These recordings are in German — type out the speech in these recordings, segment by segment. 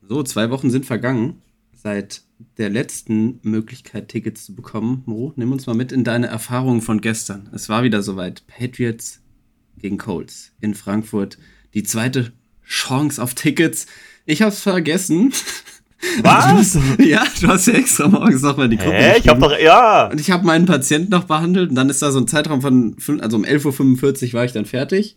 So, 2 Wochen sind vergangen seit der letzten Möglichkeit, Tickets zu bekommen. Mo, nimm uns mal mit in deine Erfahrungen von gestern. Es war wieder soweit. Patriots gegen Colts in Frankfurt. Die zweite Chance auf Tickets. Ich hab's vergessen. Was? Ja, du hast ja extra morgens noch mal die Gruppe Hä? Ich hab geschrieben. doch, ja. Und ich habe meinen Patienten noch behandelt und dann ist da so ein Zeitraum von, also um 11:45 Uhr war ich dann fertig.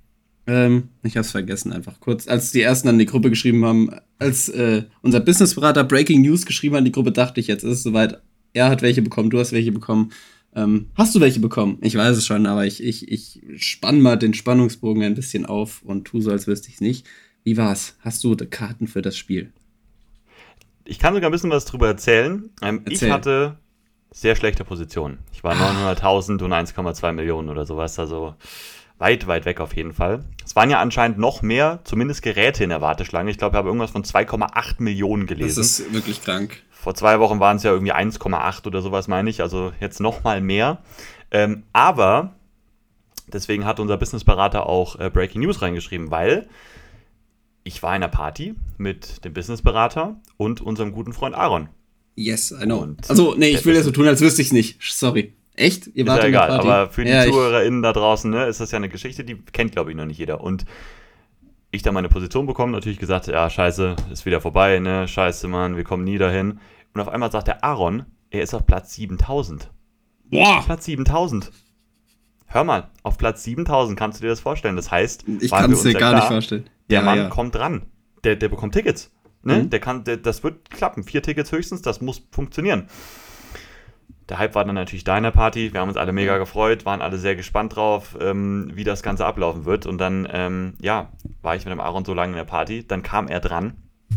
Ich hab's vergessen einfach kurz. Als die ersten an die Gruppe geschrieben haben, als unser Businessberater Breaking News geschrieben hat an die Gruppe, dachte ich, jetzt ist es soweit. Er hat welche bekommen, du hast welche bekommen. Hast du welche bekommen? Ich weiß es schon, aber ich spann mal den Spannungsbogen ein bisschen auf und tu so, als wüsste ich's nicht. Wie war's? Hast du Karten für das Spiel? Ich kann sogar ein bisschen was drüber erzählen. Ich Erzähl. hatte sehr schlechte Positionen. Ich war 900.000 und 1,2 Millionen oder sowas. Also weit, weit weg auf jeden Fall. Es waren ja anscheinend noch mehr, zumindest Geräte in der Warteschlange. Ich glaube, ich habe irgendwas von 2,8 Millionen Das gelesen. ist wirklich krank. Vor 2 Wochen waren es ja irgendwie 1,8 oder sowas, meine ich. Also jetzt noch mal mehr. Aber deswegen hat unser Businessberater auch Breaking News reingeschrieben, weil ich war in einer Party mit dem Businessberater und unserem guten Freund Aaron. Yes, I know. Und Also, nee, ich der will ja ist so tun, als wüsste ich's nicht. Sorry. Echt? Ihr wart ja in der egal, Party? aber für die Ja, ZuhörerInnen da draußen, ne, ist das ja eine Geschichte, die kennt, glaube ich, noch nicht jeder. Und ich da meine Position bekommen, natürlich gesagt, ja, scheiße, ist wieder vorbei, ne, scheiße, Mann, wir kommen nie dahin. Und auf einmal sagt der Aaron, er ist auf Platz 7000. Boah! Platz 7000. Hör mal, auf Platz 7000 kannst du dir das vorstellen. Das heißt, Ich waren kann wir es uns dir ja gar nicht klar, vorstellen. der Ja, Mann ja. kommt dran. Der bekommt Tickets. Ne? Mhm. Das wird klappen. 4 Tickets höchstens, das muss funktionieren. Der Hype war dann natürlich da in der Party. Wir haben uns alle mega gefreut, waren alle sehr gespannt drauf, wie das Ganze ablaufen wird. Und dann, war ich mit dem Aaron so lange in der Party. Dann kam er dran,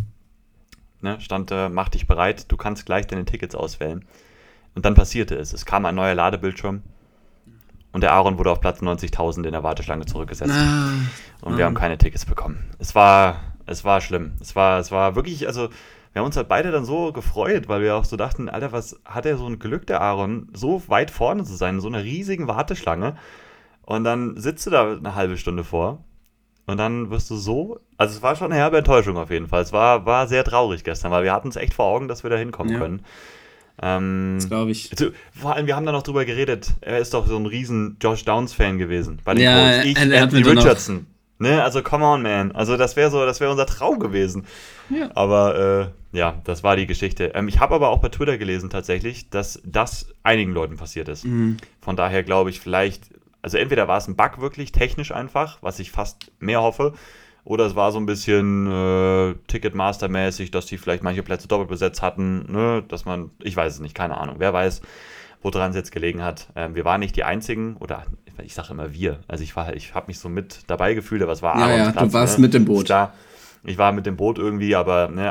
ne? Stand, mach dich bereit, du kannst gleich deine Tickets auswählen. Und dann passierte es. Es kam ein neuer Ladebildschirm und der Aaron wurde auf Platz 90.000 in der Warteschlange zurückgesetzt. Ah, Und wir haben keine Tickets bekommen. Es war schlimm. Es war wirklich, also wir haben uns halt beide dann so gefreut, weil wir auch so dachten, Alter, was hat er so ein Glück, der Aaron, so weit vorne zu sein, in so einer riesigen Warteschlange. Und dann sitzt du da eine halbe Stunde vor und dann wirst du so, also es war schon eine herbe Enttäuschung auf jeden Fall. Es war sehr traurig gestern, weil wir hatten es echt vor Augen, dass wir da hinkommen ja, können. das glaube ich. Also, vor allem, wir haben da noch drüber geredet. Er ist doch so ein riesen Josh Downs-Fan gewesen bei den Ja, Colts. Ich, er hat Anthony mir dann noch. Richardson. Ne, also come on, man. Also das wäre unser Traum gewesen. Ja. Aber ja, das war die Geschichte. Ich habe aber auch bei Twitter gelesen tatsächlich, dass das einigen Leuten passiert ist. Mhm. Von daher glaube ich vielleicht, also entweder war es ein Bug wirklich, technisch einfach, was ich fast mehr hoffe, oder es war so ein bisschen Ticketmaster-mäßig, dass die vielleicht manche Plätze doppelt besetzt hatten, ne, dass man, ich weiß es nicht, keine Ahnung. Wer weiß, woran es jetzt gelegen hat. Wir waren nicht die Einzigen, oder ich sage immer wir, also ich habe mich so mit dabei gefühlt, aber es war Ja, Aarons ja, Platz. du warst Ne? mit dem Ist Boot. klar, ich war mit dem Boot irgendwie, aber ne,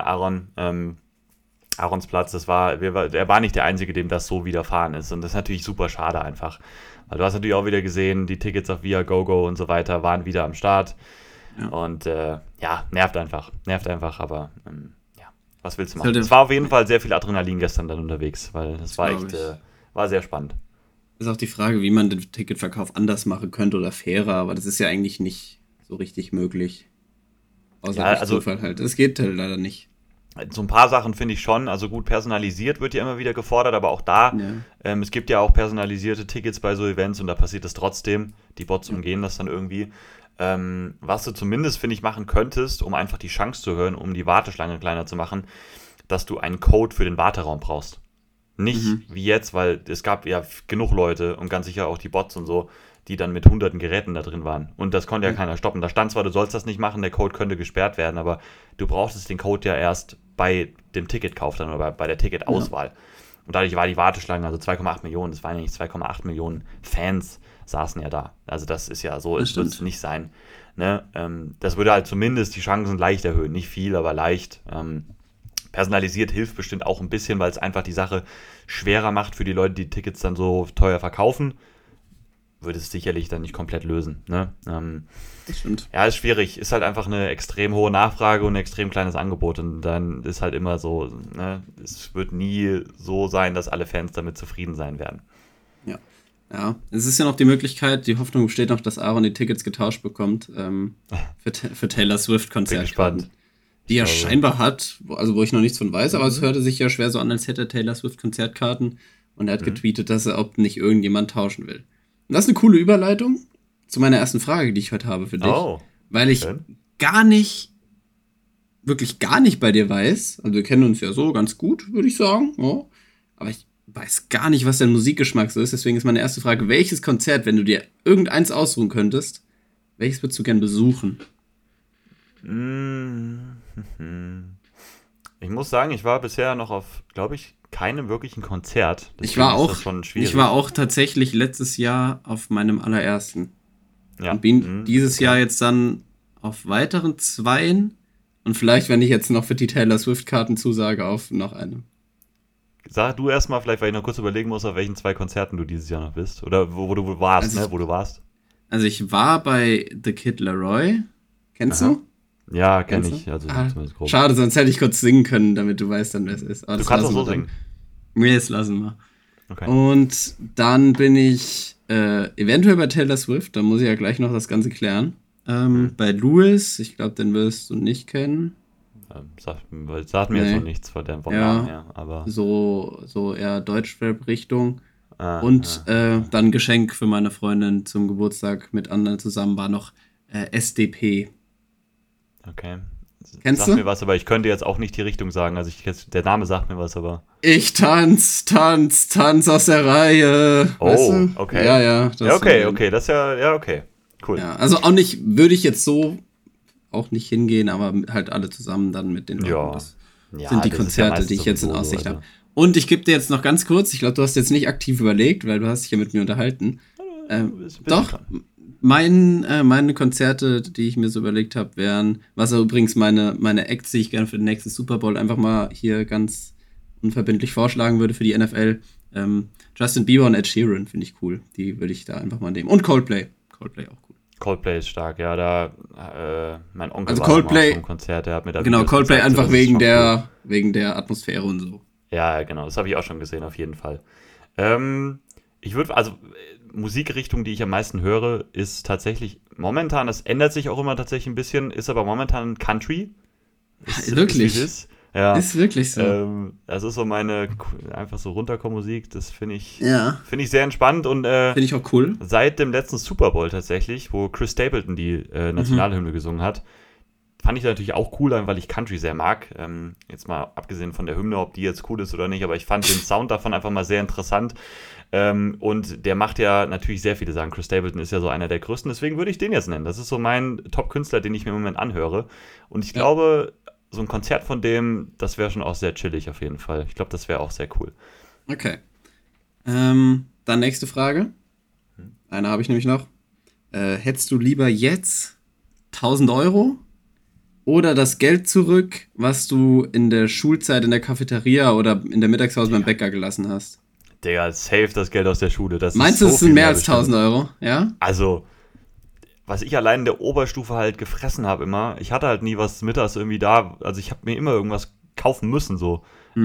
Aarons Platz, er war nicht der Einzige, dem das so widerfahren ist. Und das ist natürlich super schade einfach. Weil du hast natürlich auch wieder gesehen, die Tickets auf Viagogo und so weiter waren wieder am Start. Ja. Und ja, nervt einfach, aber ja, was willst du Ist halt machen? Es war auf jeden Fall sehr viel Adrenalin gestern dann unterwegs, weil das war glaub echt, ich. war sehr spannend. Ist auch die Frage, wie man den Ticketverkauf anders machen könnte oder fairer, aber das ist ja eigentlich nicht so richtig möglich. Außer Ja, durch also Zufall halt. Es geht halt leider nicht. so ein paar Sachen finde ich schon, also gut personalisiert wird ja immer wieder gefordert, aber auch da, Ja. es gibt ja auch personalisierte Tickets bei so Events und da passiert es trotzdem. Die Bots umgehen das dann irgendwie. Was du zumindest, finde ich, machen könntest, um einfach die Chance zu hören, um die Warteschlange kleiner zu machen, dass du einen Code für den Warteraum brauchst. Nicht wie jetzt, weil es gab ja genug Leute und ganz sicher auch die Bots und so, die dann mit hunderten Geräten da drin waren. Und das konnte ja keiner stoppen. Da stand zwar, du sollst das nicht machen, der Code könnte gesperrt werden, aber du brauchtest den Code ja erst bei dem Ticketkauf dann oder bei der Ticketauswahl. Und dadurch war die Warteschlange, also 2,8 Millionen, das waren ja nicht 2,8 Millionen Fans, saßen ja da. Also das ist ja so, Das es wird stimmt. es nicht sein. Ne? Das würde halt zumindest die Chancen leicht erhöhen. Nicht viel, aber leicht. Personalisiert hilft bestimmt auch ein bisschen, weil es einfach die Sache schwerer macht für die Leute, die Tickets dann so teuer verkaufen. Würde es sicherlich dann nicht komplett lösen. Ne? Das stimmt. Ja, ist schwierig. Ist halt einfach eine extrem hohe Nachfrage und ein extrem kleines Angebot. Und dann ist halt immer so, ne? Es wird nie so sein, dass alle Fans damit zufrieden sein werden. Ja. Ja. Es ist ja noch die Möglichkeit, die Hoffnung besteht noch, dass Aaron die Tickets getauscht bekommt für Taylor Bin Swift-Konzertkarten. gespannt. Die ja scheinbar hat, also wo ich noch nichts von weiß, aber es hörte sich ja schwer so an, als hätte Taylor Swift Konzertkarten und er hat getweetet, dass er, ob nicht irgendjemand tauschen will. Und das ist eine coole Überleitung zu meiner ersten Frage, die ich heute habe für dich. Weil ich wirklich gar nicht bei dir weiß, also wir kennen uns ja so ganz gut, würde ich sagen, ja, aber ich weiß gar nicht, was dein Musikgeschmack so ist, deswegen ist meine erste Frage, welches Konzert, wenn du dir irgendeins aussuchen könntest, welches würdest du gern besuchen? Ich muss sagen, ich war bisher noch auf, glaube ich, keinem wirklichen Konzert. Ich war auch tatsächlich letztes Jahr auf meinem allerersten. Ja. Und bin dieses Jahr jetzt dann auf weiteren 2 und vielleicht, wenn ich jetzt noch für die Taylor Swift-Karten zusage, auf noch einem. Sag du erstmal, vielleicht, weil ich noch kurz überlegen muss, auf welchen 2 Konzerten du dieses Jahr noch bist. Oder wo du warst, wo du warst. Also ich war bei The Kid Laroi. Kennst du? Ja, kenn ich. Also zumindest grob. Schade, sonst hätte ich kurz singen können, damit du weißt dann, wer es ist. Aber du kannst auch so singen. Nee, das lassen wir. Okay. Und dann bin ich eventuell bei Taylor Swift, da muss ich ja gleich noch das Ganze klären. Bei Louis, ich glaube, den wirst du nicht kennen. Sagt mir jetzt noch nichts von dem Namen her. Aber so eher Deutschrap-Richtung. Dann Geschenk für meine Freundin zum Geburtstag mit anderen zusammen war noch SDP. Okay. Kennst du? Sag mir was, aber ich könnte jetzt auch nicht die Richtung sagen. Also der Name sagt mir was, aber... Ich tanz aus der Reihe. Oh, weißt du? Okay. Ja. Okay, das ist ja, okay. Cool. Ja, also auch nicht, würde ich jetzt so auch nicht hingehen, aber halt alle zusammen dann mit den Leuten. Das sind die Konzerte, die ich jetzt in Aussicht habe. Und ich gebe dir jetzt noch ganz kurz, ich glaube, du hast jetzt nicht aktiv überlegt, weil du hast dich ja mit mir unterhalten. Doch, meine Konzerte, die ich mir so überlegt habe, wären, was auch übrigens meine Acts, die ich gerne für den nächsten Super Bowl einfach mal hier ganz unverbindlich vorschlagen würde für die NFL. Justin Bieber und Ed Sheeran finde ich cool. Die würde ich da einfach mal nehmen. Und Coldplay. Coldplay auch cool. Coldplay ist stark, ja, da mein Onkel also war mal auf Konzert, der hat mir da genau, Coldplay gezeigt, einfach wegen der Atmosphäre und so. Ja, genau, das habe ich auch schon gesehen, auf jeden Fall. Ich würde, also Musikrichtung, die ich am meisten höre, ist tatsächlich momentan, das ändert sich auch immer tatsächlich ein bisschen, ist aber momentan Country. Wirklich? Ja. Ist wirklich so. Das ist so meine, einfach so Runterkommen-Musik, das finde ich sehr entspannt und finde ich auch cool. Seit dem letzten Super Bowl tatsächlich, wo Chris Stapleton die Nationalhymne gesungen hat, fand ich natürlich auch cool, weil ich Country sehr mag. Jetzt mal abgesehen von der Hymne, ob die jetzt cool ist oder nicht, aber ich fand den Sound davon einfach mal sehr interessant. Und der macht ja natürlich sehr viele Sachen. Chris Stapleton ist ja so einer der größten, deswegen würde ich den jetzt nennen. Das ist so mein Top-Künstler, den ich mir im Moment anhöre. Und ich glaube, so ein Konzert von dem, das wäre schon auch sehr chillig auf jeden Fall. Ich glaube, das wäre auch sehr cool. Okay. Dann nächste Frage. Eine habe ich nämlich noch. Hättest du lieber jetzt 1.000 € oder das Geld zurück, was du in der Schulzeit in der Cafeteria oder in der Mittagspause beim Bäcker gelassen hast? Digga, save das Geld aus der Schule. Meinst du, es sind mehr als 1.000 €? Ja? Also, was ich allein in der Oberstufe halt gefressen habe immer, ich hatte halt nie was mittags irgendwie da, also ich habe mir immer irgendwas kaufen müssen, so.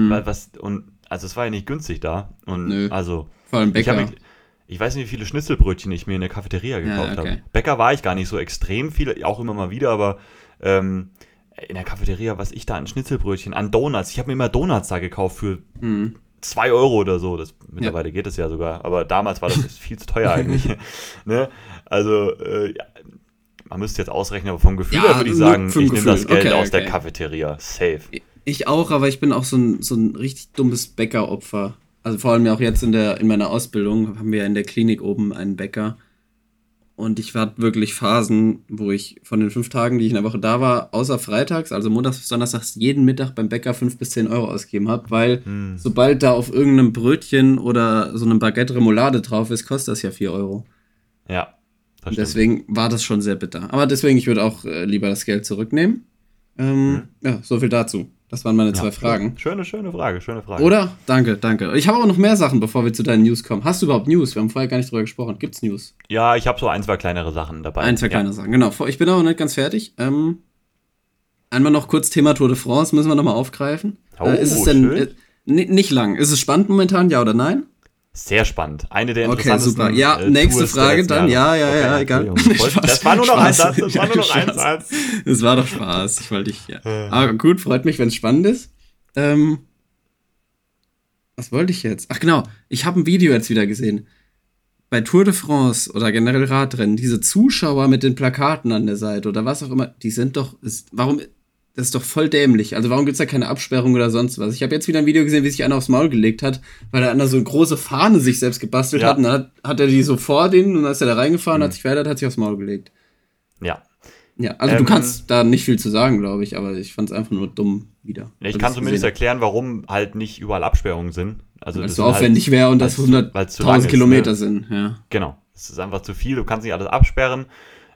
Also es war ja nicht günstig da. Und nö. Also, vor allem Bäcker. Ich weiß nicht, wie viele Schnitzelbrötchen ich mir in der Cafeteria gekauft habe. Bäcker war ich gar nicht so extrem viel, auch immer mal wieder, aber in der Cafeteria, was ich da an Schnitzelbrötchen, an Donuts, ich habe mir immer Donuts da gekauft für 2 € oder so. Mittlerweile geht es ja sogar, aber damals war das viel zu teuer eigentlich. Ne? Also, man müsste jetzt ausrechnen, aber vom Gefühl her würde ich sagen, ich nehme das Geld aus der Cafeteria. Safe. Ich auch, aber ich bin auch so ein richtig dummes Bäckeropfer. Also vor allem ja auch jetzt in meiner Ausbildung haben wir ja in der Klinik oben einen Bäcker. Und ich hatte wirklich Phasen, wo ich von den 5 Tagen, die ich in der Woche da war, außer freitags, also montags bis donnerstags, jeden Mittag beim Bäcker 5 bis 10 € ausgegeben habe, weil sobald da auf irgendeinem Brötchen oder so einem Baguette Remoulade drauf ist, kostet das ja 4 €. Ja, das stimmt. Deswegen war das schon sehr bitter. Aber deswegen, ich würde auch lieber das Geld zurücknehmen. Ja, so viel dazu. Das waren meine 2 Fragen. Schöne Frage. Oder? Danke. Ich habe auch noch mehr Sachen, bevor wir zu deinen News kommen. Hast du überhaupt News? Wir haben vorher gar nicht drüber gesprochen. Gibt's News? Ja, ich habe so 1, 2 kleinere Sachen dabei. 2 kleine Sachen, genau. Ich bin aber noch nicht ganz fertig. Einmal noch kurz Thema Tour de France, müssen wir nochmal aufgreifen. Oh, ist es denn nicht lang? Ist es spannend momentan, ja oder nein? Sehr spannend. Eine der Okay, interessantesten super. Ja, nächste Tours der Frage letzten dann. Jahre. Ja, egal. Das war nur noch ein Satz. Das war nur noch ein Spaß. Satz. Das war doch Spaß. Ich wollte dich, ja. Aber gut, freut mich, wenn es spannend ist. Was wollte ich jetzt? Ach genau, ich habe ein Video jetzt wieder gesehen. Bei Tour de France oder generell Radrennen, diese Zuschauer mit den Plakaten an der Seite oder was auch immer, die sind doch, warum, das ist doch voll dämlich. Also warum gibt's da keine Absperrung oder sonst was? Ich habe jetzt wieder ein Video gesehen, wie sich einer aufs Maul gelegt hat, weil der einer so eine große Fahne sich selbst gebastelt hat und dann hat er die so vor denen und dann ist er da reingefahren, hat sich verheddert, hat sich aufs Maul gelegt. Ja. Ja, also du kannst da nicht viel zu sagen, glaube ich, aber ich fand es einfach nur dumm wieder. Ich kann zumindest erklären, warum halt nicht überall Absperrungen sind. Also weil es so aufwendig wäre und das 100.000 Kilometer sind. Ja. Genau, es ist einfach zu viel, du kannst nicht alles absperren.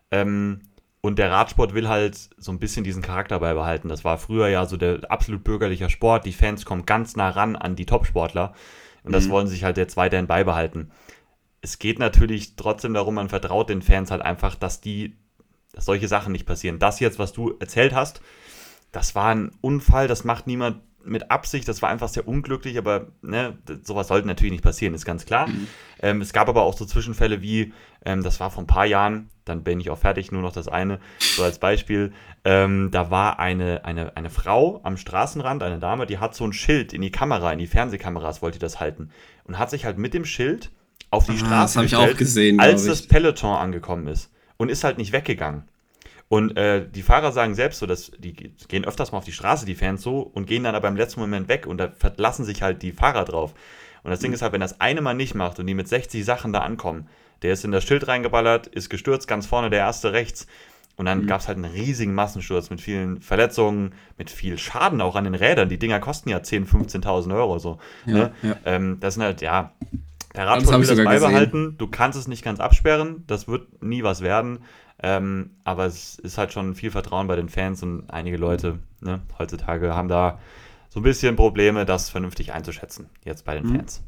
Und der Radsport will halt so ein bisschen diesen Charakter beibehalten. Das war früher ja so der absolut bürgerliche Sport. Die Fans kommen ganz nah ran an die Topsportler. Und das wollen sich halt jetzt weiterhin beibehalten. Es geht natürlich trotzdem darum, man vertraut den Fans halt einfach, dass solche Sachen nicht passieren. Das jetzt, was du erzählt hast, das war ein Unfall, das macht niemand mit Absicht, das war einfach sehr unglücklich, aber ne, sowas sollte natürlich nicht passieren, ist ganz klar. Es gab aber auch so Zwischenfälle wie, das war vor ein paar Jahren, dann bin ich auch fertig, nur noch das eine, so als Beispiel, da war eine Frau am Straßenrand, eine Dame, die hat so ein Schild in die Kamera, in die Fernsehkameras wollte die das halten und hat sich halt mit dem Schild auf die Straße gestellt, ich auch gesehen, als das Peloton angekommen ist und ist halt nicht weggegangen. Und die Fahrer sagen selbst so, dass die gehen öfters mal auf die Straße, die Fans so, und gehen dann aber im letzten Moment weg und da verlassen sich halt die Fahrer drauf. Und das Ding ist halt, wenn das eine mal nicht macht und die mit 60 Sachen da ankommen, der ist in das Schild reingeballert, ist gestürzt, ganz vorne der erste rechts. Und dann gab es halt einen riesigen Massensturz mit vielen Verletzungen, mit viel Schaden auch an den Rädern. Die Dinger kosten ja 10.000, 15.000 Euro so. Ja, ne? Ja. Das sind halt, der Radsport will das beibehalten. Gesehen. Du kannst es nicht ganz absperren, das wird nie was werden. Aber es ist halt schon viel Vertrauen bei den Fans und einige Leute heutzutage haben da so ein bisschen Probleme, das vernünftig einzuschätzen, jetzt bei den Fans.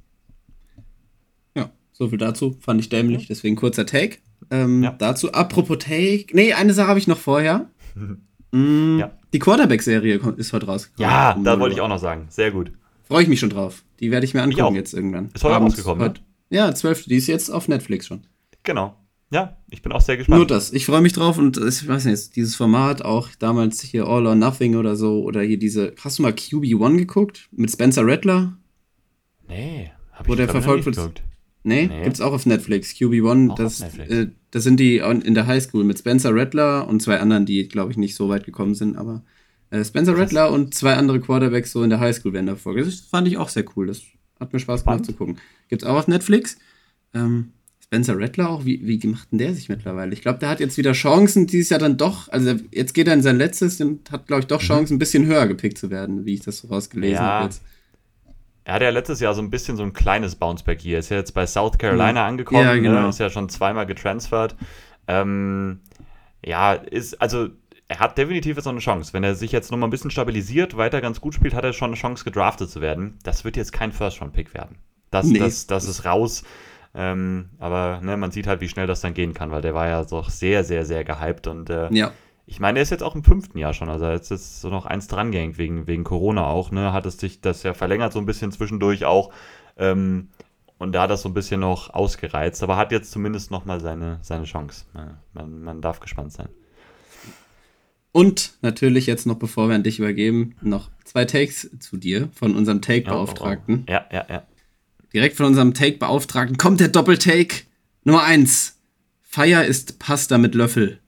Ja, so viel dazu, fand ich dämlich, deswegen kurzer Take. Dazu, apropos Take, eine Sache habe ich noch vorher. Die Quarterback-Serie ist heute rausgekommen. Ja, da wollte ich auch noch sagen, sehr gut. Freue ich mich schon drauf, die werde ich mir angucken jetzt irgendwann. Ist heute rausgekommen, ne? Ja, 12. Die ist jetzt auf Netflix schon. Genau. Ja, ich bin auch sehr gespannt. Nur das. Ich freue mich drauf und ich weiß nicht, dieses Format auch damals hier All or Nothing oder so oder hier diese. Hast du mal QB1 geguckt? Mit Spencer Rattler? Nee, hab ich nicht geguckt. Nee, gibt's auch auf Netflix. QB1, das sind die in der Highschool mit Spencer Rattler und zwei anderen, die, glaube ich, nicht so weit gekommen sind, aber Spencer Rattler und zwei andere Quarterbacks so in der Highschool werden da vorgestellt. Das fand ich auch sehr cool. Das hat mir Spaß gemacht zu gucken. Gibt's auch auf Netflix. Spencer Rattler auch, wie macht denn der sich mittlerweile? Ich glaube, der hat jetzt wieder Chancen, dieses Jahr dann doch, also jetzt geht er in sein letztes und hat, glaube ich, doch Chancen, ein bisschen höher gepickt zu werden, wie ich das so rausgelesen habe jetzt. Er hatte ja letztes Jahr so ein bisschen so ein kleines Bounceback hier. Ist ja jetzt bei South Carolina angekommen, ja, genau. Ist ja schon zweimal getransfert. Er hat definitiv jetzt noch eine Chance. Wenn er sich jetzt noch mal ein bisschen stabilisiert, weiter ganz gut spielt, hat er schon eine Chance, gedraftet zu werden. Das wird jetzt kein First-Round-Pick werden. Das ist raus. Aber man sieht halt, wie schnell das dann gehen kann, weil der war ja doch sehr, sehr, sehr gehypt und ich meine, er ist jetzt auch im 5. Jahr schon, also jetzt ist so noch eins drangehängt, wegen Corona auch, hat es sich das ja verlängert so ein bisschen zwischendurch auch und da hat das so ein bisschen noch ausgereizt, aber hat jetzt zumindest nochmal seine Chance. Man darf gespannt sein. Und natürlich jetzt noch, bevor wir an dich übergeben, noch 2 Takes zu dir von unserem Take-Beauftragten. Ja. Direkt von unserem Take-Beauftragten kommt der Doppeltake. Nummer 1. Feier ist Pasta mit Löffel.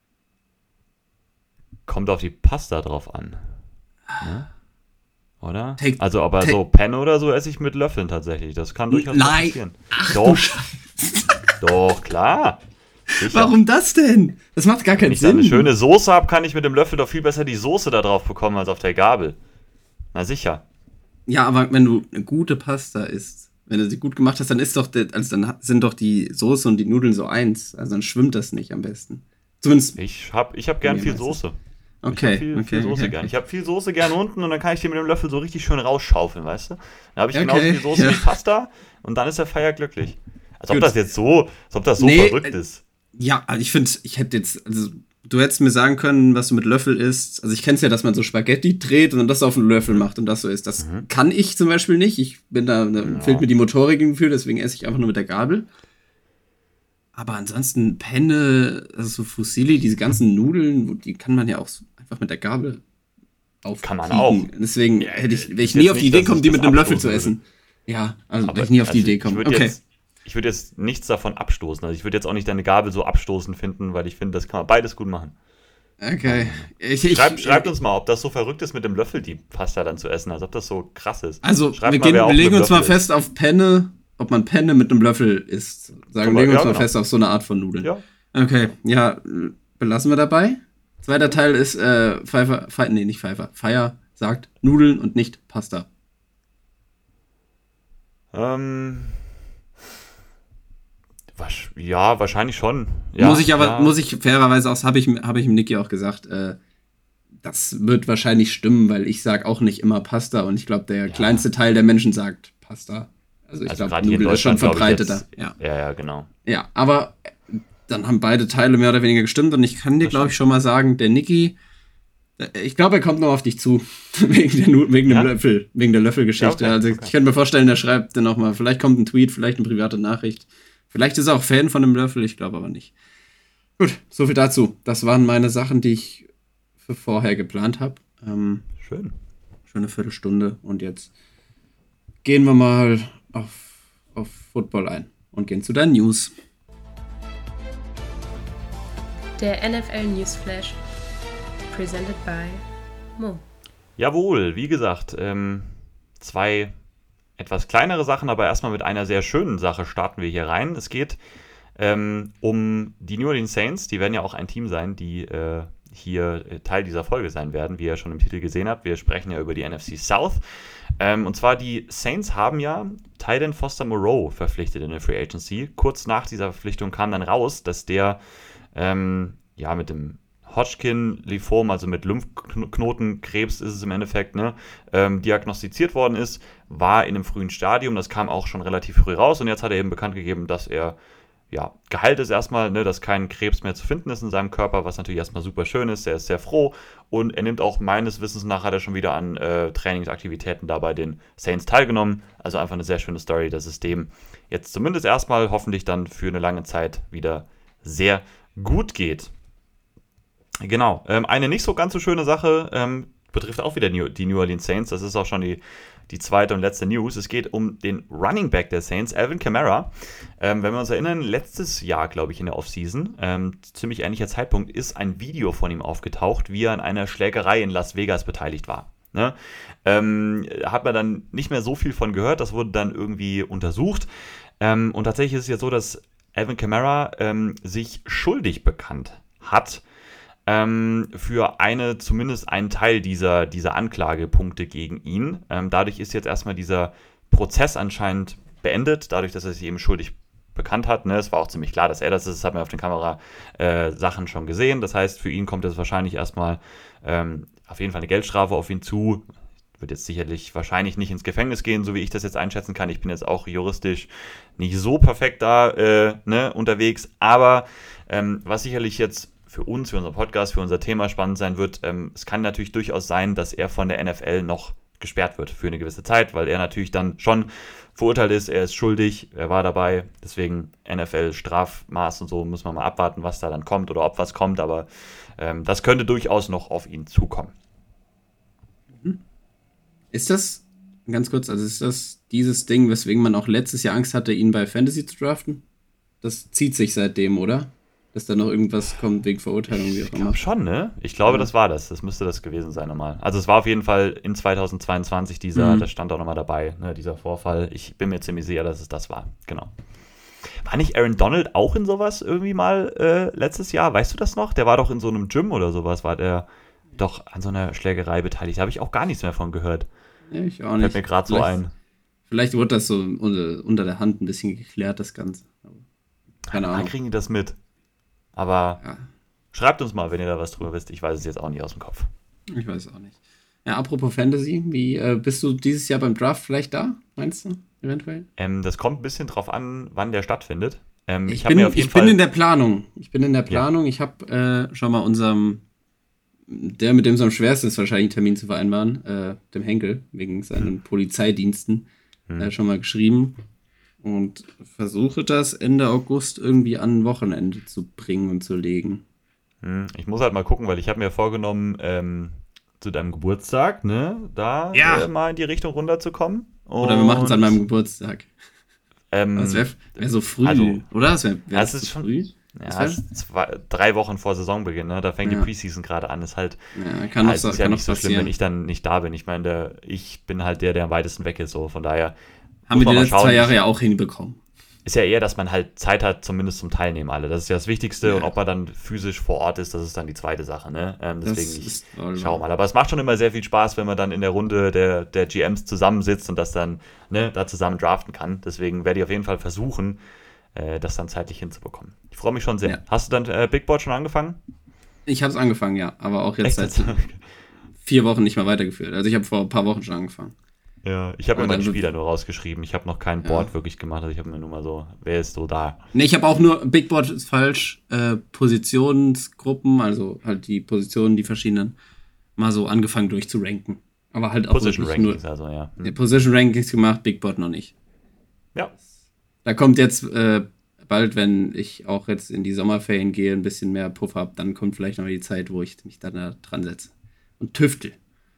Kommt auf die Pasta drauf an. Ne? Oder? So Penne oder so esse ich mit Löffeln tatsächlich. Das kann durchaus passieren. Ach, doch. Doch, klar. Sicher. Warum das denn? Das macht gar keinen Sinn. Wenn ich da eine schöne Soße habe, kann ich mit dem Löffel doch viel besser die Soße da drauf bekommen als auf der Gabel. Na sicher. Ja, aber wenn du eine gute Pasta isst, wenn du sie gut gemacht hast, dann dann sind doch die Soße und die Nudeln so eins. Also dann schwimmt das nicht am besten. Zumindest. Ich hab gern viel Soße. Okay. Viel Soße gern. Ich habe viel Soße gern unten und dann kann ich die mit dem Löffel so richtig schön rausschaufeln, weißt du? Dann habe ich genauso viel Soße wie Pasta und dann ist der Feier glücklich. Als ob das so verrückt ist. Ja, also ich finde, ich hätte jetzt, also du hättest mir sagen können, was du mit Löffel isst. Also ich kenn's ja, dass man so Spaghetti dreht und dann das auf einen Löffel macht und das so ist. Das kann ich zum Beispiel nicht. Ich bin da, fehlt mir die Motorik für, deswegen esse ich einfach nur mit der Gabel. Aber ansonsten Penne, also so Fusilli, diese ganzen Nudeln, die kann man ja auch einfach mit der Gabel aufpieken. Kann man auch. Deswegen Ja, wäre ich nie auf die Idee kommen, die mit einem Löffel zu essen. Ja, also wäre ich nie auf die Idee kommen. Okay. Ich würde jetzt nichts davon abstoßen. Also ich würde jetzt auch nicht deine Gabel so abstoßend finden, weil ich finde, das kann man beides gut machen. Okay. Schreibt uns mal, ob das so verrückt ist, mit dem Löffel die Pasta dann zu essen, als ob das so krass ist. Also wir legen uns mal fest auf Penne, ob man Penne mit einem Löffel isst. Wir legen uns mal fest auf so eine Art von Nudeln. Ja. Okay, ja, belassen wir dabei. Zweiter Teil ist Feier sagt Nudeln und nicht Pasta. Ja, wahrscheinlich schon. Ja, muss ich fairerweise auch, habe ich dem Niki auch gesagt, das wird wahrscheinlich stimmen, weil ich sage auch nicht immer Pasta und ich glaube, der kleinste Teil der Menschen sagt Pasta. Also ich glaube, Nudeln ist schon verbreiteter. Ja, genau. Ja, aber dann haben beide Teile mehr oder weniger gestimmt und ich kann dir, glaube ich, schon mal sagen, der Niki, ich glaube, er kommt noch auf dich zu, wegen der Löffelgeschichte. Ja, okay, ich könnte mir vorstellen, der schreibt dann nochmal, vielleicht kommt ein Tweet, vielleicht eine private Nachricht. Vielleicht ist er auch Fan von dem Löffel, ich glaube aber nicht. Gut, soviel dazu. Das waren meine Sachen, die ich für vorher geplant habe. Schön. Schöne Viertelstunde und jetzt gehen wir mal auf Football ein und gehen zu deinen News. Der NFL Newsflash, presented by Mo. Jawohl, wie gesagt, 2 etwas kleinere Sachen, aber erstmal mit einer sehr schönen Sache starten wir hier rein. Es geht um die New Orleans Saints, die werden ja auch ein Team sein, die hier Teil dieser Folge sein werden, wie ihr schon im Titel gesehen habt. Wir sprechen ja über die NFC South. Und zwar die Saints haben ja Tight End Foster Moreau verpflichtet in der Free Agency. Kurz nach dieser Verpflichtung kam dann raus, dass der mit dem Hodgkin-Lymphom, also mit Lymphknotenkrebs ist es im Endeffekt, diagnostiziert worden ist, war in einem frühen Stadium. Das kam auch schon relativ früh raus und jetzt hat er eben bekannt gegeben, dass er geheilt ist erstmal, dass kein Krebs mehr zu finden ist in seinem Körper, was natürlich erstmal super schön ist. Er ist sehr froh und er nimmt auch meines Wissens nach, hat er schon wieder an Trainingsaktivitäten da bei den Saints teilgenommen. Also einfach eine sehr schöne Story, dass es dem jetzt zumindest erstmal hoffentlich dann für eine lange Zeit wieder sehr gut geht. Genau, eine nicht so ganz so schöne Sache betrifft auch wieder die New Orleans Saints. Das ist auch schon die zweite und letzte News. Es geht um den Running Back der Saints, Alvin Kamara. Wenn wir uns erinnern, letztes Jahr, glaube ich, in der Offseason, ziemlich ähnlicher Zeitpunkt, ist ein Video von ihm aufgetaucht, wie er an einer Schlägerei in Las Vegas beteiligt war. Ne? Hat man dann nicht mehr so viel von gehört, das wurde dann irgendwie untersucht. Und tatsächlich ist es jetzt so, dass Alvin Kamara sich schuldig bekannt hat für zumindest einen Teil dieser Anklagepunkte gegen ihn. Dadurch ist jetzt erstmal dieser Prozess anscheinend beendet, dadurch, dass er sich eben schuldig bekannt hat. Ne? Es war auch ziemlich klar, dass er das ist, das hat man auf den Kamerasachen schon gesehen. Das heißt, für ihn kommt jetzt wahrscheinlich erstmal auf jeden Fall eine Geldstrafe auf ihn zu. Wird jetzt sicherlich wahrscheinlich nicht ins Gefängnis gehen, so wie ich das jetzt einschätzen kann. Ich bin jetzt auch juristisch nicht so perfekt da unterwegs. Aber was sicherlich jetzt für uns, für unseren Podcast, für unser Thema spannend sein wird, es kann natürlich durchaus sein, dass er von der NFL noch gesperrt wird für eine gewisse Zeit, weil er natürlich dann schon verurteilt ist, er ist schuldig, er war dabei, deswegen NFL-Strafmaß und so, muss man mal abwarten, was da dann kommt oder ob was kommt, aber das könnte durchaus noch auf ihn zukommen. Ist das, ganz kurz, also ist das dieses Ding, weswegen man auch letztes Jahr Angst hatte, ihn bei Fantasy zu draften? Das zieht sich seitdem, oder? Dass da noch irgendwas kommt wegen Verurteilung, wie auch immer. Ich glaube schon, ne? Ich glaube, das war das. Das müsste das gewesen sein nochmal. Also es war auf jeden Fall in 2022 das stand auch nochmal dabei, ne, dieser Vorfall. Ich bin mir ziemlich sicher, dass es das war. Genau. War nicht Aaron Donald auch in sowas irgendwie mal letztes Jahr? Weißt du das noch? Der war doch in so einem Gym oder sowas, war der doch an so einer Schlägerei beteiligt. Da habe ich auch gar nichts mehr von gehört. Ja, ich auch nicht. Fällt mir gerade so ein. Vielleicht wurde das so unter der Hand ein bisschen geklärt, das Ganze. Keine Ahnung. Da kriegen die das mit. Aber schreibt uns mal, wenn ihr da was drüber wisst. Ich weiß es jetzt auch nicht aus dem Kopf. Ich weiß auch nicht. Ja, apropos Fantasy, wie bist du dieses Jahr beim Draft vielleicht da, meinst du, eventuell? Das kommt ein bisschen drauf an, wann der stattfindet. Ich bin in der Planung. Ich habe schon mal der mit dem es am schwersten ist, wahrscheinlich einen Termin zu vereinbaren, dem Henkel, wegen seinen Polizeidiensten, schon mal geschrieben. Und versuche das Ende August irgendwie an ein Wochenende zu bringen und zu legen. Ich muss halt mal gucken, weil ich habe mir vorgenommen, zu deinem Geburtstag, ne, da mal in die Richtung runterzukommen. Oder wir machen es an meinem Geburtstag. Das wäre so früh, also, oder? Das ist schon früh. Ja, es ist 3 Wochen vor Saisonbeginn, ne? Da fängt die Preseason gerade an. Ist halt, ist ja nicht so schlimm, wenn ich dann nicht da bin. Ich meine, ich bin halt der am weitesten weg ist. So. Von daher haben wir die letzten 2 Jahre ja auch hinbekommen. Ist ja eher, dass man halt Zeit hat, zumindest zum Teilnehmen alle. Das ist ja das Wichtigste. Und ob man dann physisch vor Ort ist, das ist dann die zweite Sache. Ne? Deswegen, schau mal. Aber es macht schon immer sehr viel Spaß, wenn man dann in der Runde der GMs zusammensitzt und das dann da zusammen draften kann. Deswegen werde ich auf jeden Fall versuchen, das dann zeitlich hinzubekommen. Ich freue mich schon sehr. Ja. Hast du dann Big Board schon angefangen? Ich habe es angefangen, ja. Aber auch jetzt seit 4 Wochen nicht mehr weitergeführt. Also ich habe vor ein paar Wochen schon angefangen. Ja, ich habe mir meine Spieler nur rausgeschrieben. Ich habe noch kein Board wirklich gemacht. Also ich habe mir nur mal so, wer ist so da? Ne, ich habe auch nur, Big Board ist falsch, Positionsgruppen, also halt die Positionen, die verschiedenen, mal so angefangen durchzuranken. Aber halt auch Position Rankings, also ja. Position Rankings gemacht, Big Board noch nicht. Ja. Da kommt jetzt bald, wenn ich auch jetzt in die Sommerferien gehe, ein bisschen mehr Puffer habe, dann kommt vielleicht noch die Zeit, wo ich mich dann da dran setze. Und tüfteln.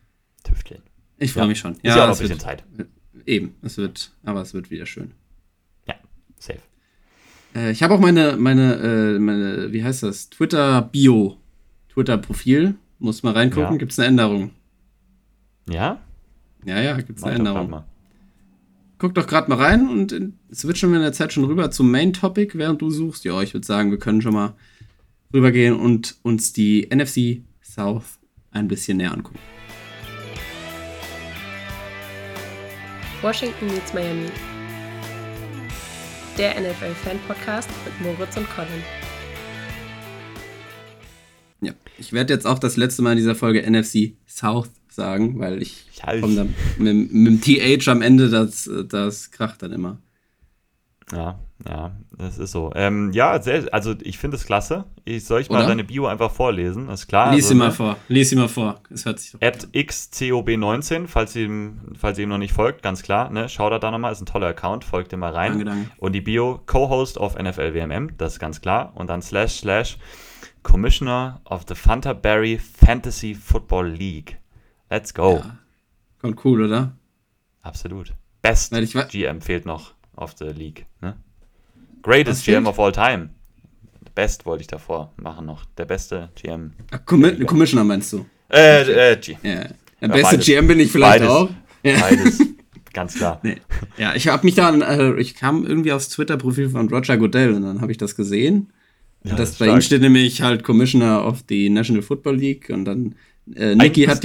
Ich freue mich schon. Ist ja auch noch ein bisschen Zeit. Eben, es wird wieder schön. Ja, safe. Ich habe auch meine, wie heißt das, Twitter-Bio, Twitter-Profil, muss mal reingucken, gibt es eine Änderung. Ja? Ja, gibt es eine Änderung. Guck doch gerade mal rein und es wird schon in der Zeit schon rüber zum Main-Topic, während du suchst. Ja, ich würde sagen, wir können schon mal rübergehen und uns die NFC South ein bisschen näher angucken. Washington meets Miami. Der NFL-Fan-Podcast mit Moritz und Colin. Ja, ich werde jetzt auch das letzte Mal in dieser Folge NFC South sagen, weil ich komme dann mit dem TH am Ende, das kracht dann immer. Ja, das ist so. Also ich finde es klasse. Soll ich mal deine Bio einfach vorlesen? Ist klar. Lies sie mal vor. Es hört sich doch @xcob19, falls ihr ihm noch nicht folgt, ganz klar. Ne? Schaut da nochmal, ist ein toller Account, folgt ihm mal rein. Danke. Und die Bio, Co-Host of NFL WMM, das ist ganz klar. Und dann / Commissioner of the Fantaberry Fantasy Football League. Let's go. Ja. Kommt cool, oder? Absolut. Best GM fehlt noch of the League. Ne? Greatest GM of all time. Best wollte ich davor machen noch. Der beste GM. Commissioner meinst du? Der beste GM bin ich vielleicht auch. Beides. Ganz klar. Nee. Ja, ich kam irgendwie aufs Twitter-Profil von Roger Goodell und dann habe ich das gesehen. Ja, das bei ihm steht nämlich halt Commissioner of the National Football League und dann Niki hat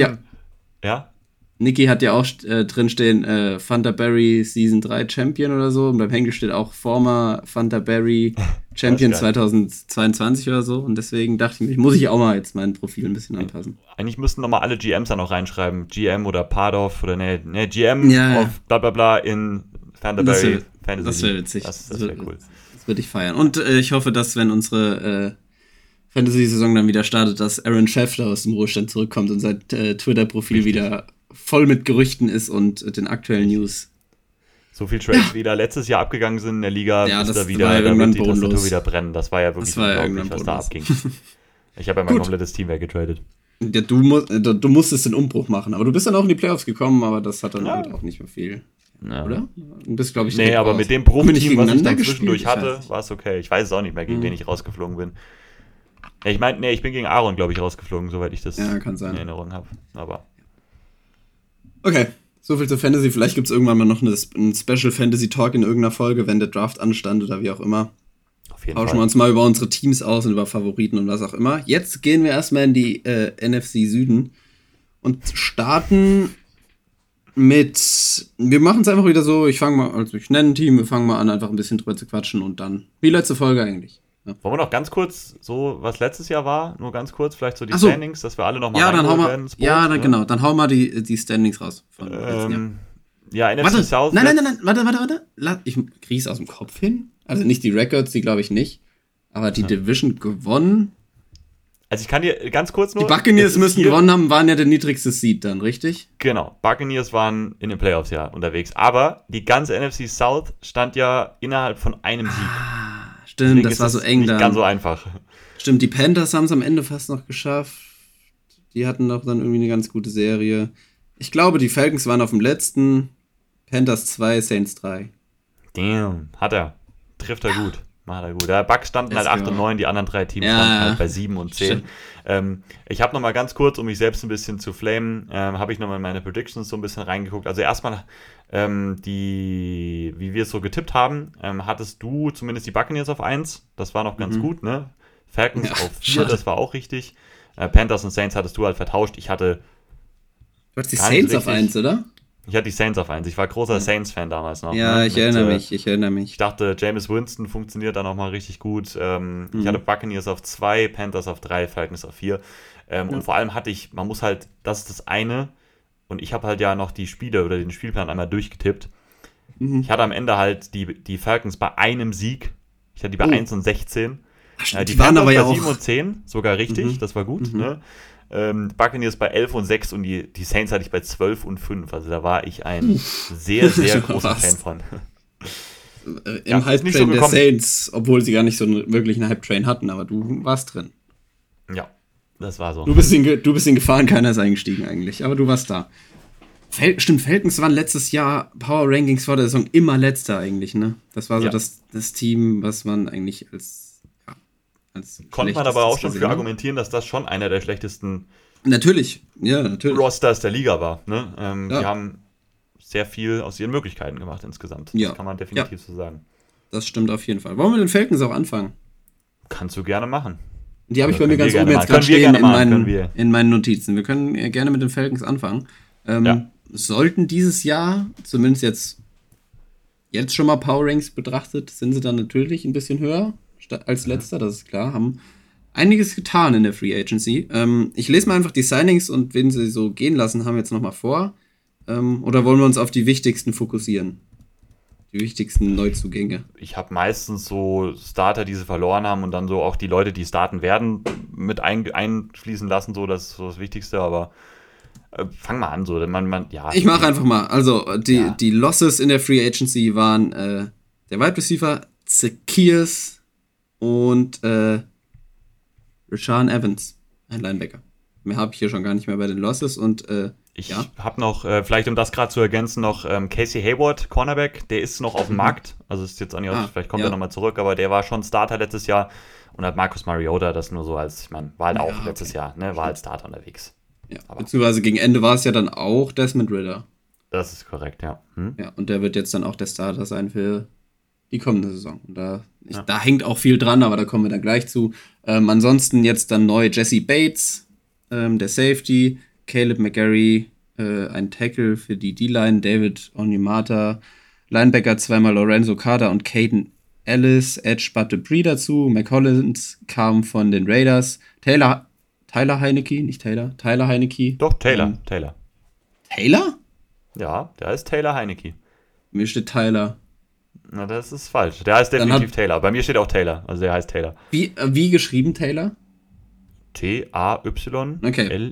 ja auch drinstehen Fantaberry Season 3 Champion oder so und beim Henkel steht auch Former Fantaberry Champion 2022 oder so und deswegen dachte ich, muss ich auch mal jetzt mein Profil ein bisschen anpassen. Eigentlich müssten nochmal alle GMs da noch reinschreiben. GM oder part of oder GM of bla bla bla in Fantaberry Fantasy. Das wäre witzig. Das wäre cool. Das würde ich feiern. Und ich hoffe, dass wenn unsere Fantasy-Saison dann wieder startet, dass Aaron Schefter aus dem Ruhestand zurückkommt und sein Twitter-Profil wieder voll mit Gerüchten ist und den aktuellen News. So viel Trades, wie da letztes Jahr abgegangen sind in der Liga, da wird die bodenlos. Tastatur wieder brennen. Das war ja wirklich unglaublich, was da abging. Ich habe ja mein komplettes Team weggetradet. Ja, du musstest den Umbruch machen, aber du bist dann auch in die Playoffs gekommen, aber das hat dann halt auch nicht mehr viel. Ja. Oder? Du bist, glaube ich, aber mit dem Bruchteam, was ich dann zwischendurch hatte, war es okay. Ich weiß es auch nicht mehr, gegen wen ich rausgeflogen bin. Ich meine, ich bin gegen Aaron, glaube ich, rausgeflogen, soweit ich das in Erinnerung habe. Aber okay, soviel zur Fantasy. Vielleicht gibt es irgendwann mal noch einen Special Fantasy Talk in irgendeiner Folge, wenn der Draft anstand oder wie auch immer. Auf jeden Fall. Tauschen wir uns mal über unsere Teams aus und über Favoriten und was auch immer. Jetzt gehen wir erstmal in die NFC Süden und starten wir machen es einfach wieder so, ich nenne ein Team, wir fangen mal an, einfach ein bisschen drüber zu quatschen und dann, wie letzte Folge eigentlich. Ja. Wollen wir noch ganz kurz, so was letztes Jahr war, nur ganz kurz, vielleicht so die Standings, dass wir alle nochmal reinholen werden. Genau, dann hauen wir die Standings raus. NFC South. Nein, warte, ich krieg's aus dem Kopf hin. Also nicht die Records, die glaube ich nicht. Aber die Division gewonnen. Also ich kann dir ganz kurz nur... Die Buccaneers müssen gewonnen haben, waren ja der niedrigste Seed dann, richtig? Genau, Buccaneers waren in den Playoffs ja unterwegs. Aber die ganze NFC South stand ja innerhalb von einem Sieg. Stimmt, Deswegen das war so eng nicht dann. ganz so einfach. Stimmt, die Panthers haben es am Ende fast noch geschafft. Die hatten doch dann irgendwie eine ganz gute Serie. Ich glaube, die Falcons waren auf dem letzten. Panthers 2, Saints 3. Damn, hat er. Trifft er gut. Macht er gut. Der Bucks standen halt 8 und 9, die anderen 3 Teams standen halt bei 7 und 10. Ich habe nochmal ganz kurz, um mich selbst ein bisschen zu flamen, habe ich nochmal in meine Predictions so ein bisschen reingeguckt. Also erstmal, wie wir es so getippt haben, hattest du zumindest die Buccaneers auf 1. Das war noch ganz gut, ne? Falcons auf 4, das war auch richtig. Panthers und Saints hattest du halt vertauscht. Du hattest die Saints auf 1, oder? Ich hatte die Saints auf 1. Ich war großer Saints-Fan damals noch. Ja, ne? Ich erinnere mich. Ich dachte, Jameis Winston funktioniert da nochmal richtig gut. Ich hatte Buccaneers auf 2, Panthers auf 3, Falcons auf 4. Und vor allem man muss halt, das ist das eine, und ich habe halt ja noch die Spiele oder den Spielplan einmal durchgetippt. Ich hatte am Ende halt die Falcons bei einem Sieg. Ich hatte die bei 1 und 16. Die waren aber ja bei auch 7 und 10, sogar richtig, das war gut, ne? Buccaneers bei 11 und 6 und die Saints hatte ich bei 12 und 5. Also da war ich ein sehr, sehr großer Fan von. Im Hype-Train der Saints, obwohl sie gar nicht so wirklich einen Hype-Train hatten, aber du warst drin. Ja, das war so. Du bist in Gefahren, keiner ist eingestiegen eigentlich, aber du warst da. Stimmt, Falcons waren letztes Jahr Power-Rankings vor der Saison immer letzter eigentlich, ne? Das war so das Team, was man eigentlich als konnte man aber auch schon für argumentieren, dass das schon einer der schlechtesten natürlich. Rosters der Liga war. Ne? Die haben sehr viel aus ihren Möglichkeiten gemacht insgesamt. Das kann man definitiv so sagen. Das stimmt auf jeden Fall. Wollen wir mit den Falcons auch anfangen? Kannst du gerne machen. Die habe ich bei mir ganz oben jetzt gerade stehen in meinen Notizen. Wir können gerne mit den Falcons anfangen. Sollten dieses Jahr, zumindest jetzt schon mal Power Ranks betrachtet, sind sie dann natürlich ein bisschen höher als letzter, das ist klar, haben einiges getan in der Free Agency. Ich lese mal einfach die Signings und wen sie so gehen lassen haben jetzt nochmal vor. Oder wollen wir uns auf die wichtigsten fokussieren? Die wichtigsten Neuzugänge. Ich habe meistens so Starter, die sie verloren haben und dann so auch die Leute, die starten werden, mit einfließen lassen, so das ist so das Wichtigste, aber fang mal an, so. Ich mache einfach mal. Also, die Losses in der Free Agency waren der Wide Receiver Zacchaeus und Rashaan Evans, ein Linebacker. Mehr habe ich hier schon gar nicht mehr bei den Losses und ich habe noch, vielleicht um das gerade zu ergänzen, noch Casey Hayward, Cornerback, der ist noch auf dem Markt, also ist jetzt auch nicht vielleicht kommt er nochmal zurück, aber der war schon Starter letztes Jahr und hat Marcus Mariota, das nur so als, ich meine, war halt auch letztes Jahr, ne, war als Starter unterwegs. Ja, beziehungsweise gegen Ende war es ja dann auch Desmond Ridder. Das ist korrekt, ja. Ja, und der wird jetzt dann auch der Starter sein für die kommende Saison. Und da hängt auch viel dran, aber da kommen wir dann gleich zu. Ansonsten jetzt dann neu Jesse Bates, der Safety, Caleb McGarry, ein Tackle für die D-Line, David Onyemata, Linebacker zweimal Lorenzo Carter und Caden Ellis, Edge Bud Dupree dazu, McCollins kam von den Raiders, Tyler Heineke, nicht Taylor, Tyler Heineke. Doch, Taylor. Taylor? Ja, der heißt Taylor Heineke. Mir steht Tyler. Na, das ist falsch. Der heißt definitiv Taylor. Bei mir steht auch Taylor. Also der heißt Taylor. Wie geschrieben, Taylor? T-A-Y-L-I-O-R. Okay,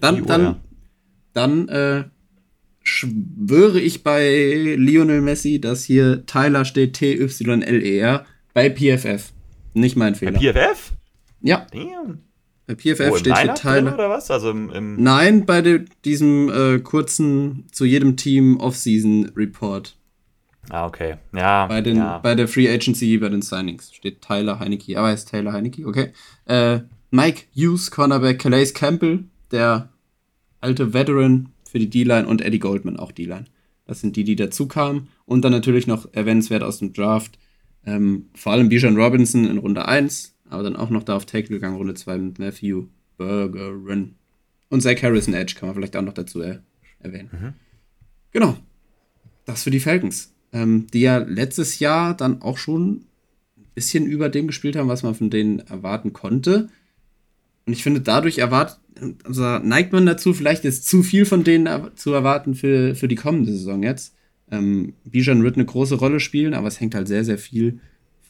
dann schwöre ich bei Lionel Messi, dass hier Tyler steht T-Y-L-E-R bei PFF. Nicht mein Fehler. Bei PFF? Ja. Damn. Bei PFF steht hier Tyler. Oder was? Also Nein, bei diesem kurzen zu jedem Team Off-Season Report. Ah, okay. Ja. Bei der Free Agency, bei den Signings steht Tyler Heineke. Aber er ist Taylor Heineke, okay. Mike Hughes, Cornerback, Calais Campbell, der alte Veteran für die D-Line und Eddie Goldman, auch D-Line. Das sind die dazu kamen. Und dann natürlich noch erwähnenswert aus dem Draft. Vor allem Bijan Robinson in Runde 1, aber dann auch noch da auf Tackle gegangen, Runde 2 mit Matthew Bergeron. Und Zach Harrison Edge kann man vielleicht auch noch dazu erwähnen. Genau. Das für die Falcons. Die ja letztes Jahr dann auch schon ein bisschen über dem gespielt haben, was man von denen erwarten konnte. Und ich finde, dadurch neigt man dazu, vielleicht jetzt zu viel von denen zu erwarten für die kommende Saison jetzt. Bijan wird eine große Rolle spielen, aber es hängt halt sehr, sehr viel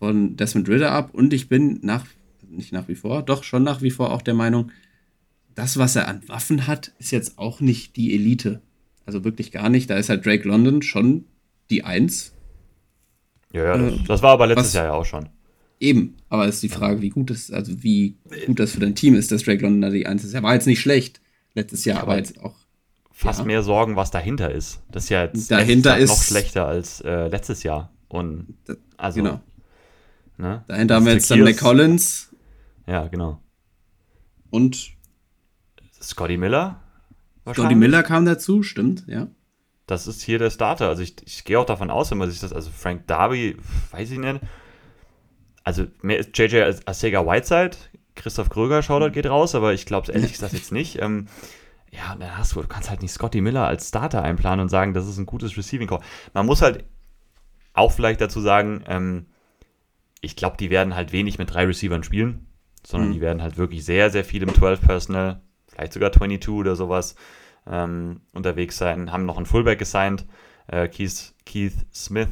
von Desmond Ridder ab und ich bin nicht nach wie vor, doch schon nach wie vor auch der Meinung, das, was er an Waffen hat, ist jetzt auch nicht die Elite. Also wirklich gar nicht. Da ist halt Drake London schon die Eins. Ja, das war aber letztes was- Jahr ja auch schon. Eben. Aber ist die Frage, wie gut das für dein Team ist, dass Drake London da die Eins ist. Er war jetzt nicht schlecht letztes Jahr, aber jetzt auch. Fast mehr Sorgen, was dahinter ist. Das ist ja jetzt Dahinter ehrlich gesagt ist- noch schlechter als letztes Jahr. Und also, Genau. ne? Dahinter haben wir jetzt dann Zacchaeus- McCollins Ja, genau. und Scotty Miller? Scotty Miller kam dazu, stimmt, ja. Das ist hier der Starter. Also ich gehe auch davon aus, wenn man sich das, also Frank Darby, weiß ich nicht. Also mehr ist JJ Arcega-Whiteside, Christoph Kröger, Shoutout geht raus, aber ich glaube es ehrlich gesagt jetzt nicht. Ja, und dann du kannst halt nicht Scotty Miller als Starter einplanen und sagen, das ist ein gutes Receiving Core. Man muss halt auch vielleicht dazu sagen, ich glaube, die werden halt wenig mit 3 Receivern spielen, sondern die werden halt wirklich sehr, sehr viel im 12 Personnel, vielleicht sogar 22 oder sowas unterwegs sein. Haben noch einen Fullback gesigned, Keith Smith.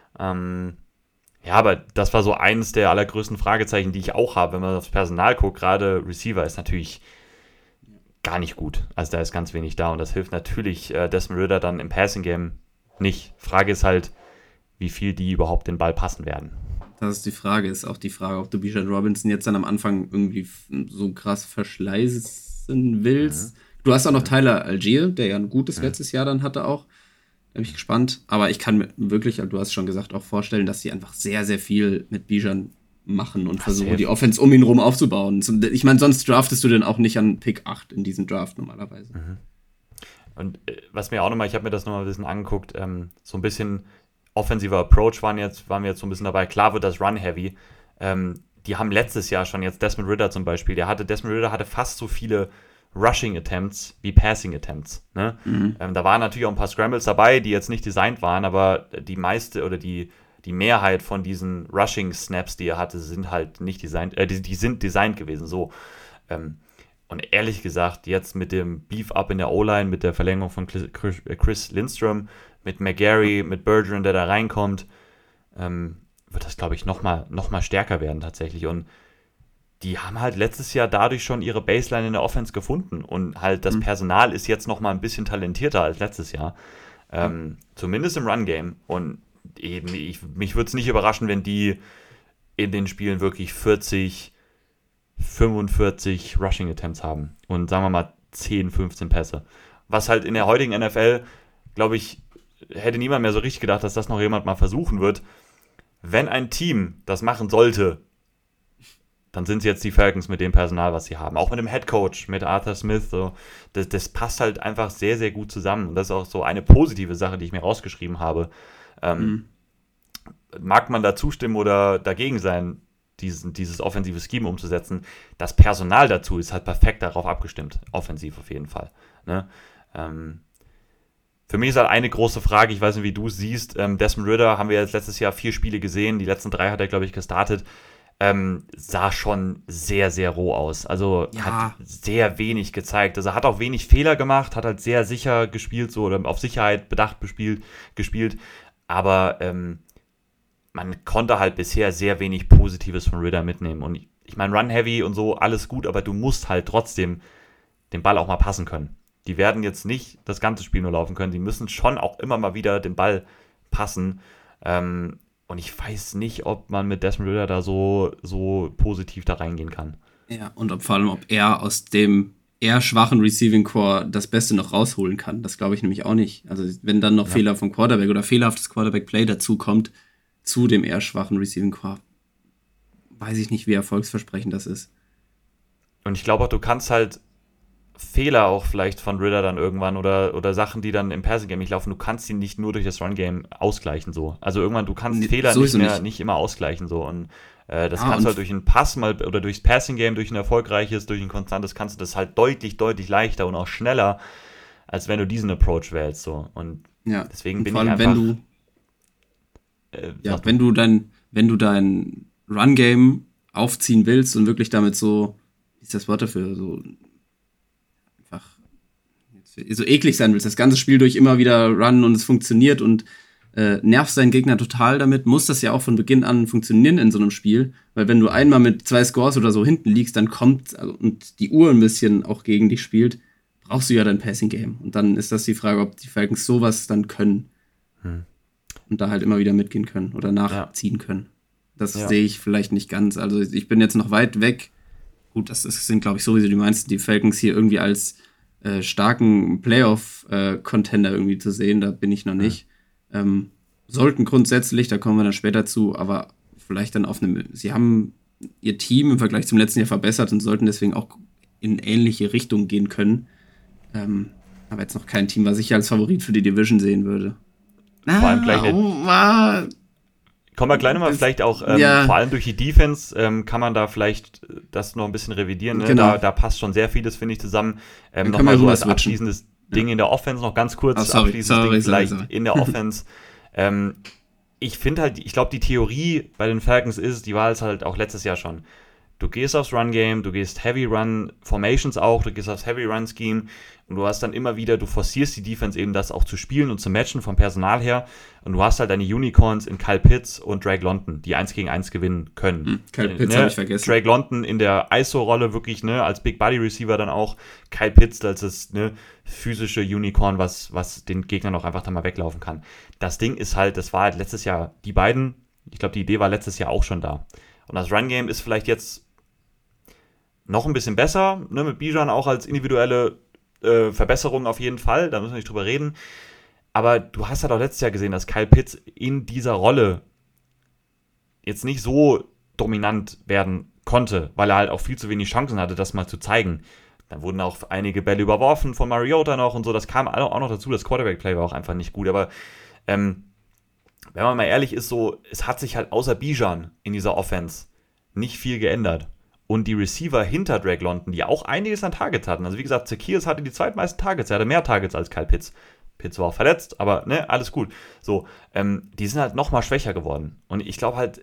Ja, aber das war so eines der allergrößten Fragezeichen, die ich auch habe, wenn man aufs Personal guckt. Gerade Receiver ist natürlich gar nicht gut. Also da ist ganz wenig da und das hilft natürlich Desmond Ridder dann im Passing-Game nicht. Frage ist halt, wie viel die überhaupt den Ball passen werden. Das ist die Frage. Ist auch die Frage, ob du Bijan Robinson jetzt dann am Anfang irgendwie so krass verschleißen willst. Du hast auch noch Tyler Algier, der ja ein gutes letztes Jahr dann hatte auch. Da bin ich gespannt. Aber ich kann mir wirklich, du hast schon gesagt, auch vorstellen, dass sie einfach sehr, sehr viel mit Bijan machen und versuchen, die Offense um ihn rum aufzubauen. Ich meine, sonst draftest du den auch nicht an Pick 8 in diesem Draft normalerweise. Und was mir auch nochmal, ich habe mir das nochmal ein bisschen angeguckt, so ein bisschen offensiver Approach waren wir jetzt so ein bisschen dabei. Klar wird das Run-Heavy. Die haben letztes Jahr schon, jetzt Desmond Ridder zum Beispiel, Desmond Ridder hatte fast so viele Rushing-Attempts wie Passing-Attempts. Ne? Da waren natürlich auch ein paar Scrambles dabei, die jetzt nicht designt waren, aber die meiste oder die Mehrheit von diesen Rushing-Snaps, die er hatte, sind halt nicht designt, die sind designt gewesen, so. Und ehrlich gesagt, jetzt mit dem Beef-Up in der O-Line, mit der Verlängerung von Chris Lindstrom, mit McGarry, mit Bergeron, der da reinkommt, wird das, glaube ich, noch mal stärker werden tatsächlich. Und die haben halt letztes Jahr dadurch schon ihre Baseline in der Offense gefunden. Und halt das Personal ist jetzt noch mal ein bisschen talentierter als letztes Jahr. Zumindest im Run-Game. Und eben, mich würde es nicht überraschen, wenn die in den Spielen wirklich 40, 45 Rushing Attempts haben. Und sagen wir mal 10, 15 Pässe. Was halt in der heutigen NFL, glaube ich, hätte niemand mehr so richtig gedacht, dass das noch jemand mal versuchen wird. Wenn ein Team das machen sollte, dann sind es jetzt die Falcons mit dem Personal, was sie haben. Auch mit dem Headcoach, mit Arthur Smith. So. Das passt halt einfach sehr, sehr gut zusammen. Und das ist auch so eine positive Sache, die ich mir rausgeschrieben habe. Mag man da zustimmen oder dagegen sein, dieses offensive Scheme umzusetzen? Das Personal dazu ist halt perfekt darauf abgestimmt. Offensiv auf jeden Fall. Ne? Für mich ist halt eine große Frage, ich weiß nicht, wie du es siehst. Desmond Ridder haben wir jetzt letztes Jahr 4 Spiele gesehen. Die letzten 3 hat er, glaube ich, gestartet. Sah schon sehr, sehr roh aus. Also hat sehr wenig gezeigt. Also hat auch wenig Fehler gemacht, hat halt sehr sicher gespielt, so oder auf Sicherheit bedacht gespielt. Aber man konnte halt bisher sehr wenig Positives von Ridder mitnehmen. Und ich meine, Run-Heavy und so, alles gut, aber du musst halt trotzdem den Ball auch mal passen können. Die werden jetzt nicht das ganze Spiel nur laufen können. Die müssen schon auch immer mal wieder den Ball passen. Und ich weiß nicht, ob man mit Desmond Ridder da so positiv da reingehen kann. Ja, und vor allem, ob er aus dem eher schwachen Receiving Core das Beste noch rausholen kann. Das glaube ich nämlich auch nicht. Also wenn dann noch Fehler vom Quarterback oder fehlerhaftes Quarterback-Play dazu kommt, zu dem eher schwachen Receiving Core, weiß ich nicht, wie erfolgsversprechend das ist. Und ich glaube auch, du kannst halt Fehler auch vielleicht von Ridder dann irgendwann oder Sachen, die dann im Passing-Game nicht laufen, du kannst die nicht nur durch das Run-Game ausgleichen so. Also irgendwann, du kannst Fehler nicht immer ausgleichen so. Und das kannst du halt durch einen Pass mal oder durchs Passing-Game, durch ein erfolgreiches, durch ein konstantes, kannst du das halt deutlich, deutlich leichter und auch schneller, als wenn du diesen Approach wählst so. Und deswegen bin ich einfach... Wenn du dein Run-Game aufziehen willst und wirklich damit so, wie ist das Wort dafür, so einfach so eklig sein willst, das ganze Spiel durch immer wieder Run und es funktioniert und nervst deinen Gegner total damit, muss das ja auch von Beginn an funktionieren in so einem Spiel, weil wenn du einmal mit 2 Scores oder so hinten liegst, dann kommt und die Uhr ein bisschen auch gegen dich spielt, brauchst du ja dein Passing-Game. Und dann ist das die Frage, ob die Falcons sowas dann können. Und da halt immer wieder mitgehen können oder nachziehen können. Das sehe ich vielleicht nicht ganz. Also ich bin jetzt noch weit weg. Gut, das sind, glaube ich, sowieso die meisten, die Falcons hier irgendwie als starken Playoff-Contender irgendwie zu sehen. Da bin ich noch nicht. Sollten grundsätzlich, da kommen wir dann später zu, aber vielleicht dann sie haben ihr Team im Vergleich zum letzten Jahr verbessert und sollten deswegen auch in ähnliche Richtungen gehen können. Aber jetzt noch kein Team, was ich als Favorit für die Division sehen würde. Vor allem gleich kommen wir gleich nochmal vielleicht auch, vor allem durch die Defense kann man da vielleicht das noch ein bisschen revidieren. Ne? Genau. Da passt schon sehr vieles, finde ich, zusammen. Nochmal so als abschließendes Ding in der Offense noch ganz kurz. In der Offense. Ich finde halt, ich glaube, die Theorie bei den Falcons ist, die war es halt auch letztes Jahr schon. Du gehst aufs Run-Game, du gehst Heavy-Run-Formations auch, du gehst aufs Heavy-Run-Scheme und du hast dann immer wieder, du forcierst die Defense eben, das auch zu spielen und zu matchen vom Personal her und du hast halt deine Unicorns in Kyle Pitts und Drake London, die 1 gegen 1 gewinnen können. Kyle Pitts habe ich vergessen. Drake London in der ISO-Rolle wirklich, als Big-Body-Receiver dann auch, Kyle Pitts als das physische Unicorn, was den Gegnern auch einfach dann mal weglaufen kann. Das Ding ist halt, das war halt letztes Jahr, die beiden, ich glaube, die Idee war letztes Jahr auch schon da. Und das Run-Game ist vielleicht jetzt noch ein bisschen besser, mit Bijan auch als individuelle Verbesserung auf jeden Fall, da müssen wir nicht drüber reden. Aber du hast halt auch letztes Jahr gesehen, dass Kyle Pitts in dieser Rolle jetzt nicht so dominant werden konnte, weil er halt auch viel zu wenig Chancen hatte, das mal zu zeigen. Dann wurden auch einige Bälle überworfen von Mariota noch und so, das kam auch noch dazu, das Quarterback-Play war auch einfach nicht gut, aber wenn man mal ehrlich ist, so, es hat sich halt außer Bijan in dieser Offense nicht viel geändert. Und die Receiver hinter Drake London, die auch einiges an Targets hatten. Also wie gesagt, Zacchaeus hatte die zweitmeisten Targets. Er hatte mehr Targets als Kyle Pitts. Pitts war auch verletzt, aber alles gut. So, die sind halt noch mal schwächer geworden. Und ich glaube halt,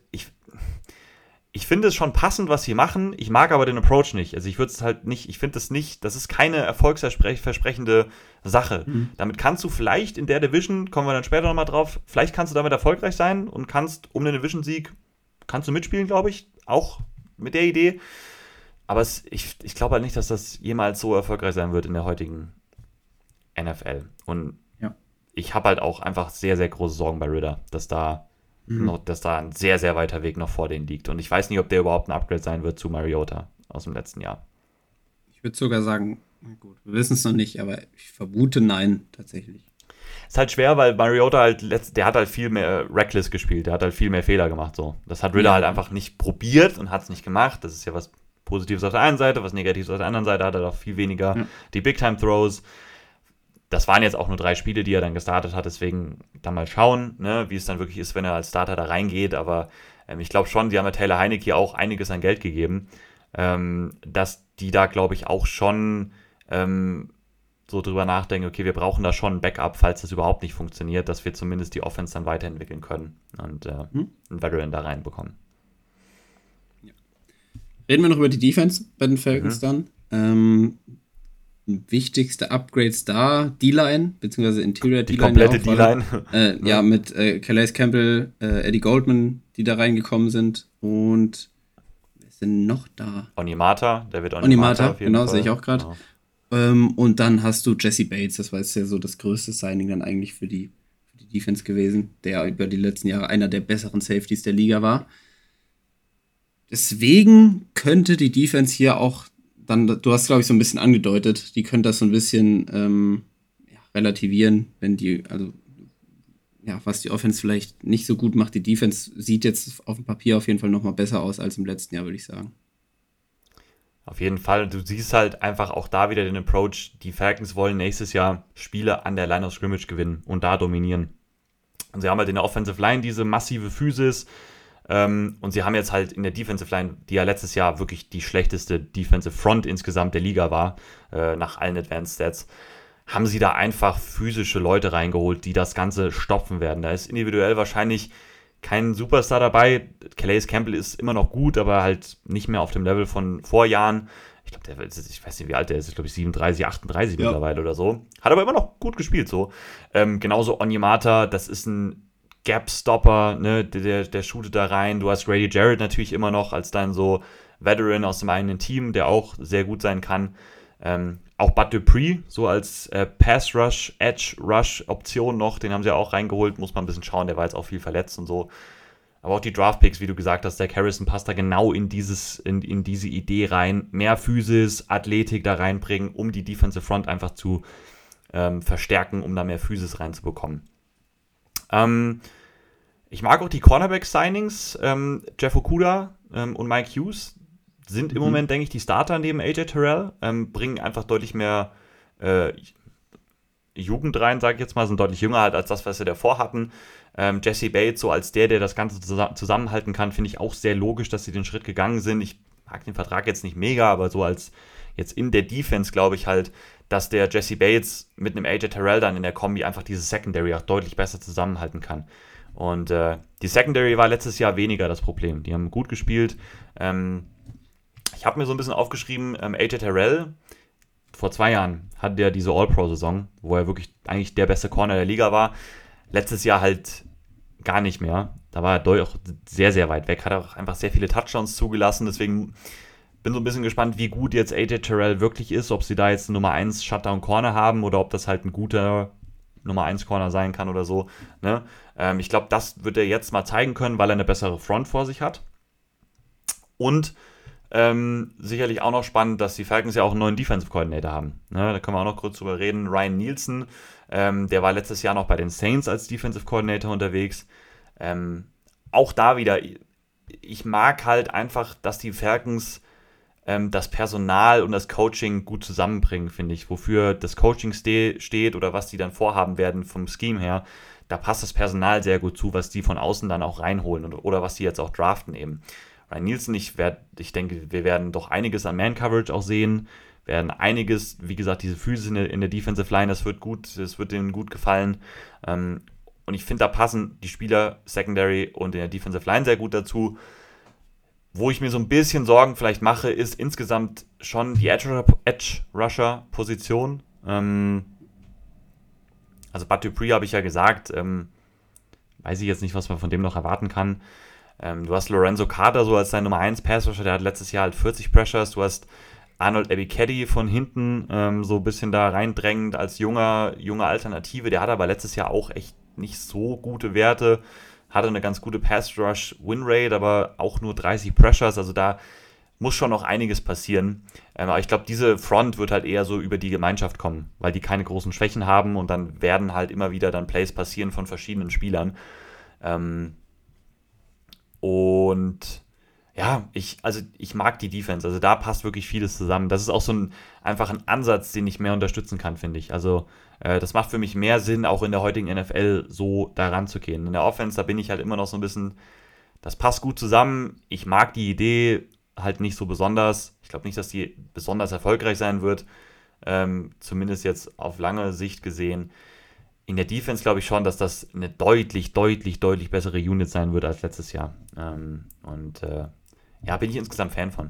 ich finde es schon passend, was sie machen. Ich mag aber den Approach nicht. Also ich würde es halt nicht, ich finde es nicht, das ist keine erfolgsversprechende Sache. Damit kannst du vielleicht in der Division, kommen wir dann später nochmal drauf, vielleicht kannst du damit erfolgreich sein und kannst um den Division-Sieg, kannst du mitspielen, glaube ich, auch mit der Idee, aber ich glaube halt nicht, dass das jemals so erfolgreich sein wird in der heutigen NFL. Und ich habe halt auch einfach sehr, sehr große Sorgen bei Ridder, dass da ein sehr, sehr weiter Weg noch vor denen liegt. Und ich weiß nicht, ob der überhaupt ein Upgrade sein wird zu Mariota aus dem letzten Jahr. Ich würde sogar sagen, gut, wir wissen es noch nicht, aber ich vermute nein, tatsächlich. Ist halt schwer, weil Mariota halt, der hat halt viel mehr reckless gespielt, der hat halt viel mehr Fehler gemacht, so. Das hat Ridder halt einfach nicht probiert und hat es nicht gemacht. Das ist ja was Positives auf der einen Seite, was Negatives auf der anderen Seite, hat er auch viel weniger die Big-Time-Throws. Das waren jetzt auch nur 3 Spiele, die er dann gestartet hat, deswegen dann mal schauen, wie es dann wirklich ist, wenn er als Starter da reingeht, aber ich glaube schon, die haben ja Taylor Heineke auch einiges an Geld gegeben, dass die da, glaube ich, auch schon so drüber nachdenken, okay, wir brauchen da schon ein Backup, falls das überhaupt nicht funktioniert, dass wir zumindest die Offense dann weiterentwickeln können und einen Veteran da reinbekommen. Ja. Reden wir noch über die Defense bei den Falcons dann. Wichtigste Upgrades da, D-Line, beziehungsweise Interior D-Line. Die komplette D-Line. Ja, mit Calais Campbell, Eddie Goldman, die da reingekommen sind und wer ist denn noch da? Onimata, der wird Onimata auf jeden genau, Fall. sehe ich auch gerade. Genau. Und dann hast du Jesse Bates, das war jetzt ja so das größte Signing dann eigentlich für die Defense gewesen, der über die letzten Jahre einer der besseren Safeties der Liga war. Deswegen könnte die Defense hier auch dann, du hast glaube ich so ein bisschen angedeutet, die könnte das so ein bisschen relativieren, wenn was die Offense vielleicht nicht so gut macht. Die Defense sieht jetzt auf dem Papier auf jeden Fall nochmal besser aus als im letzten Jahr, würde ich sagen. Auf jeden Fall. Du siehst halt einfach auch da wieder den Approach. Die Falcons wollen nächstes Jahr Spiele an der Line of Scrimmage gewinnen und da dominieren. Und sie haben halt in der Offensive Line diese massive Physis. Und sie haben jetzt halt in der Defensive Line, die ja letztes Jahr wirklich die schlechteste Defensive Front insgesamt der Liga war, nach allen Advanced Stats, haben sie da einfach physische Leute reingeholt, die das Ganze stopfen werden. Da ist individuell wahrscheinlich kein Superstar dabei. Calais Campbell ist immer noch gut, aber halt nicht mehr auf dem Level von Vorjahren. Ich glaube, ich weiß nicht, wie alt der ist, glaube ich 37, 38 mittlerweile oder so. Hat aber immer noch gut gespielt so. Genauso Onimata, das ist ein Gap-Stopper, ne, der shootet da rein. Du hast Grady Jarrett natürlich immer noch als dein so Veteran aus dem eigenen Team, der auch sehr gut sein kann. Auch Bud Dupree, so als Pass-Rush, Edge-Rush-Option noch, den haben sie auch reingeholt, muss man ein bisschen schauen, der war jetzt auch viel verletzt und so. Aber auch die Draft-Picks, wie du gesagt hast, der Harrison passt da genau in diese Idee rein. Mehr Physis, Athletik da reinbringen, um die Defensive Front einfach zu verstärken, um da mehr Physis reinzubekommen. Ich mag auch die Cornerback-Signings. Jeff Okudah und Mike Hughes sind im Moment, denke ich, die Starter neben AJ Terrell. Bringen einfach deutlich mehr Jugend rein, sage ich jetzt mal, sind deutlich jünger halt als das, was sie davor hatten. Jesse Bates, so als der das Ganze zusammenhalten kann, finde ich auch sehr logisch, dass sie den Schritt gegangen sind. Ich mag den Vertrag jetzt nicht mega, aber so als jetzt in der Defense glaube ich halt, dass der Jesse Bates mit einem AJ Terrell dann in der Kombi einfach dieses Secondary auch deutlich besser zusammenhalten kann. Und die Secondary war letztes Jahr weniger das Problem. Die haben gut gespielt. Ich habe mir so ein bisschen aufgeschrieben, AJ Terrell, vor 2 Jahren hatte der diese All-Pro-Saison, wo er wirklich eigentlich der beste Corner der Liga war. Letztes Jahr halt gar nicht mehr. Da war er doch sehr, sehr weit weg. Hat auch einfach sehr viele Touchdowns zugelassen. Deswegen bin so ein bisschen gespannt, wie gut jetzt AJ Terrell wirklich ist. Ob sie da jetzt eine Nummer 1 Shutdown-Corner haben oder ob das halt ein guter Nummer 1 Corner sein kann oder so. Ne? Ich glaube, das wird er jetzt mal zeigen können, weil er eine bessere Front vor sich hat. Und sicherlich auch noch spannend, dass die Falcons ja auch einen neuen Defensive Coordinator haben. Ne? Da können wir auch noch kurz drüber reden. Ryan Nielsen, der war letztes Jahr noch bei den Saints als Defensive Coordinator unterwegs. Auch da wieder, ich mag halt einfach, dass die Falcons das Personal und das Coaching gut zusammenbringen, finde ich. Wofür das Coaching steht oder was die dann vorhaben werden vom Scheme her, da passt das Personal sehr gut zu, was die von außen dann auch reinholen oder was die jetzt auch draften eben. Ryan Nielsen, ich denke, wir werden doch einiges an Man-Coverage auch sehen, werden einiges, wie gesagt, diese Physis in der Defensive Line, das wird denen gut gefallen. Und ich finde, da passen die Spieler Secondary und in der Defensive Line sehr gut dazu. Wo ich mir so ein bisschen Sorgen vielleicht mache, ist insgesamt schon die Edge-Rusher-Position. Also Bud Dupree habe ich ja gesagt, weiß ich jetzt nicht, was man von dem noch erwarten kann. Du hast Lorenzo Carter so als dein Nummer 1 Pass-Rusher, der hat letztes Jahr halt 40 Pressures. Du hast Arnold Ebiketie von hinten so ein bisschen da reindrängend als junge Alternative. Der hat aber letztes Jahr auch echt nicht so gute Werte. Hatte eine ganz gute Pass-Rush-Win-Rate, aber auch nur 30 Pressures. Also da muss schon noch einiges passieren. Aber ich glaube, diese Front wird halt eher so über die Gemeinschaft kommen, weil die keine großen Schwächen haben und dann werden halt immer wieder dann Plays passieren von verschiedenen Spielern. Und ja, ich mag die Defense. Also da passt wirklich vieles zusammen. Das ist auch so einfach ein Ansatz, den ich mehr unterstützen kann, finde ich. Also das macht für mich mehr Sinn, auch in der heutigen NFL so da ranzugehen. In der Offense, da bin ich halt immer noch so ein bisschen, das passt gut zusammen. Ich mag die Idee halt nicht so besonders. Ich glaube nicht, dass die besonders erfolgreich sein wird. Zumindest jetzt auf lange Sicht gesehen. In der Defense glaube ich schon, dass das eine deutlich bessere Unit sein wird als letztes Jahr. Ja, bin ich insgesamt Fan von.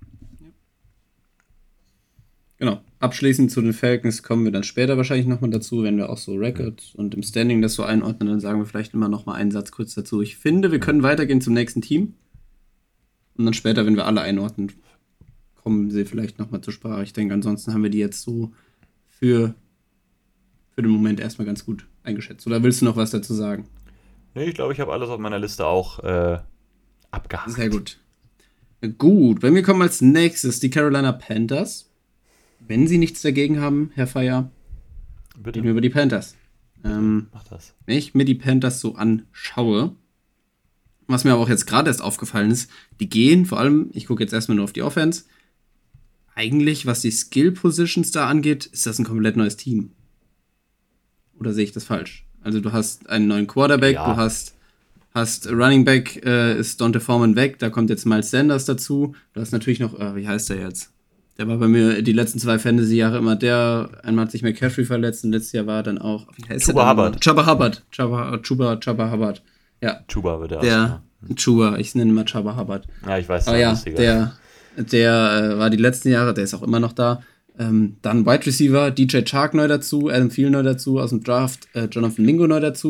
Genau. Abschließend zu den Falcons kommen wir dann später wahrscheinlich nochmal dazu, wenn wir auch so Record und im Standing das so einordnen, dann sagen wir vielleicht immer nochmal einen Satz kurz dazu. Ich finde, wir können weitergehen zum nächsten Team und dann später, wenn wir alle einordnen, kommen sie vielleicht nochmal zur Sprache. Ich denke, ansonsten haben wir die jetzt so für den Moment erstmal ganz gut eingeschätzt. Oder willst du noch was dazu sagen? Nee, ich glaube, ich habe alles auf meiner Liste auch abgehakt. Sehr gut. Gut, bei mir kommen als nächstes die Carolina Panthers. Wenn Sie nichts dagegen haben, Herr Feier, reden wir über die Panthers. Mach das. Wenn ich mir die Panthers so anschaue, was mir aber auch jetzt gerade erst aufgefallen ist, die gehen, vor allem, ich gucke jetzt erstmal nur auf die Offense, eigentlich, was die Skill-Positions da angeht, ist das ein komplett neues Team. Oder sehe ich das falsch? Also du hast einen neuen Quarterback, ja. Du hast Running Back, ist Dante Foreman weg, da kommt jetzt Miles Sanders dazu. Du hast natürlich noch, wie heißt der jetzt? Der war bei mir die letzten 2 Fantasy-Jahre immer einmal hat sich McCaffrey verletzt und letztes Jahr war dann auch, wie heißt Chuba Hubbard. Chuba Hubbard. Chuba Hubbard. Ja. Chuba wird der Der Chuba, ich nenne ihn mal Chuba Hubbard. Ja, ich weiß. Aber ja, der war die letzten Jahre, der ist auch immer noch da. Dann Wide Receiver, DJ Chark neu dazu, Adam Thielen neu dazu, aus dem Draft Jonathan Mingo neu dazu.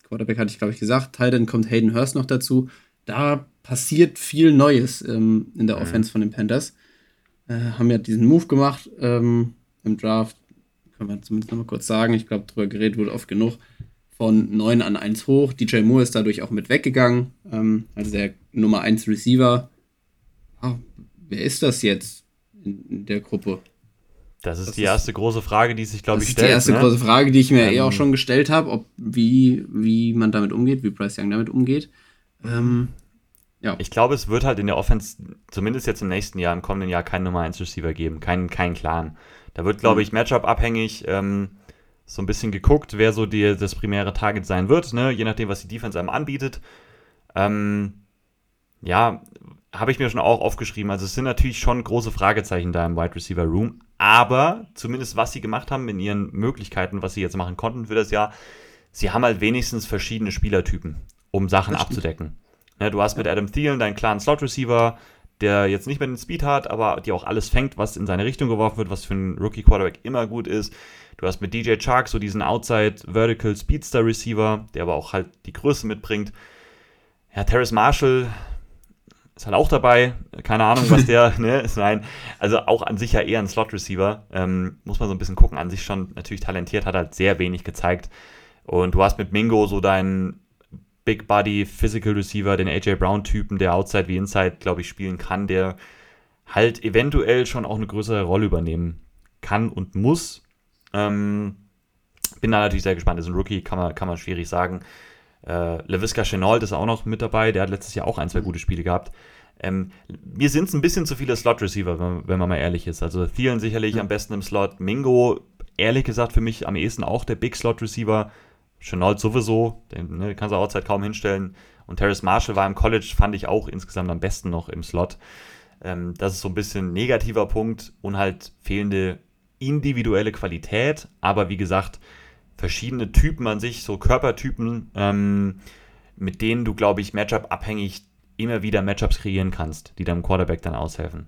Quarterback hatte ich, glaube ich, gesagt. Tight End kommt Hayden Hurst noch dazu. Da passiert viel Neues in der Offense von den Panthers. Haben ja diesen Move gemacht im Draft. Können wir zumindest noch mal kurz sagen. Ich glaube, drüber geredet wurde oft genug. Von 9 an 1 hoch. DJ Moore ist dadurch auch mit weggegangen. Also der Nummer 1 Receiver. Wer ist das jetzt in der Gruppe? Das ist die erste große Frage, die sich, glaube ich, stellt. Das ist die erste große Frage, die ich mir auch schon gestellt habe, wie man damit umgeht, wie Bryce Young damit umgeht. Ja. Ich glaube, es wird halt in der Offense, zumindest jetzt im nächsten Jahr, im kommenden Jahr, keinen Nummer 1 Receiver geben, keinen Clan. Da wird, glaube ich, Matchup-abhängig so ein bisschen geguckt, wer so das primäre Target sein wird, ne? Je nachdem, was die Defense einem anbietet. Ja, habe ich mir schon auch aufgeschrieben. Also es sind natürlich schon große Fragezeichen da im Wide Receiver Room, aber zumindest was sie gemacht haben in ihren Möglichkeiten, was sie jetzt machen konnten für das Jahr, sie haben halt wenigstens verschiedene Spielertypen, um Sachen abzudecken. Ne, du hast mit Adam Thielen deinen klaren Slot-Receiver, der jetzt nicht mehr den Speed hat, aber die auch alles fängt, was in seine Richtung geworfen wird, was für einen Rookie-Quarterback immer gut ist. Du hast mit DJ Chark so diesen Outside-Vertical-Speedster-Receiver, der aber auch halt die Größe mitbringt. Ja, Terrace Marshall ist halt auch dabei. Keine Ahnung, was der ist. Nein, also auch an sich ja eher ein Slot-Receiver. Muss man so ein bisschen gucken. An sich schon natürlich talentiert, hat halt sehr wenig gezeigt. Und du hast mit Mingo so deinen Big Body Physical Receiver, den AJ Brown-Typen, der Outside wie Inside, glaube ich, spielen kann, der halt eventuell schon auch eine größere Rolle übernehmen kann und muss. Bin da natürlich sehr gespannt. Das ist ein Rookie, kann man schwierig sagen. Laviska Shenault ist auch noch mit dabei. Der hat letztes Jahr auch 1-2 gute Spiele gehabt. Mir sind es ein bisschen zu viele Slot-Receiver, wenn man mal ehrlich ist. Also Thielen sicherlich am besten im Slot. Mingo, ehrlich gesagt, für mich am ehesten auch der Big-Slot-Receiver. Shenault sowieso, den kannst du Outside kaum hinstellen. Und Terrace Marshall war im College, fand ich auch insgesamt am besten noch im Slot. Das ist so ein bisschen ein negativer Punkt und halt fehlende individuelle Qualität, aber wie gesagt, verschiedene Typen an sich, so Körpertypen, mit denen du, glaube ich, Matchup-abhängig immer wieder Matchups kreieren kannst, die deinem Quarterback dann aushelfen.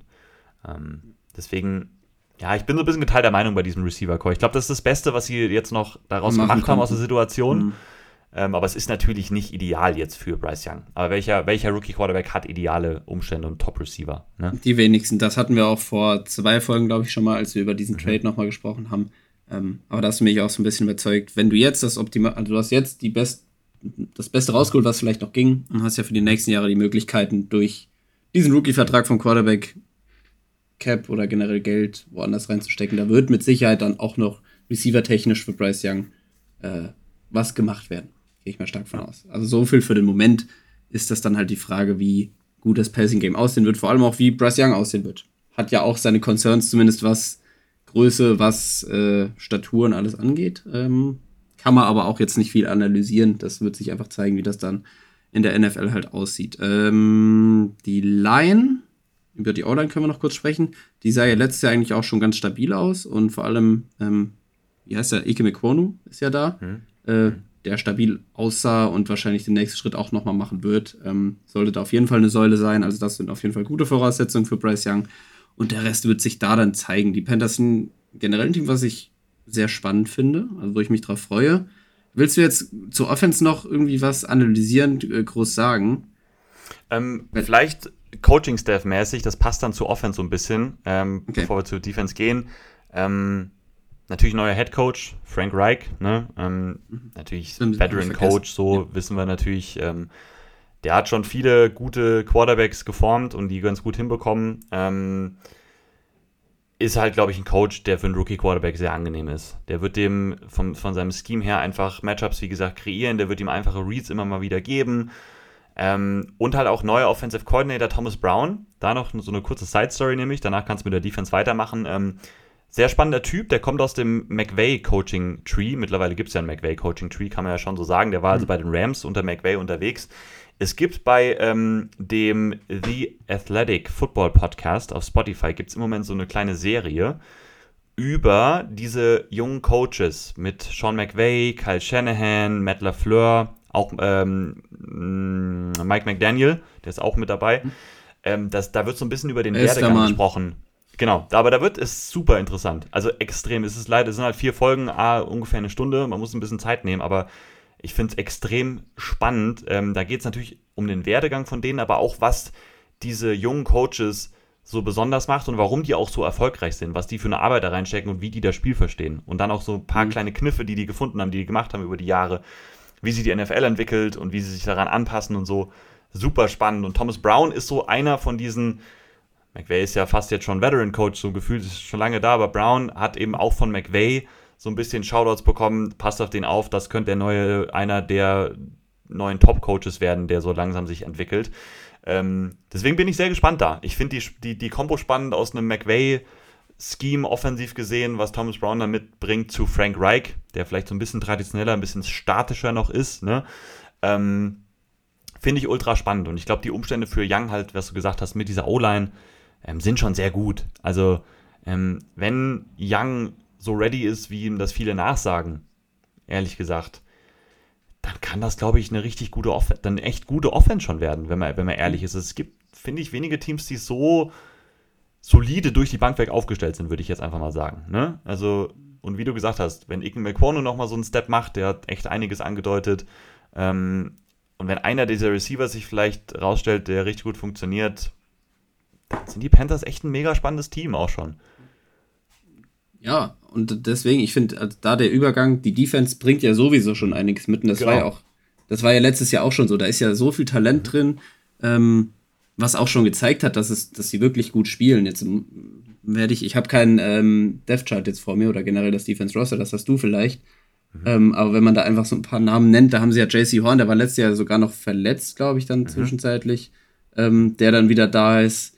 Deswegen, ja, ich bin so ein bisschen geteilter Meinung bei diesem Receiver-Core. Ich glaube, das ist das Beste, was sie jetzt noch daraus gemacht haben aus der Situation. Aber es ist natürlich nicht ideal jetzt für Bryce Young. Aber welcher Rookie-Quarterback hat ideale Umstände und Top-Receiver? Ne? Die wenigsten. Das hatten wir auch vor 2 Folgen, glaube ich, schon mal, als wir über diesen Trade nochmal gesprochen haben. Aber da hast du mich auch so ein bisschen überzeugt. Wenn du jetzt also du hast jetzt das Beste rausgeholt, was vielleicht noch ging, und hast ja für die nächsten Jahre die Möglichkeiten, durch diesen Rookie-Vertrag vom Quarterback Cap oder generell Geld woanders reinzustecken. Da wird mit Sicherheit dann auch noch receiver-technisch für Bryce Young was gemacht werden. Gehe ich mal stark von aus. Also so viel für den Moment ist das dann halt die Frage, wie gut das Passing-Game aussehen wird, vor allem auch, wie Bryce Young aussehen wird. Hat ja auch seine Concerns, zumindest was Größe, was Statur und alles angeht. Kann man aber auch jetzt nicht viel analysieren. Das wird sich einfach zeigen, wie das dann in der NFL halt aussieht. Die Line, über die O-Line können wir noch kurz sprechen. Die sah ja letztes Jahr eigentlich auch schon ganz stabil aus und vor allem, wie heißt der, Ike Mekwonu ist ja da. Der stabil aussah und wahrscheinlich den nächsten Schritt auch nochmal machen wird. Sollte da auf jeden Fall eine Säule sein. Also das sind auf jeden Fall gute Voraussetzungen für Bryce Young. Und der Rest wird sich da dann zeigen. Die Panthers sind generell ein Team, was ich sehr spannend finde, also wo ich mich drauf freue. Willst du jetzt zur Offense noch irgendwie was analysierend groß sagen? Vielleicht Coaching-Staff-mäßig, das passt dann zur Offense so ein bisschen, bevor wir zur Defense gehen. Natürlich neuer Headcoach, Frank Reich, ne? Natürlich Veteran-Coach, so wissen wir natürlich. Der hat schon viele gute Quarterbacks geformt und die ganz gut hinbekommen. Ist halt, glaube ich, ein Coach, der für einen Rookie-Quarterback sehr angenehm ist. Der wird dem von seinem Scheme her einfach Matchups, wie gesagt, kreieren. Der wird ihm einfache Reads immer mal wieder geben. Und halt auch neuer Offensive Coordinator Thomas Brown. Da noch so eine kurze Side-Story nämlich. Danach kannst du mit der Defense weitermachen. Sehr spannender Typ. Der kommt aus dem McVay-Coaching-Tree. Mittlerweile gibt es ja einen McVay-Coaching-Tree, kann man ja schon so sagen. Der war also bei den Rams unter McVay unterwegs. Es gibt bei dem The Athletic Football Podcast auf Spotify gibt es im Moment so eine kleine Serie über diese jungen Coaches mit Sean McVay, Kyle Shanahan, Matt LaFleur, auch Mike McDaniel, der ist auch mit dabei. Da wird so ein bisschen über den Werdegang gesprochen. Genau, aber da wird es super interessant. Also extrem. Es sind halt 4 Folgen, ungefähr eine Stunde. Man muss ein bisschen Zeit nehmen, aber Ich finde es extrem spannend. Da geht es natürlich um den Werdegang von denen, aber auch, was diese jungen Coaches so besonders macht und warum die auch so erfolgreich sind, was die für eine Arbeit da reinstecken und wie die das Spiel verstehen. Und dann auch so ein paar kleine Kniffe, die gefunden haben, die gemacht haben über die Jahre, wie sie die NFL entwickelt und wie sie sich daran anpassen und so. Super spannend. Und Thomas Brown ist so einer von diesen, McVay ist ja fast jetzt schon Veteran-Coach, so gefühlt ist schon lange da, aber Brown hat eben auch von McVay so ein bisschen Shoutouts bekommen, passt auf den auf, das könnte einer der neuen Top-Coaches werden, der so langsam sich entwickelt. Deswegen bin ich sehr gespannt da. Ich finde die Kombo spannend aus einem McVay-Scheme offensiv gesehen, was Thomas Brown dann mitbringt zu Frank Reich, der vielleicht so ein bisschen traditioneller, ein bisschen statischer noch ist, ne? Finde ich ultra spannend. Und ich glaube, die Umstände für Young halt, was du gesagt hast, mit dieser O-Line, sind schon sehr gut. Also, wenn Young so ready ist, wie ihm das viele nachsagen, ehrlich gesagt, dann kann das, glaube ich, eine richtig gute dann echt gute Offense schon werden, wenn man ehrlich ist. Es gibt, finde ich, wenige Teams, die so solide durch die Bank weg aufgestellt sind, würde ich jetzt einfach mal sagen. Ne? Also, und wie du gesagt hast, wenn Ikem Ekwonu nochmal so einen Step macht, der hat echt einiges angedeutet, und wenn einer dieser Receiver sich vielleicht rausstellt, der richtig gut funktioniert, dann sind die Panthers echt ein mega spannendes Team auch schon. Ja, und deswegen, ich finde, also da der Übergang, die Defense bringt ja sowieso schon einiges mit. Und das war ja letztes Jahr auch schon so. Da ist ja so viel Talent drin, was auch schon gezeigt hat, dass sie wirklich gut spielen. Jetzt ich habe keinen Depth-Chart jetzt vor mir oder generell das Defense-Roster, das hast du vielleicht. Aber wenn man da einfach so ein paar Namen nennt, da haben sie ja JC Horn, der war letztes Jahr sogar noch verletzt, glaube ich, dann zwischenzeitlich, der dann wieder da ist.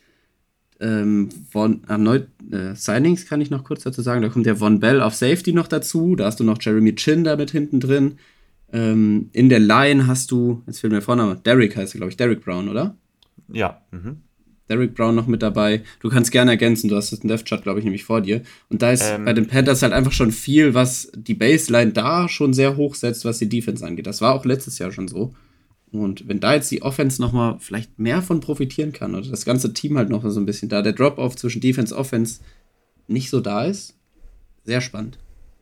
Signings kann ich noch kurz dazu sagen, da kommt der Von Bell auf Safety noch dazu, da hast du noch Jeremy Chin da mit hinten drin. In der Line hast du, jetzt fehlt mir der Vorname, Derrick heißt er, glaube ich, Derrick Brown, oder? Ja. Derrick Brown noch mit dabei. Du kannst gerne ergänzen, du hast das in Dev-Chat, glaube ich, nämlich vor dir. Und da ist bei den Panthers halt einfach schon viel, was die Baseline da schon sehr hoch setzt, was die Defense angeht. Das war auch letztes Jahr schon so. Und wenn da jetzt die Offense nochmal vielleicht mehr von profitieren kann oder das ganze Team halt noch so ein bisschen, da der Drop-Off zwischen Defense und Offense nicht so da ist, sehr spannend.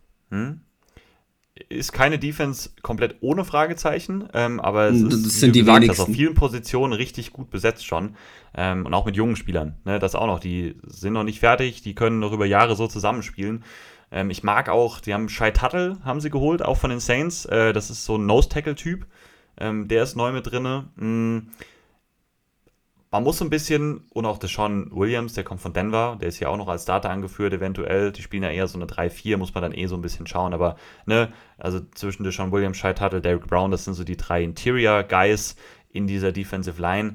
Ist keine Defense komplett ohne Fragezeichen, aber es ist, wie du gesagt hast, auf vielen Positionen richtig gut besetzt schon, und auch mit jungen Spielern, ne, das auch noch, die sind noch nicht fertig, die können noch über Jahre so zusammenspielen. Ich mag auch, die haben Shai Tuttle, haben sie geholt, auch von den Saints, das ist so ein Nose-Tackle-Typ, der ist neu mit drin. Man muss so ein bisschen, und auch Deshaun Williams, der kommt von Denver, der ist ja auch noch als Starter angeführt, eventuell. Die spielen ja eher so eine 3-4, muss man dann so ein bisschen schauen. Aber, ne, also zwischen Deshaun Williams, Shai Tuttle, Derrick Brown, das sind so die 3 Interior-Guys in dieser Defensive Line.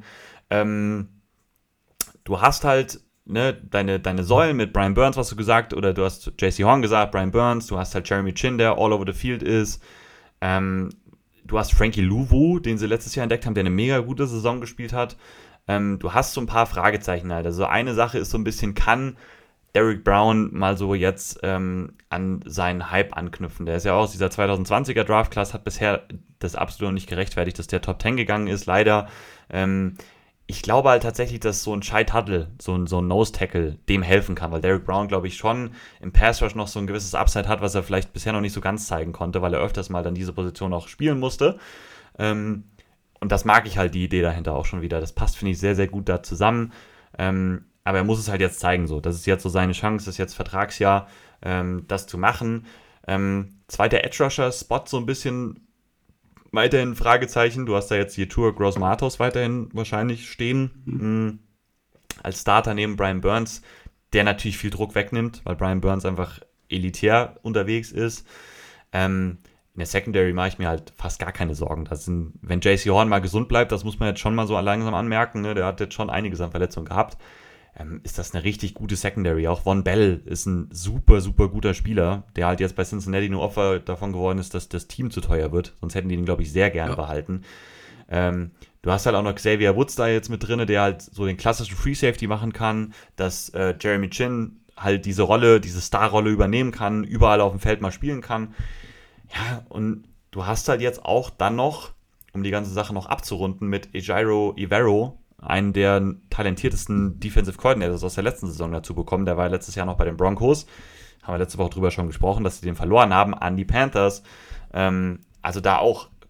Du hast halt, ne, deine Säulen mit Brian Burns, was du gesagt, oder du hast JC Horn gesagt, Brian Burns, du hast halt Jeremy Chin, der all over the field ist. Du hast Frankie Louvu, den sie letztes Jahr entdeckt haben, der eine mega gute Saison gespielt hat. Du hast so ein paar Fragezeichen halt. Also eine Sache ist so ein bisschen, kann Derrick Brown mal so jetzt an seinen Hype anknüpfen? Der ist ja auch aus dieser 2020er Draft-Class, hat bisher das absolut noch nicht gerechtfertigt, dass der Top 10 gegangen ist, leider. Ich glaube halt tatsächlich, dass so ein Shai Tuttle, so ein Nose-Tackle, dem helfen kann, weil Derrick Brown, glaube ich, schon im Pass-Rush noch so ein gewisses Upside hat, was er vielleicht bisher noch nicht so ganz zeigen konnte, weil er öfters mal dann diese Position auch spielen musste. Und das mag ich halt, die Idee dahinter auch schon wieder. Das passt, finde ich, sehr, sehr gut da zusammen. Aber er muss es halt jetzt zeigen, so. Das ist jetzt so seine Chance, das ist jetzt Vertragsjahr, das zu machen. Zweiter Edge-Rusher-Spot so ein bisschen weiterhin Fragezeichen. Du hast da jetzt Yetur Gross-Matos weiterhin wahrscheinlich stehen. Als Starter neben Brian Burns, der natürlich viel Druck wegnimmt, weil Brian Burns einfach elitär unterwegs ist. In der Secondary mache ich mir halt fast gar keine Sorgen. Wenn JC Horn mal gesund bleibt, das muss man jetzt schon mal so langsam anmerken, ne? Der hat jetzt schon einiges an Verletzungen gehabt. Ist das eine richtig gute Secondary. Auch Von Bell ist ein super, super guter Spieler, der halt jetzt bei Cincinnati nur Opfer davon geworden ist, dass das Team zu teuer wird. Sonst hätten die ihn, glaube ich, sehr gerne behalten. Du hast halt auch noch Xavier Woods da jetzt mit drin, der halt so den klassischen Free Safety machen kann, dass Jeremy Chin halt diese Rolle, diese Star-Rolle übernehmen kann, überall auf dem Feld mal spielen kann. Ja, und du hast halt jetzt auch dann noch, um die ganze Sache noch abzurunden, mit Ejiro Evero, einen der talentiertesten Defensive Coordinators aus der letzten Saison dazu bekommen. Der war letztes Jahr noch bei den Broncos. Haben wir letzte Woche drüber schon gesprochen, dass sie den verloren haben an die Panthers. Also da auch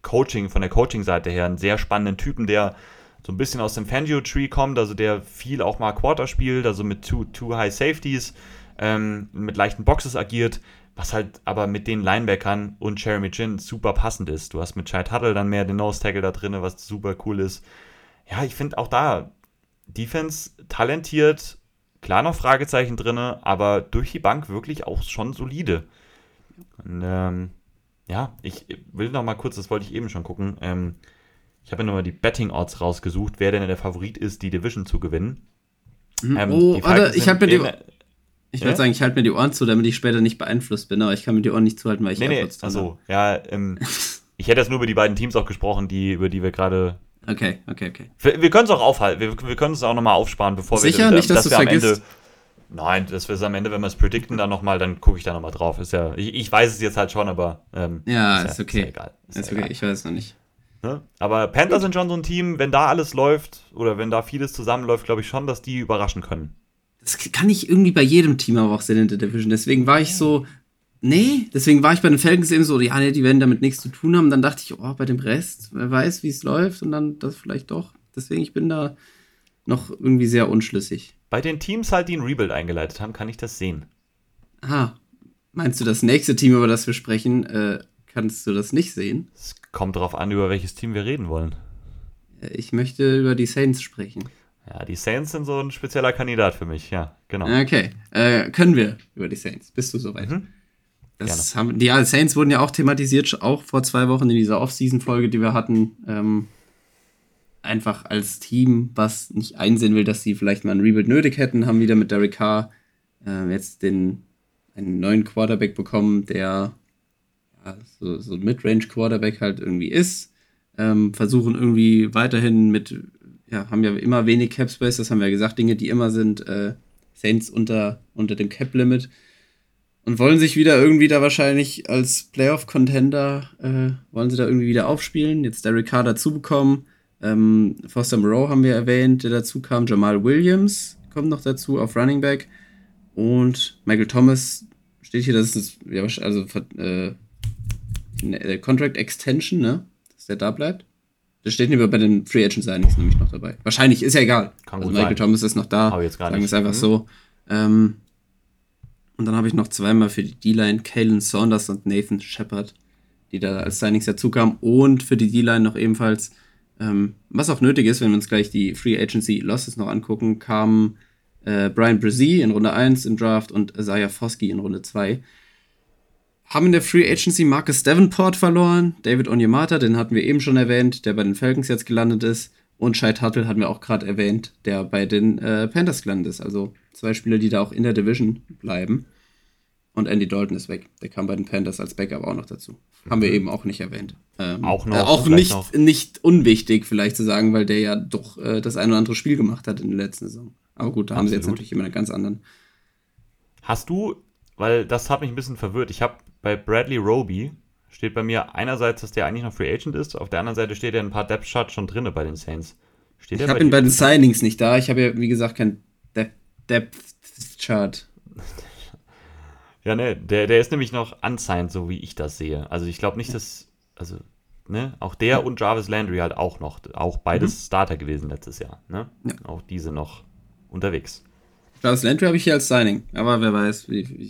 von der Coaching-Seite her einen sehr spannenden Typen, der so ein bisschen aus dem Fangio-Tree kommt, also der viel auch mal Quarter spielt, also mit two High Safeties, mit leichten Boxes agiert, was halt aber mit den Linebackern und Jeremy Chin super passend ist. Du hast mit Shai Tuttle dann mehr den Nose-Tackle da drin, was super cool ist. Ja, ich finde auch da Defense talentiert, klar noch Fragezeichen drin, aber durch die Bank wirklich auch schon solide. Und, ich will noch mal kurz, das wollte ich eben schon gucken, ich habe ja nochmal die Betting-Odds rausgesucht, wer denn der Favorit ist, die Division zu gewinnen. Warte, ich würde sagen, ich halte mir die Ohren zu, damit ich später nicht beeinflusst bin, aber ich kann mir die Ohren nicht zuhalten, weil ich AirPods dran habe. Ich hätte jetzt nur über die beiden Teams auch gesprochen, über die wir gerade... Okay. Wir können es auch aufhalten, wir können es auch nochmal aufsparen, bevor Sicher? wir... Nicht, dass du es vergisst? Nein, dass wir es am Ende, wenn wir es predikten, dann nochmal, dann gucke ich da nochmal drauf. Ist ja, ich weiß es jetzt halt schon, aber... ist okay. Ist ja egal. Ist okay, ich weiß es noch nicht. Ne? Aber Panthers sind schon so ein Team, wenn da alles läuft oder wenn da vieles zusammenläuft, glaube ich schon, dass die überraschen können. Das kann ich irgendwie bei jedem Team aber auch sehen in der Division. Deswegen war ich so, deswegen war ich bei den Falcons eben so, die werden damit nichts zu tun haben. Dann dachte ich, bei dem Rest, wer weiß, wie es läuft und dann das vielleicht doch. Deswegen, ich bin da noch irgendwie sehr unschlüssig. Bei den Teams halt, die ein Rebuild eingeleitet haben, kann ich das sehen. Meinst du, das nächste Team, über das wir sprechen, kannst du das nicht sehen? Es kommt darauf an, über welches Team wir reden wollen. Ich möchte über die Saints sprechen. Ja, die Saints sind so ein spezieller Kandidat für mich, ja, genau. Okay, können wir über die Saints? Bist du soweit? Die Saints wurden ja auch thematisiert, auch vor 2 Wochen in dieser Off-Season-Folge, die wir hatten. Einfach als Team, was nicht einsehen will, dass sie vielleicht mal ein Rebuild nötig hätten, haben wieder mit Derek Carr jetzt einen neuen Quarterback bekommen, der so ein Mid-Range-Quarterback halt irgendwie ist. Versuchen irgendwie weiterhin haben ja immer wenig Cap-Space, das haben wir ja gesagt, Dinge, die immer sind, Saints unter dem Cap-Limit und wollen sich wieder irgendwie da wahrscheinlich als Playoff-Contender, wollen sie da irgendwie wieder aufspielen, jetzt Derek Carr dazu bekommen, Foster Moreau haben wir erwähnt, der dazu kam, Jamal Williams kommt noch dazu auf Running Back und Michael Thomas steht hier, das ist Contract Extension, ne, dass der da bleibt. Das steht nämlich bei den Free Agent Signings nämlich noch dabei. Wahrscheinlich, ist ja egal. Kann also gut Michael sein. Thomas ist noch da. Aber jetzt gar sagen nicht. wir es einfach so. Und dann habe ich noch 2-mal für die D-Line Kalen Saunders und Nathan Shepard, die da als Signings dazukamen. Und für die D-Line noch ebenfalls, was auch nötig ist, wenn wir uns gleich die Free Agency Losses noch angucken, kamen Brian Brzee in Runde 1 im Draft und Isaiah Foskey in Runde 2. Haben in der Free Agency Marcus Davenport verloren, David Onyemata, den hatten wir eben schon erwähnt, der bei den Falcons jetzt gelandet ist. Und Shai Tuttle hatten wir auch gerade erwähnt, der bei den Panthers gelandet ist. Also 2 Spieler, die da auch in der Division bleiben. Und Andy Dalton ist weg. Der kam bei den Panthers als Backup auch noch dazu. Haben wir eben auch nicht erwähnt. Auch nicht unwichtig vielleicht zu sagen, weil der ja doch das ein oder andere Spiel gemacht hat in der letzten Saison. Aber gut, da haben sie jetzt natürlich immer einen ganz anderen. Hast du, weil das hat mich ein bisschen verwirrt, ich habe bei Bradley Roby steht bei mir einerseits, dass der eigentlich noch Free Agent ist, auf der anderen Seite steht ja ein paar Depth-Charts schon drin bei den Saints. Ich habe ihn bei den Signings nicht da. Ich habe ja, wie gesagt, kein Depth-Chart. Ja, ne, der ist nämlich noch unsigned, so wie ich das sehe. Also ich glaube nicht, dass, auch der und Jarvis Landry halt auch noch, auch beides Starter gewesen letztes Jahr, ne? Ja. Auch diese noch unterwegs. Jarvis Landry habe ich hier als Signing, aber wer weiß,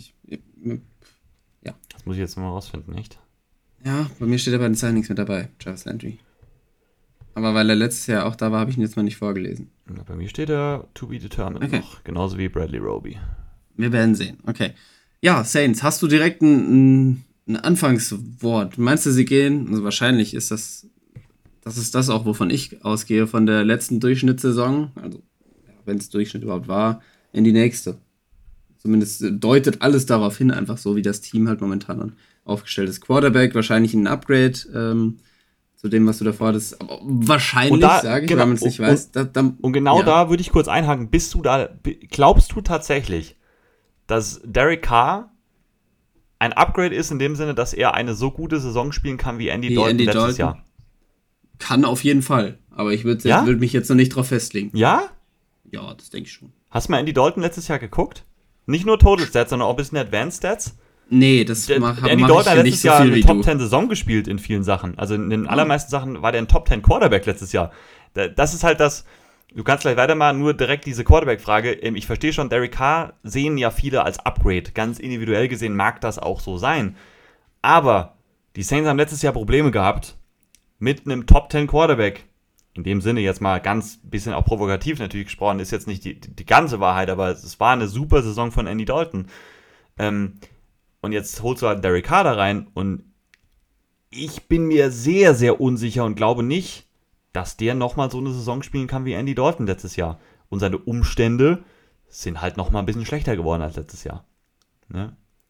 Das muss ich jetzt mal rausfinden, nicht? Ja, bei mir steht er bei den Signings mit dabei, Jarvis Landry. Aber weil er letztes Jahr auch da war, habe ich ihn jetzt mal nicht vorgelesen. Ja, bei mir steht er to be determined noch, genauso wie Bradley Roby. Wir werden sehen, okay. Ja, Saints, hast du direkt ein Anfangswort? Meinst du, sie gehen? Also wahrscheinlich ist das ist das auch, wovon ich ausgehe, von der letzten Durchschnittssaison, also wenn es Durchschnitt überhaupt war, in die nächste. Zumindest deutet alles darauf hin, einfach so, wie das Team halt momentan aufgestellt ist. Quarterback, wahrscheinlich ein Upgrade zu dem, was du davor hattest. Aber wahrscheinlich, sage ich, weil man es nicht weiß. Und genau da würde ich kurz einhaken. Glaubst du tatsächlich, dass Derek Carr ein Upgrade ist in dem Sinne, dass er eine so gute Saison spielen kann wie Andy Dalton letztes Jahr? Kann auf jeden Fall. Aber ich würde mich jetzt noch nicht drauf festlegen. Ja? Ja, das denke ich schon. Hast du mal Andy Dalton letztes Jahr geguckt? Nicht nur Total Stats, sondern auch ein bisschen Advanced Stats? Nee, das Andy mach Dalton ich hat hier letztes nicht so Jahr viel eine wie Top du. 10 Saison gespielt in vielen Sachen. Also in den allermeisten Sachen war der ein Top 10 Quarterback letztes Jahr. Das ist halt das, du kannst gleich weitermachen, nur direkt diese Quarterback-Frage. Ich verstehe schon, Derek Carr sehen ja viele als Upgrade. Ganz individuell gesehen mag das auch so sein. Aber die Saints haben letztes Jahr Probleme gehabt mit einem Top 10 Quarterback. In dem Sinne jetzt mal ganz bisschen auch provokativ natürlich gesprochen, ist jetzt nicht die ganze Wahrheit, aber es war eine super Saison von Andy Dalton. Und jetzt holst du halt Derek Carr da rein und ich bin mir sehr, sehr unsicher und glaube nicht, dass der nochmal so eine Saison spielen kann wie Andy Dalton letztes Jahr. Und seine Umstände sind halt nochmal ein bisschen schlechter geworden als letztes Jahr. Ne?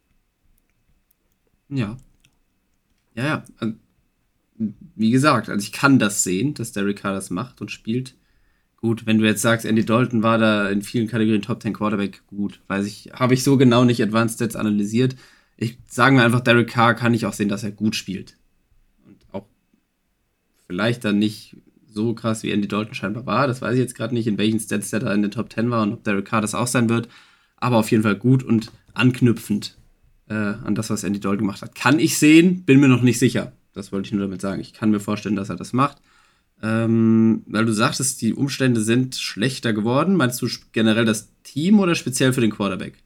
Ja. Ja. Wie gesagt, also ich kann das sehen, dass Derek Carr das macht und spielt. Gut, wenn du jetzt sagst, Andy Dalton war da in vielen Kategorien Top 10 Quarterback, gut, habe ich so genau nicht Advanced Stats analysiert. Ich sage mir einfach, Derek Carr kann ich auch sehen, dass er gut spielt. Und auch vielleicht dann nicht so krass, wie Andy Dalton scheinbar war. Das weiß ich jetzt gerade nicht, in welchen Stats der da in den Top 10 war und ob Derek Carr das auch sein wird. Aber auf jeden Fall gut und anknüpfend an das, was Andy Dalton gemacht hat. Kann ich sehen, bin mir noch nicht sicher. Das wollte ich nur damit sagen. Ich kann mir vorstellen, dass er das macht. Weil du sagtest, die Umstände sind schlechter geworden. Meinst du generell das Team oder speziell für den Quarterback?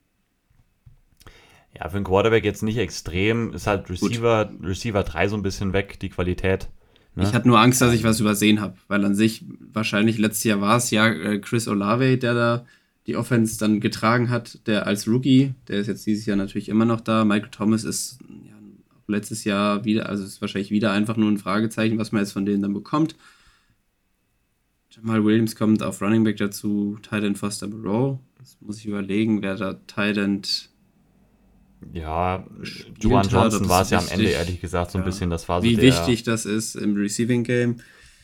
Ja, für den Quarterback jetzt nicht extrem. Ist halt Receiver 3 so ein bisschen weg, die Qualität. Ne? Ich hatte nur Angst, dass ich was übersehen habe. Weil an sich, wahrscheinlich letztes Jahr war es ja Chris Olave, der da die Offense dann getragen hat, der als Rookie, der ist jetzt dieses Jahr natürlich immer noch da. Michael Thomas ist ja, letztes Jahr wieder, also ist wahrscheinlich wieder einfach nur ein Fragezeichen, was man jetzt von denen dann bekommt. Jamal Williams kommt auf Running Back dazu, Tight End Foster Moreau. Das muss ich überlegen, wer da Tight End. Ja, Juwan Johnson war es ja am Ende, ehrlich gesagt, so ein bisschen. Das war so wie wichtig das ist im Receiving Game.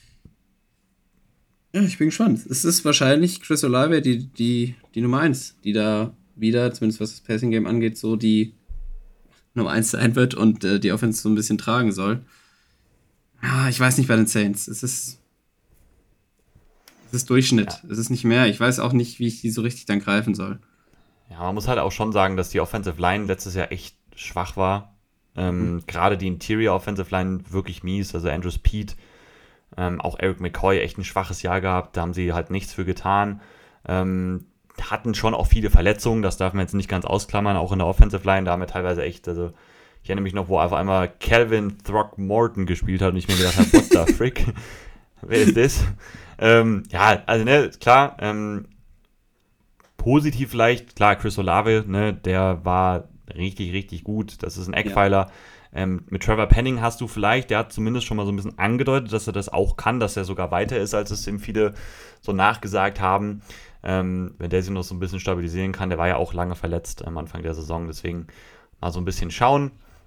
Ja, ich bin gespannt. Es ist wahrscheinlich Chris Olave, die Nummer 1, die da wieder, zumindest was das Passing Game angeht, so die Nummer 1 sein wird und die Offense so ein bisschen tragen soll. Ja, ich weiß nicht bei den Saints. Es ist Durchschnitt. Ja. Es ist nicht mehr. Ich weiß auch nicht, wie ich die so richtig dann greifen soll. Ja, man muss halt auch schon sagen, dass die Offensive Line letztes Jahr echt schwach war. Gerade die Interior Offensive Line wirklich mies. Also Andrew Speed, auch Eric McCoy echt ein schwaches Jahr gehabt. Da haben sie halt nichts für getan. Hatten schon auch viele Verletzungen. Das darf man jetzt nicht ganz ausklammern. Auch in der Offensive Line. Da haben wir teilweise echt, also ich erinnere mich noch, wo auf einmal Calvin Throckmorton gespielt hat und ich mir gedacht habe, what the frick? Wer ist das? Ja, also ne, klar, positiv vielleicht, klar, Chris Olave, ne, der war richtig, richtig gut. Das ist ein Eckpfeiler. Ja. Mit Trevor Penning hast du vielleicht, der hat zumindest schon mal so ein bisschen angedeutet, dass er das auch kann, dass er sogar weiter ist, als es ihm viele so nachgesagt haben. Wenn der sich noch so ein bisschen stabilisieren kann, der war ja auch lange verletzt am Anfang der Saison, deswegen mal so ein bisschen schauen.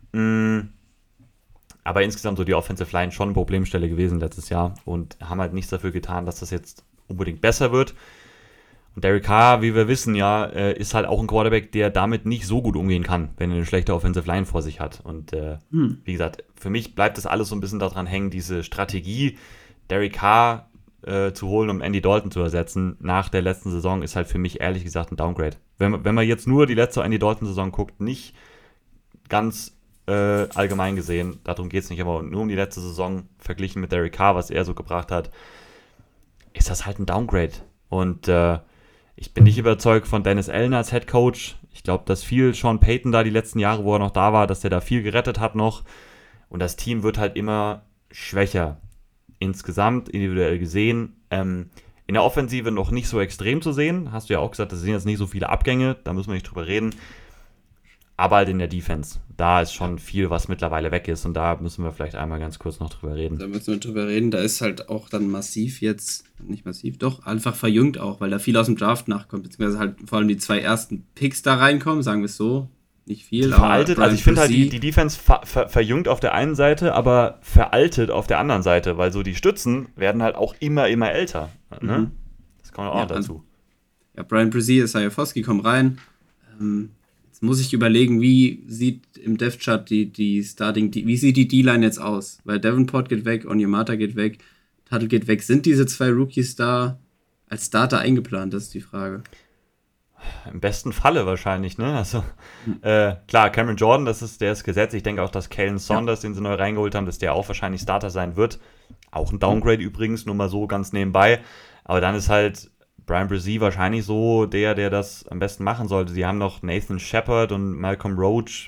Aber insgesamt so die Offensive Line schon eine Problemstelle gewesen letztes Jahr und haben halt nichts dafür getan, dass das jetzt unbedingt besser wird. Und Derek Carr, wie wir wissen, ja, ist halt auch ein Quarterback, der damit nicht so gut umgehen kann, wenn er eine schlechte Offensive Line vor sich hat. Und wie gesagt, für mich bleibt das alles so ein bisschen daran hängen, diese Strategie, Derek Carr zu holen, um Andy Dalton zu ersetzen, nach der letzten Saison, ist halt für mich ehrlich gesagt ein Downgrade. Wenn man jetzt nur die letzte Andy Dalton-Saison guckt, nicht ganz allgemein gesehen, darum geht es nicht, aber nur um die letzte Saison verglichen mit Derek Carr, was er so gebracht hat, ist das halt ein Downgrade. Und ich bin nicht überzeugt von Dennis Allen als Head Coach. Ich glaube, dass viel Sean Payton da die letzten Jahre, wo er noch da war, dass der da viel gerettet hat noch. Und das Team wird halt immer schwächer. Insgesamt, individuell gesehen. In der Offensive noch nicht so extrem zu sehen. Hast du ja auch gesagt, das sind jetzt nicht so viele Abgänge. Da müssen wir nicht drüber reden. Aber halt in der Defense. Da ist schon viel, was mittlerweile weg ist. Und da müssen wir vielleicht einmal ganz kurz noch drüber reden. Da müssen wir drüber reden. Da ist halt auch dann massiv jetzt, nicht massiv, doch, einfach verjüngt auch, weil da viel aus dem Draft nachkommt. Beziehungsweise halt vor allem die 2 ersten Picks da reinkommen, sagen wir es so. Nicht viel, aber veraltet, also ich finde halt die Defense verjüngt auf der einen Seite, aber veraltet auf der anderen Seite, weil so die Stützen werden halt auch immer älter. Ne? Das kommt auch dazu. Ja, Brian Brzee, Isaiah Foskey kommen rein. Jetzt muss ich überlegen, wie sieht im Depth-Chart wie sieht die D-Line jetzt aus? Weil Davenport geht weg, Onyemata geht weg, Tuttle geht weg. Sind diese 2 Rookies da als Starter eingeplant? Das ist die Frage. Im besten Falle wahrscheinlich, ne? Also, klar, Cameron Jordan, der ist gesetzt. Ich denke auch, dass Kalen Saunders, den sie neu reingeholt haben, dass der auch wahrscheinlich Starter sein wird. Auch ein Downgrade übrigens, nur mal so ganz nebenbei. Aber dann ist halt Bryan Bresee wahrscheinlich so der das am besten machen sollte. Sie haben noch Nathan Shepard und Malcolm Roach.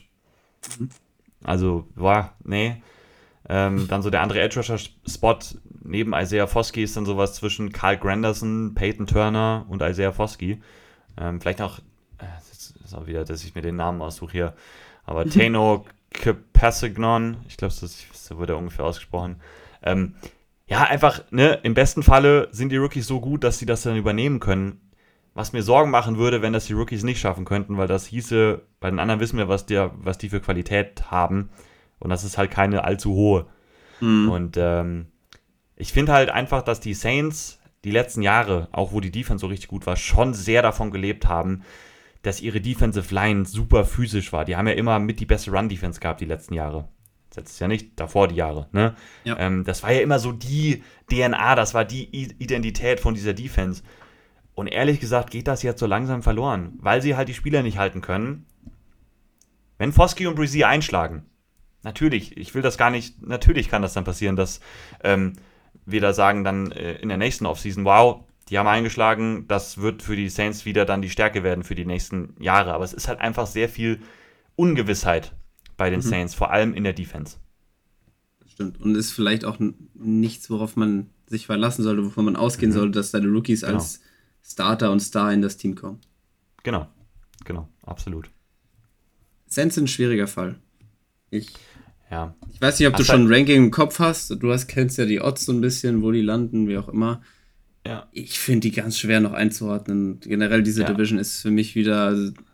Also, nee. Dann so der andere Edge-Rusher-Spot neben Isaiah Foskey ist dann sowas zwischen Carl Granderson, Peyton Turner und Isaiah Foskey. Vielleicht noch, das ist auch wieder, dass ich mir den Namen aussuche hier, aber Tano Passignon, ich glaube, so wird er ungefähr ausgesprochen. Ja, einfach, ne, im besten Falle sind die Rookies so gut, dass sie das dann übernehmen können. Was mir Sorgen machen würde, wenn das die Rookies nicht schaffen könnten, weil das hieße, bei den anderen wissen wir, was die für Qualität haben. Und das ist halt keine allzu hohe. Und ich finde halt einfach, dass die Saints die letzten Jahre, auch wo die Defense so richtig gut war, schon sehr davon gelebt haben, dass ihre Defensive Line super physisch war. Die haben ja immer mit die beste Run-Defense gehabt die letzten Jahre. Das ist ja nicht davor die Jahre. Ne? Ja. Das war ja immer so die DNA, das war die Identität von dieser Defense. Und ehrlich gesagt geht das jetzt so langsam verloren, weil sie halt die Spieler nicht halten können. Wenn Foskey und Bresee einschlagen, natürlich, ich will das gar nicht, natürlich kann das dann passieren, dass wir da sagen dann in der nächsten Offseason, wow, die haben eingeschlagen, das wird für die Saints wieder dann die Stärke werden für die nächsten Jahre. Aber es ist halt einfach sehr viel Ungewissheit bei den Saints, vor allem in der Defense. Das stimmt. Und ist vielleicht auch nichts, worauf man sich verlassen sollte, wovon man ausgehen sollte, dass deine Rookies als Starter und Star in das Team kommen. Genau, absolut. Saints sind ein schwieriger Fall. Ich Ja. Ich weiß nicht, ob du schon ein Ranking im Kopf hast. Kennst ja die Odds so ein bisschen, wo die landen, wie auch immer. Ja. Ich finde die ganz schwer noch einzuordnen. Generell diese Division ist für mich wieder...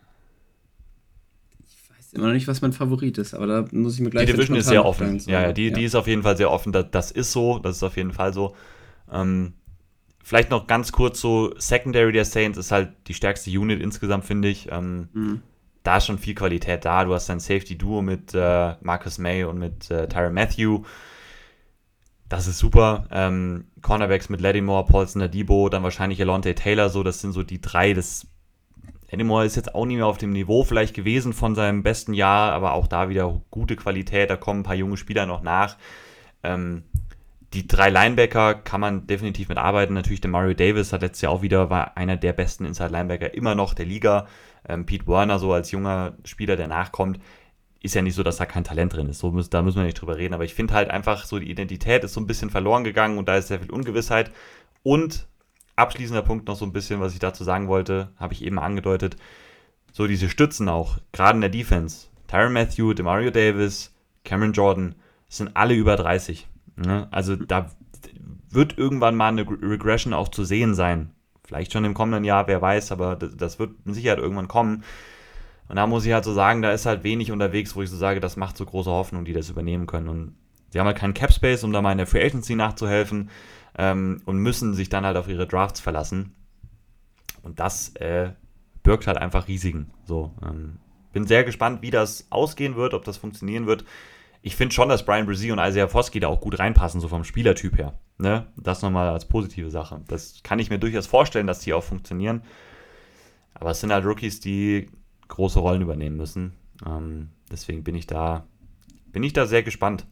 Ich weiß immer noch nicht, was mein Favorit ist, aber da muss ich mir gleich... Die Division ist sehr offen. Die ist auf jeden Fall sehr offen. Das ist so, das ist auf jeden Fall so. Vielleicht noch ganz kurz so, Secondary der Saints ist halt die stärkste Unit insgesamt, finde ich. Da ist schon viel Qualität da. Du hast dein Safety-Duo mit Marcus May und mit Tyrann Mathieu. Das ist super. Cornerbacks mit Lattimore, Paulson Adebo, dann wahrscheinlich Alontae Taylor. So, das sind so die drei. Lattimore ist jetzt auch nicht mehr auf dem Niveau vielleicht gewesen von seinem besten Jahr, aber auch da wieder gute Qualität. Da kommen ein paar junge Spieler noch nach. Die drei Linebacker kann man definitiv mitarbeiten. Natürlich der Mario Davis war einer der besten Inside-Linebacker immer noch der Liga. Pete Werner, so als junger Spieler, der nachkommt, ist ja nicht so, dass da kein Talent drin ist. Da müssen wir nicht drüber reden. Aber ich finde halt einfach so, die Identität ist so ein bisschen verloren gegangen und da ist sehr viel Ungewissheit. Und abschließender Punkt noch so ein bisschen, was ich dazu sagen wollte, habe ich eben angedeutet. So diese Stützen auch, gerade in der Defense. Tyrann Mathieu, Demario Davis, Cameron Jordan, sind alle über 30. Ne? Also da wird irgendwann mal eine Regression auch zu sehen sein. Vielleicht schon im kommenden Jahr, wer weiß, aber das wird mit Sicherheit irgendwann kommen. Und da muss ich halt so sagen, da ist halt wenig unterwegs, wo ich so sage, das macht so große Hoffnung, die das übernehmen können. Und sie haben halt keinen Cap-Space, um da mal in der Free Agency nachzuhelfen und müssen sich dann halt auf ihre Drafts verlassen. Und das birgt halt einfach Risiken. So, bin sehr gespannt, wie das ausgehen wird, ob das funktionieren wird. Ich finde schon, dass Bryan Bresee und Isaiah Foskey da auch gut reinpassen, so vom Spielertyp her. Ne? Das nochmal als positive Sache. Das kann ich mir durchaus vorstellen, dass die auch funktionieren. Aber es sind halt Rookies, die große Rollen übernehmen müssen. Deswegen bin ich da sehr gespannt.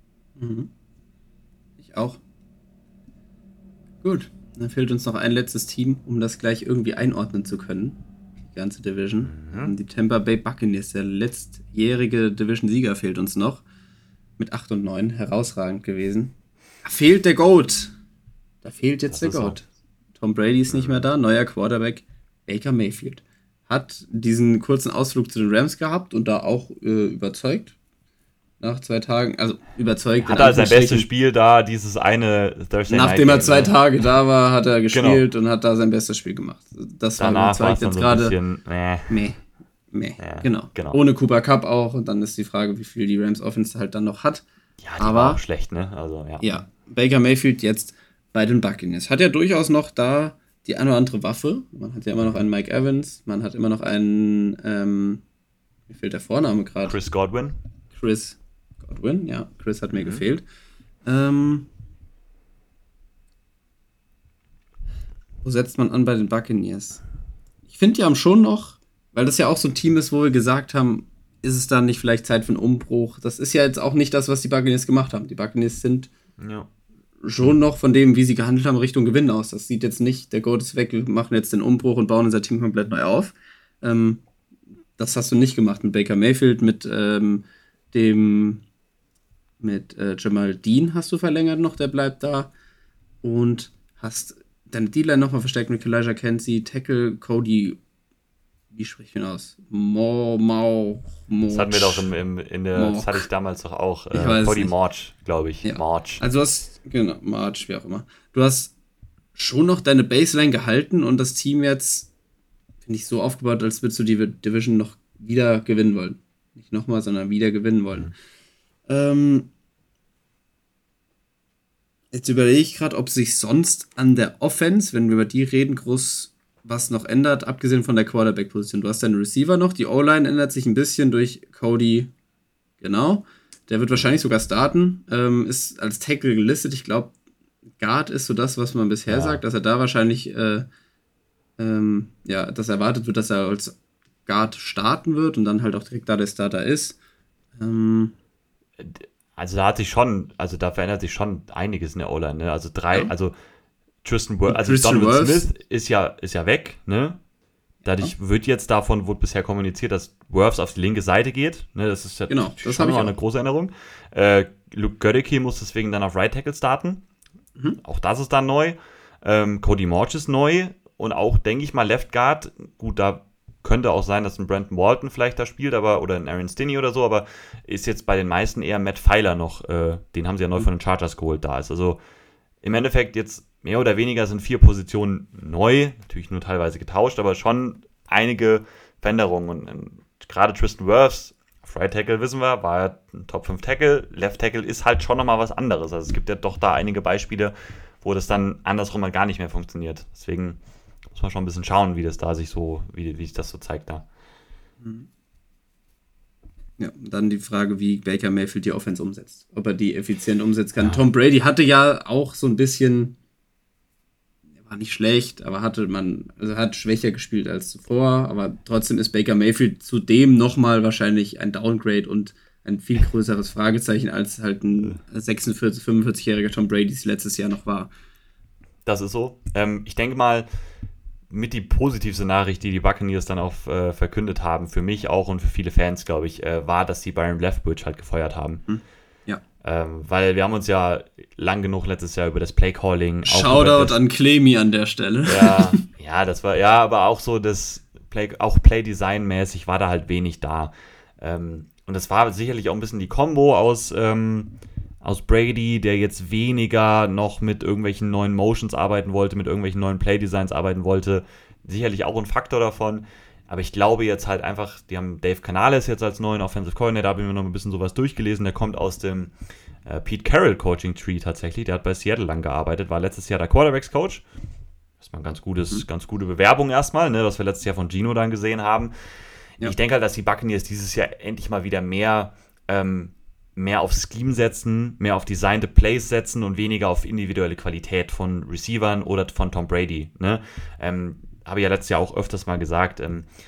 Ich auch. Gut, dann fehlt uns noch ein letztes Team, um das gleich irgendwie einordnen zu können. Die ganze Division. Die Tampa Bay Buccaneers, der letztjährige Division-Sieger, fehlt uns noch. Mit 8-9, herausragend gewesen. Da fehlt der GOAT. Da fehlt jetzt der GOAT. So. Tom Brady ist nicht mehr da, neuer Quarterback Baker Mayfield. Hat diesen kurzen Ausflug zu den Rams gehabt und da auch überzeugt. Nach 2 Tagen, also überzeugt. Hat er sein bestes Spiel da, dieses eine Thursday Night. Nachdem er 2 Tage da war, hat er gespielt und hat da sein bestes Spiel gemacht. Das danach war überzeugt jetzt so gerade. Ja, genau. Ohne Cooper Kupp auch. Und dann ist die Frage, wie viel die Rams Offense halt dann noch hat. Ja, die war auch schlecht, ne? Also, ja, Baker Mayfield jetzt bei den Buccaneers. Hat ja durchaus noch da die eine oder andere Waffe. Man hat ja immer noch einen Mike Evans. Man hat immer noch einen, mir fehlt der Vorname gerade. Chris Godwin, ja. Chris hat mir gefehlt. Wo setzt man an bei den Buccaneers? Ich finde, die haben schon noch, weil das ja auch so ein Team ist, wo wir gesagt haben, ist es dann nicht vielleicht Zeit für einen Umbruch? Das ist ja jetzt auch nicht das, was die Buccaneers gemacht haben. Die Buccaneers sind schon noch von dem, wie sie gehandelt haben, Richtung Gewinn aus. Das sieht jetzt nicht, der Goat ist weg, wir machen jetzt den Umbruch und bauen unser Team komplett neu auf. Das hast du nicht gemacht mit Baker Mayfield, mit Jamal Dean hast du verlängert noch, der bleibt da. Und hast deine D-Line nochmal verstärkt mit Elijah Kenzie, Tackle, Cody, wie spreche ich ihn aus? Das hatten wir doch das hatte ich damals doch auch. Cody March, glaube ich. Ja. March. Also du hast, genau, March, wie auch immer. Du hast schon noch deine Baseline gehalten und das Team jetzt, finde ich, so aufgebaut, als würdest du die Division noch wieder gewinnen wollen. Nicht nochmal, sondern wieder gewinnen wollen. Jetzt überlege ich gerade, ob sich sonst an der Offense, wenn wir über die reden, groß was noch ändert, abgesehen von der Quarterback-Position. Du hast deinen Receiver noch, die O-Line ändert sich ein bisschen durch Cody, genau. Der wird wahrscheinlich sogar starten, ist als Tackle gelistet. Ich glaube, Guard ist so das, was man bisher sagt, dass er da wahrscheinlich, dass erwartet wird, dass er als Guard starten wird und dann halt auch direkt da der Starter ist. Also da verändert sich schon einiges in der O-Line, ne? Also Tristan Wirfs, also Donovan Smith ist ja weg, ne? Dadurch wurde bisher kommuniziert, dass Wirfs auf die linke Seite geht, ne? Das ist ja das schon mal eine große Änderung. Luke Goedeke muss deswegen dann auf Right Tackle starten. Auch das ist dann neu. Cody March ist neu und auch, denke ich mal, Left Guard. Gut, da könnte auch sein, dass ein Brandon Walton vielleicht da spielt, oder ein Aaron Stinney oder so, aber ist jetzt bei den meisten eher Matt Feiler noch, den haben sie ja neu von den Chargers geholt, da ist. Also im Endeffekt jetzt mehr oder weniger sind 4 Positionen neu, natürlich nur teilweise getauscht, aber schon einige Veränderungen. Und gerade Tristan Wirfs, auf Right Tackle wissen wir, war ja ein Top 5 Tackle, Left Tackle ist halt schon nochmal was anderes. Also es gibt ja doch da einige Beispiele, wo das dann andersrum mal gar nicht mehr funktioniert. Deswegen muss man schon ein bisschen schauen, wie das da sich das so zeigt da. Ja, dann die Frage, wie Baker Mayfield die Offense umsetzt. Ob er die effizient umsetzen kann. Ja. Tom Brady hatte ja auch so ein bisschen, er war nicht schlecht, aber hat schwächer gespielt als zuvor, aber trotzdem ist Baker Mayfield zudem nochmal wahrscheinlich ein Downgrade und ein viel größeres Fragezeichen, als halt ein 46-, 45-jähriger Tom Brady es letztes Jahr noch war. Das ist so. Ich denke mal, mit die positivste Nachricht, die Buccaneers dann auch verkündet haben, für mich auch und für viele Fans, glaube ich, war, dass sie Byron Leftwich halt gefeuert haben. Ja. Weil wir haben uns ja lang genug letztes Jahr über das Playcalling... Shoutout an Clemi an der Stelle. Ja, das war, ja, aber auch so das Play-Design-mäßig war da halt wenig da. Und das war sicherlich auch ein bisschen die Kombo aus Brady, der jetzt weniger noch mit irgendwelchen neuen Motions arbeiten wollte, mit irgendwelchen neuen Play-Designs arbeiten wollte. Sicherlich auch ein Faktor davon. Aber ich glaube jetzt halt einfach, die haben Dave Canales jetzt als neuen Offensive Coordinator, da habe ich mir noch ein bisschen sowas durchgelesen. Der kommt aus dem Pete Carroll Coaching Tree tatsächlich. Der hat bei Seattle lang gearbeitet, war letztes Jahr der Quarterbacks-Coach. Das ist mal ein ganz gute Bewerbung erstmal, ne, was wir letztes Jahr von Gino dann gesehen haben. Ja. Ich denke halt, dass die Buccaneers dieses Jahr endlich mal wieder mehr auf Scheme setzen, mehr auf Designed Plays setzen und weniger auf individuelle Qualität von Receivern oder von Tom Brady. Ne? Habe ich ja letztes Jahr auch öfters mal gesagt,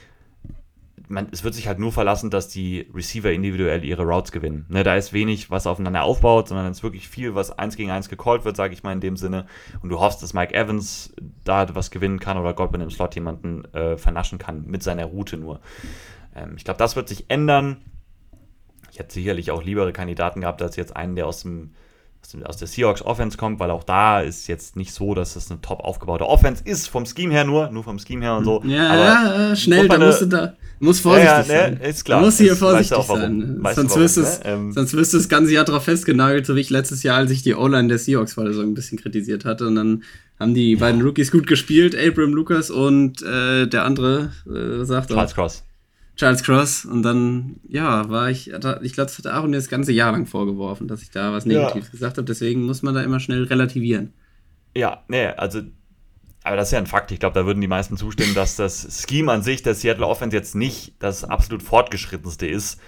es wird sich halt nur verlassen, dass die Receiver individuell ihre Routes gewinnen. Ne? Da ist wenig, was aufeinander aufbaut, sondern es ist wirklich viel, was 1 gegen 1 gecallt wird, sage ich mal in dem Sinne. Und du hoffst, dass Mike Evans da was gewinnen kann oder Godwin im Slot jemanden vernaschen kann mit seiner Route nur. Ich glaube, das wird sich ändern. Ich hätte sicherlich auch liebere Kandidaten gehabt, als jetzt einen, der aus der Seahawks Offense kommt, weil auch da ist jetzt nicht so, dass das eine top aufgebaute Offense ist, vom Scheme her nur vom Scheme her und so. Ja, aber schnell, muss vorsichtig sein. Ist klar. Du musst hier vorsichtig sein. Sonst wirst du das ganze Jahr drauf festgenagelt, so wie ich letztes Jahr, als ich die O-Line der Seahawks vor der Saison ein bisschen kritisiert hatte. Und dann haben die beiden Rookies gut gespielt, Abram Lucas und der andere, Charles Cross, und dann, ich glaube, das hat Aaron mir das ganze Jahr lang vorgeworfen, dass ich da was Negatives gesagt habe, deswegen muss man da immer schnell relativieren. Ja, aber das ist ja ein Fakt, ich glaube, da würden die meisten zustimmen, dass das Scheme an sich der Seattle Offense jetzt nicht das absolut fortgeschrittenste ist,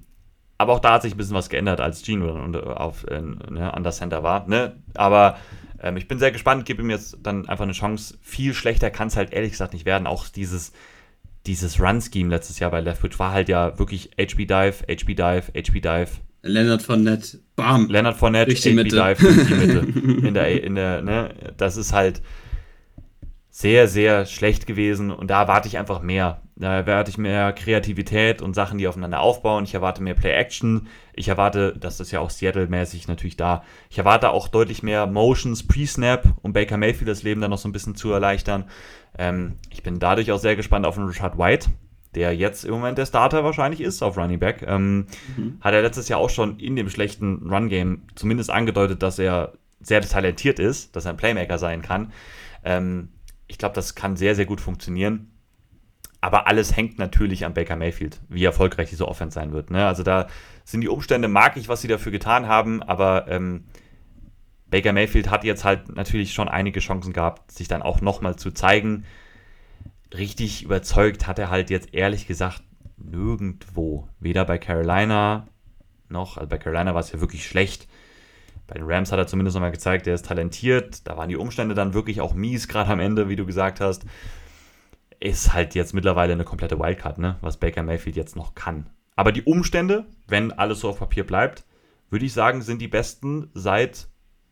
aber auch da hat sich ein bisschen was geändert, als Gino an der Center war, ne, aber Ich bin sehr gespannt, gebe ihm jetzt dann einfach eine Chance. Viel schlechter kann es halt ehrlich gesagt nicht werden. Auch dieses Run-Scheme letztes Jahr bei Leftwich war halt ja wirklich HB-Dive, HB-Dive, HB-Dive. Leonard Fournette, bam. Leonard Fournette, HB-Dive durch die Mitte. Ne? Das ist halt sehr, sehr schlecht gewesen und da erwarte ich einfach mehr. Da erwarte ich mehr Kreativität und Sachen, die aufeinander aufbauen. Ich erwarte mehr Play-Action. Ich erwarte, das ist ja auch Seattle-mäßig natürlich da, ich erwarte auch deutlich mehr Motions pre-Snap, um Baker Mayfield das Leben dann noch so ein bisschen zu erleichtern. Ich bin dadurch auch sehr gespannt auf den Rachaad White, der jetzt im Moment der Starter wahrscheinlich ist auf Running Back. Hat er letztes Jahr auch schon in dem schlechten Run-Game zumindest angedeutet, dass er sehr talentiert ist, dass er ein Playmaker sein kann. Ich glaube, das kann sehr, sehr gut funktionieren. Aber alles hängt natürlich an Baker Mayfield, wie erfolgreich diese Offense sein wird. Ne? Also da sind die Umstände, mag ich, was sie dafür getan haben, aber Baker Mayfield hat jetzt halt natürlich schon einige Chancen gehabt, sich dann auch nochmal zu zeigen. Richtig überzeugt hat er halt jetzt ehrlich gesagt nirgendwo. Weder bei Carolina noch, also bei Carolina war es ja wirklich schlecht. Bei den Rams hat er zumindest nochmal gezeigt, er ist talentiert. Da waren die Umstände dann wirklich auch mies, gerade am Ende, wie du gesagt hast. Ist halt jetzt mittlerweile eine komplette Wildcard, ne? Was Baker Mayfield jetzt noch kann. Aber die Umstände, wenn alles so auf Papier bleibt, würde ich sagen, sind die besten seit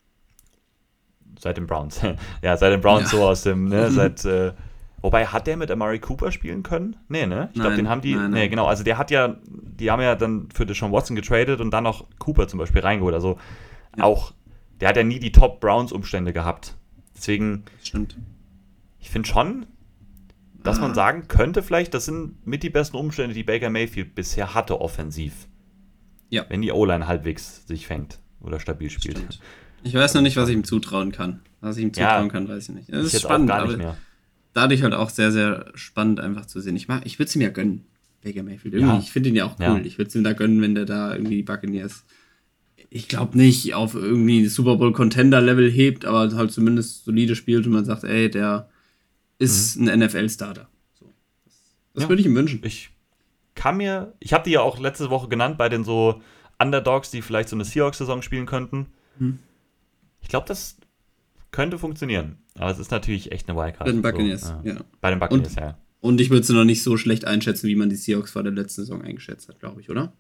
den Browns. Ja, seit den Browns so aus dem, ne, wobei, hat der mit Amari Cooper spielen können? Nee, ne? Ich glaube, den haben die, nee, genau, also die haben ja dann für Deshaun Watson getradet und dann noch Cooper zum Beispiel reingeholt, also auch, der hat ja nie die Top-Browns-Umstände gehabt. Deswegen, stimmt. Ich finde schon, dass man sagen könnte vielleicht, das sind mit die besten Umstände, die Baker Mayfield bisher hatte offensiv. Ja. Wenn die O-Line halbwegs sich fängt oder stabil spielt. Stimmt. Ich weiß noch nicht, was ich ihm zutrauen kann. Was ich ihm zutrauen kann, weiß ich nicht. Das ist spannend, auch gar nicht mehr. Dadurch halt auch sehr, sehr spannend einfach zu sehen. Ich würde es ihm ja gönnen, Baker Mayfield. Irgendwie, ich finde ihn ja auch cool. Ja. Ich würde es ihm da gönnen, wenn der da irgendwie die Buccaneers, ich glaube nicht auf irgendwie Super Bowl Contender-Level hebt, aber halt zumindest solide spielt und man sagt, ey, der ist ein NFL-Starter. So. Das würde ich ihm wünschen. Ich habe die ja auch letzte Woche genannt bei den so Underdogs, die vielleicht so eine Seahawks-Saison spielen könnten. Ich glaube, das könnte funktionieren. Aber es ist natürlich echt eine Wildcard. Bei den Buccaneers, ja. Bei den Buccaneers, ja. Und ich würde sie noch nicht so schlecht einschätzen, wie man die Seahawks vor der letzten Saison eingeschätzt hat, glaube ich, oder?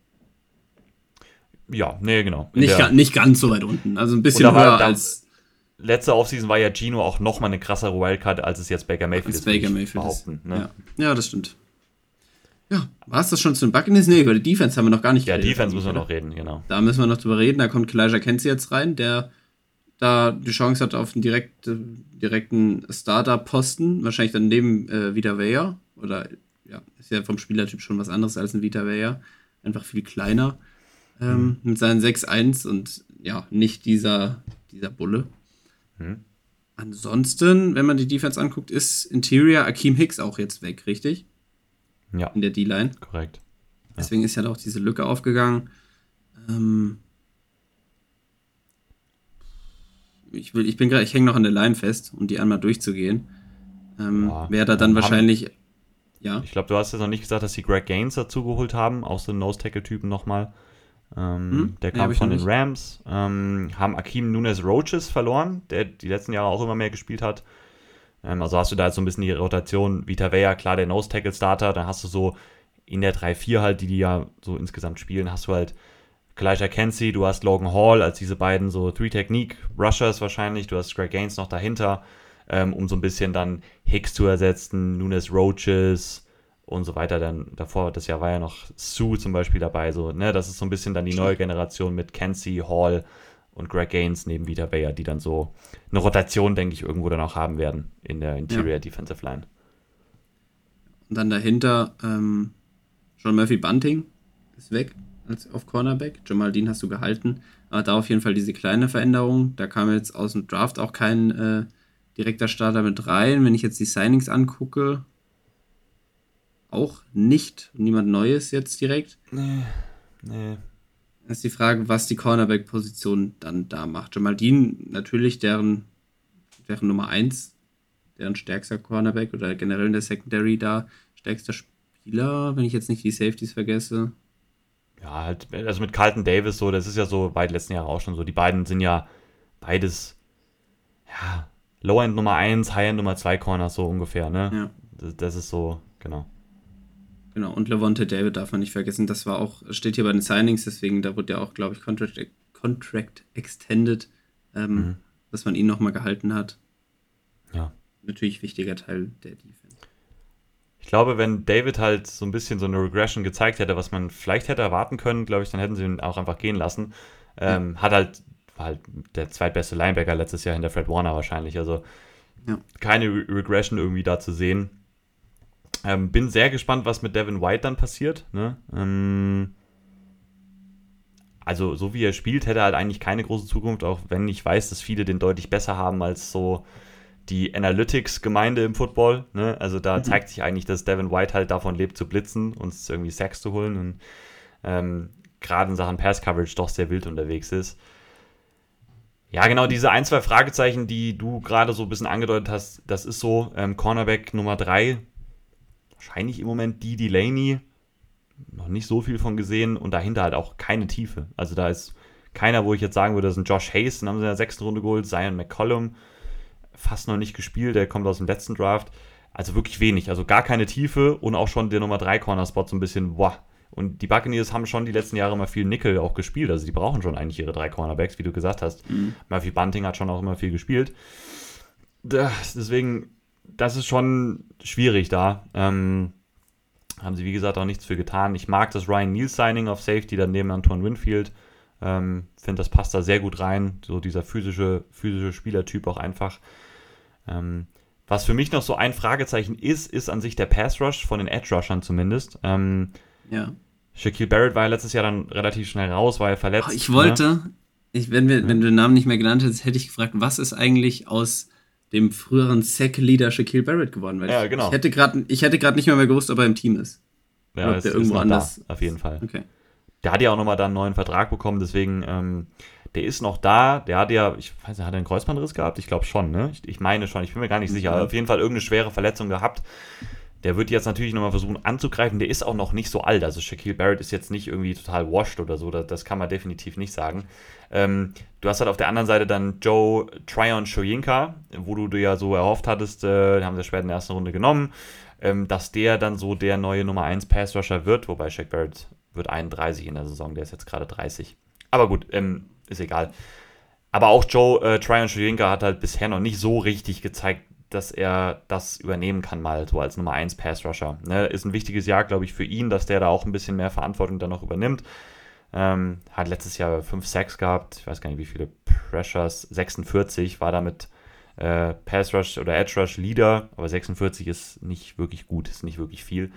Ja, nee, genau. Nicht ganz so weit unten. Also ein bisschen höher als... Letzte Offseason war ja Gino auch nochmal eine krassere Wildcard, als es jetzt Baker Mayfield ist. Baker Mayfield behaupten, ne? Ja, das stimmt. Ja, war es das schon zu den Buccaneers? Nee, über die Defense haben wir noch gar nicht geredet. Ja, Defense müssen wir noch reden, genau. Da müssen wir noch drüber reden. Da kommt Elijah Kenzie jetzt rein, der da die Chance hat auf einen direkten Starter-Posten. Wahrscheinlich dann neben Vita Vea. Oder, ja, ist ja vom Spielertyp schon was anderes als ein Vita Vea. Einfach viel kleiner. Mit seinen 6'1 und ja, nicht dieser Bulle. Ansonsten, wenn man die Defense anguckt, ist Interior Akeem Hicks auch jetzt weg, richtig? Ja. In der D-Line. Korrekt. Ja. Deswegen ist ja auch diese Lücke aufgegangen. Ich hänge noch an der Line fest, um die einmal durchzugehen. Wer da dann wahrscheinlich... Ja. Ich glaube, du hast jetzt noch nicht gesagt, dass sie Greg Gaines dazugeholt haben, auch so einen Nose-Tackle-Typen nochmal. Der kam von den Rams. Haben Akeem Nunes-Roaches verloren, der die letzten Jahre auch immer mehr gespielt hat. Also hast du da jetzt so ein bisschen die Rotation. Vita Vea, klar, der Nose-Tackle-Starter. Dann hast du so in der 3-4 halt, die ja so insgesamt spielen, hast du halt Elijah Kenzie, du hast Logan Hall als diese beiden so Three-Technique-Rushers wahrscheinlich. Du hast Greg Gaines noch dahinter, um so ein bisschen dann Hicks zu ersetzen, Nunes-Roaches und so weiter. Dann davor, das Jahr war ja noch Sue zum Beispiel dabei. So, ne? Das ist so ein bisschen dann die neue Generation mit Kenzie, Hall und Greg Gaines neben Vita Vea, die dann so eine Rotation, denke ich, irgendwo dann auch haben werden in der Interior Defensive Line. Und dann dahinter John Murphy Bunting ist weg auf Cornerback. Jamal Dean hast du gehalten. Aber da auf jeden Fall diese kleine Veränderung. Da kam jetzt aus dem Draft auch kein direkter Starter mit rein. Wenn ich jetzt die Signings angucke, auch nicht. Niemand Neues jetzt direkt. Nee. Das ist die Frage, was die Cornerback-Position dann da macht. Jamal Dean natürlich deren Nummer 1, deren stärkster Cornerback oder generell in der Secondary da stärkster Spieler, wenn ich jetzt nicht die Safeties vergesse. Ja, halt, also mit Carlton Davis so, das ist ja so weit letzten Jahre auch schon so. Die beiden sind ja beides, Low-End Nummer 1, High-End Nummer 2 Corners, so ungefähr, ne? Ja. Das ist so, genau. Genau, und Lavonte David darf man nicht vergessen, das war auch, steht hier bei den Signings, deswegen, da wurde ja auch, glaube ich, Contract extended, dass man ihn nochmal gehalten hat. Ja. Natürlich wichtiger Teil der Defense. Ich glaube, wenn David halt so ein bisschen so eine Regression gezeigt hätte, was man vielleicht hätte erwarten können, glaube ich, dann hätten sie ihn auch einfach gehen lassen. War halt der zweitbeste Linebacker letztes Jahr hinter Fred Warner wahrscheinlich, also keine Regression irgendwie da zu sehen. Bin sehr gespannt, was mit Devin White dann passiert. Ne? Also, so wie er spielt, hätte er halt eigentlich keine große Zukunft, auch wenn ich weiß, dass viele den deutlich besser haben als so die Analytics-Gemeinde im Football. Ne? Also, da zeigt sich eigentlich, dass Devin White halt davon lebt, zu blitzen und irgendwie Sacks zu holen und gerade in Sachen Pass-Coverage doch sehr wild unterwegs ist. Ja, genau, diese 1, 2 Fragezeichen, die du gerade so ein bisschen angedeutet hast, das ist so, Cornerback Nummer 3, wahrscheinlich im Moment Delaney, noch nicht so viel von gesehen und dahinter halt auch keine Tiefe. Also da ist keiner, wo ich jetzt sagen würde, das ist ein Josh Hayes, den haben sie in der 6. Runde geholt, Zion McCollum, fast noch nicht gespielt, der kommt aus dem letzten Draft. Also wirklich wenig, also gar keine Tiefe und auch schon der Nummer 3 Corner-Spot so ein bisschen, boah. Und die Buccaneers haben schon die letzten Jahre immer viel Nickel auch gespielt, also die brauchen schon eigentlich ihre 3 Cornerbacks, wie du gesagt hast. Murphy Bunting hat schon auch immer viel gespielt. Deswegen, das ist schon schwierig da. Haben sie, wie gesagt, auch nichts für getan. Ich mag das Ryan Neal-Signing auf Safety, dann neben Antoine Winfield. Finde, das passt da sehr gut rein. So dieser physische Spielertyp auch einfach. Was für mich noch so ein Fragezeichen ist an sich der Pass-Rush, von den Edge-Rushern zumindest. Shaquille Barrett war ja letztes Jahr dann relativ schnell raus, war ja verletzt. Ich wollte, wenn du den Namen nicht mehr genannt hättest, hätte ich gefragt, was ist eigentlich aus dem früheren Sack-Leader Shaquille Barrett geworden? Weil genau. Ich hätte gerade nicht mehr gewusst, ob er im Team ist. Ja, ob der irgendwo noch anders da, auf jeden Fall. Okay. Der hat ja auch nochmal da einen neuen Vertrag bekommen, deswegen, der ist noch da. Der hat ja, ich weiß nicht, hat er einen Kreuzbandriss gehabt? Ich glaube schon, ne? Ich meine schon, ich bin mir gar nicht sicher. Aber auf jeden Fall irgendeine schwere Verletzung gehabt. Der wird jetzt natürlich nochmal versuchen anzugreifen. Der ist auch noch nicht so alt. Also Shaquille Barrett ist jetzt nicht irgendwie total washed oder so. Das kann man definitiv nicht sagen. Du hast halt auf der anderen Seite dann Joe Tryon-Shoyinka, wo du dir ja so erhofft hattest, den haben sie später in der ersten Runde genommen, dass der dann so der neue Nummer 1 Pass-Rusher wird. Wobei Shaq Barrett wird 31 in der Saison. Der ist jetzt gerade 30. Aber gut, ist egal. Aber auch Joe Tryon-Shoyinka hat halt bisher noch nicht so richtig gezeigt, dass er das übernehmen kann, mal so als Nummer 1 Pass-Rusher. Ne, ist ein wichtiges Jahr, glaube ich, für ihn, dass der da auch ein bisschen mehr Verantwortung dann noch übernimmt. Hat letztes Jahr 5 Sacks gehabt, ich weiß gar nicht, wie viele Pressures, 46, war damit Pass-Rush oder Edge-Rush Leader, aber 46 ist nicht wirklich gut, ist nicht wirklich viel.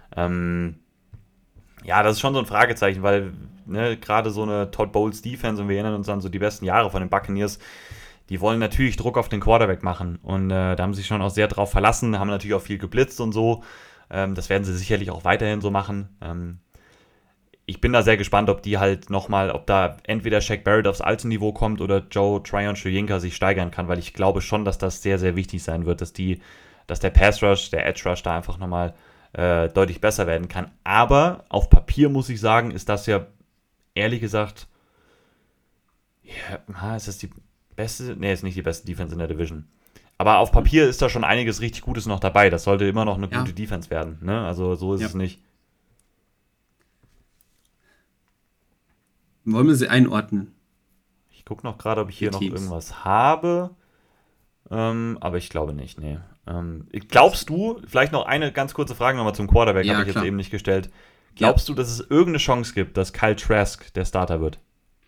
Ja, das ist schon so ein Fragezeichen, weil gerade so eine Todd Bowles Defense, und wir erinnern uns an so die besten Jahre von den Buccaneers, die wollen natürlich Druck auf den Quarterback machen und da haben sie sich schon auch sehr drauf verlassen, haben natürlich auch viel geblitzt und so. Das werden sie sicherlich auch weiterhin so machen. Ich bin da sehr gespannt, ob die halt nochmal, ob da entweder Shaq Barrett aufs alte Niveau kommt oder Joe Tryon-Shoyinka sich steigern kann, weil ich glaube schon, dass das sehr, sehr wichtig sein wird, dass der Pass Rush, der Edge Rush da einfach nochmal deutlich besser werden kann. Aber auf Papier muss ich sagen, ist das ja ehrlich gesagt, ist das die beste? Nee, ist nicht die beste Defense in der Division. Aber auf Papier ist da schon einiges richtig Gutes noch dabei. Das sollte immer noch eine gute Defense werden. Ne? Also so ist es nicht. Wollen wir sie einordnen? Ich gucke noch gerade, ob ich hier noch irgendwas habe. Aber ich glaube nicht, nee. Glaubst du, vielleicht noch eine ganz kurze Frage nochmal zum Quarterback, habe ich jetzt eben nicht gestellt. Glaubst du, dass es irgendeine Chance gibt, dass Kyle Trask der Starter wird?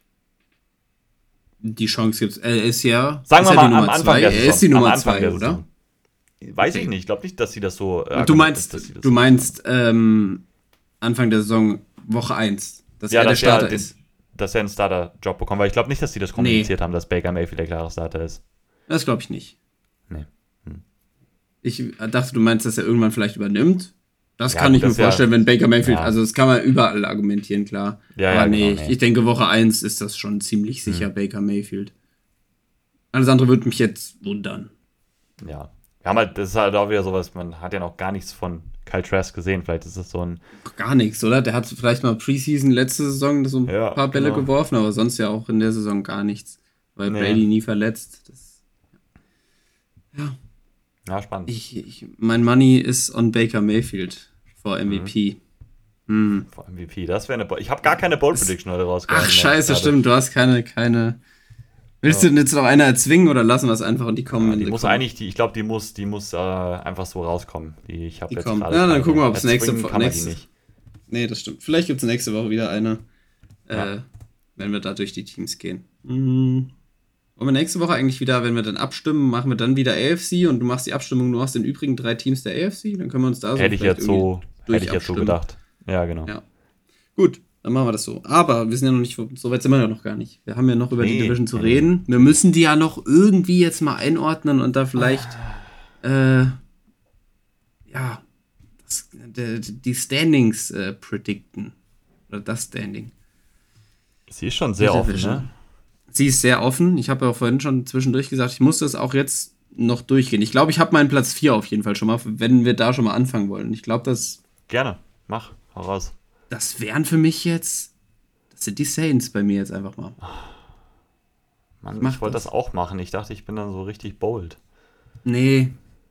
Die Chance gibt es. Er ist ja. Sagen wir mal am Anfang der Saison. Er ist die Nummer 2, oder? Weiß ich nicht. Ich glaube nicht, dass sie das so. Du meinst Anfang der Saison, Woche 1, dass er der Starter ist. Dass er einen Starter-Job bekommt, weil ich glaube nicht, dass sie das kommuniziert haben, dass Baker Mayfield der klare Starter ist. Das glaube ich nicht. Nee. Ich dachte, du meinst, dass er irgendwann vielleicht übernimmt. Das kann ich mir vorstellen, wenn Baker Mayfield, also das kann man überall argumentieren, klar. Aber nee, ich denke, Woche 1 ist das schon ziemlich sicher, Baker Mayfield. Alles andere würde mich jetzt wundern. Ja. Wir haben halt, das ist halt auch wieder sowas, man hat ja noch gar nichts von Kyle Trask gesehen, vielleicht ist das so ein... Gar nichts, oder? Der hat vielleicht mal Preseason letzte Saison so ein paar Bälle geworfen, aber sonst ja auch in der Saison gar nichts. Weil Brady nie verletzt. Ja, spannend. Mein Money ist on Baker Mayfield vor MVP. Vor MVP, das wäre eine. Ich habe gar keine Bold Prediction heute rausgehauen. Ach, scheiße, stimmt. Du hast keine. Willst du jetzt noch einer erzwingen oder lassen wir es einfach und die kommen? Die muss eigentlich, ich glaube, die muss einfach so rauskommen. Ich habe jetzt kommen. gerade. Ja, dann gucken wir, ob es nächste Woche. Nicht. Nee, das stimmt. Vielleicht gibt es nächste Woche wieder eine, wenn wir da durch die Teams gehen. Wollen wir nächste Woche eigentlich wieder, wenn wir dann abstimmen, machen wir dann wieder AFC und du machst die Abstimmung nur aus den übrigen 3 Teams der AFC? Dann können wir uns da so Hätte ich jetzt so gedacht. Ja, genau. Ja. Gut, dann machen wir das so. Aber wir sind ja noch nicht, so weit sind wir ja noch gar nicht. Wir haben ja noch über die Division zu reden. Wir müssen die ja noch irgendwie jetzt mal einordnen und da vielleicht, die Standings predikten. Oder das Standing. Sie ist schon sehr offen, ne? Sie ist sehr offen. Ich habe ja auch vorhin schon zwischendurch gesagt, ich muss das auch jetzt noch durchgehen. Ich glaube, ich habe meinen Platz 4 auf jeden Fall schon mal, wenn wir da schon mal anfangen wollen. Ich glaube, das... Gerne, mach, hau raus. Das wären für mich jetzt... Das sind die Saints bei mir jetzt einfach mal. Mann, ich wollte das auch machen. Ich dachte, ich bin dann so richtig bold. Nee.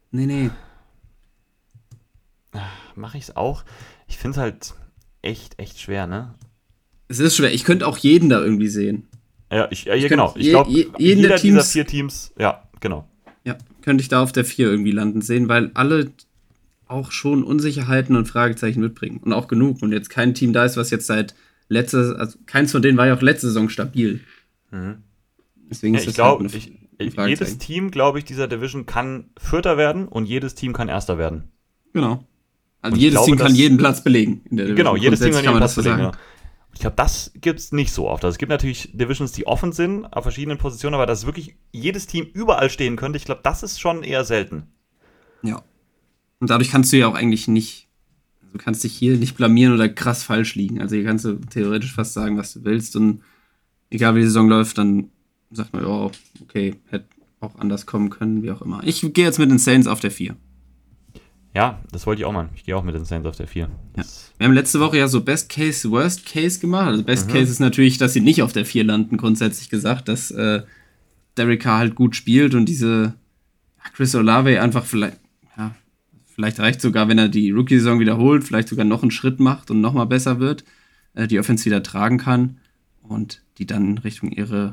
Mache ich es auch? Ich finde es halt echt schwer, ne? Es ist schwer. Ich könnte auch jeden da irgendwie sehen. Ja, genau. Ich glaube, jeder dieser 4 Teams, ja, genau. Ja, könnte ich da auf der 4 irgendwie landen sehen, weil alle auch schon Unsicherheiten und Fragezeichen mitbringen. Und auch genug. Und jetzt kein Team da ist, was jetzt also keins von denen war ja auch letzte Saison stabil. Deswegen ist ich glaube, jedes Team, glaube ich, dieser Division kann Vierter werden und jedes Team kann Erster werden. Genau. Also jedes Team kann jeden Platz belegen in der Division. Genau, jedes Team kann jeden Platz belegen, ja. Ich glaube, das gibt es nicht so oft. Also es gibt natürlich Divisions, die offen sind auf verschiedenen Positionen, aber dass wirklich jedes Team überall stehen könnte, ich glaube, das ist schon eher selten. Ja. Und dadurch kannst du ja auch eigentlich nicht, du kannst dich hier nicht blamieren oder krass falsch liegen. Also hier kannst du theoretisch fast sagen, was du willst und egal wie die Saison läuft, dann sagt man, oh, okay, hätte auch anders kommen können, wie auch immer. Ich gehe jetzt mit den Saints auf der 4. Ja, das wollte ich auch mal. Ich gehe auch mit den Saints auf der 4. Ja. Wir haben letzte Woche ja so Best Case, Worst Case gemacht. Also Best Case ist natürlich, dass sie nicht auf der 4 landen, grundsätzlich gesagt, dass Derek Carr halt gut spielt und diese Chris Olave einfach vielleicht reicht sogar, wenn er die Rookie-Saison wiederholt, vielleicht sogar noch einen Schritt macht und nochmal besser wird, die Offense wieder tragen kann und die dann Richtung ihre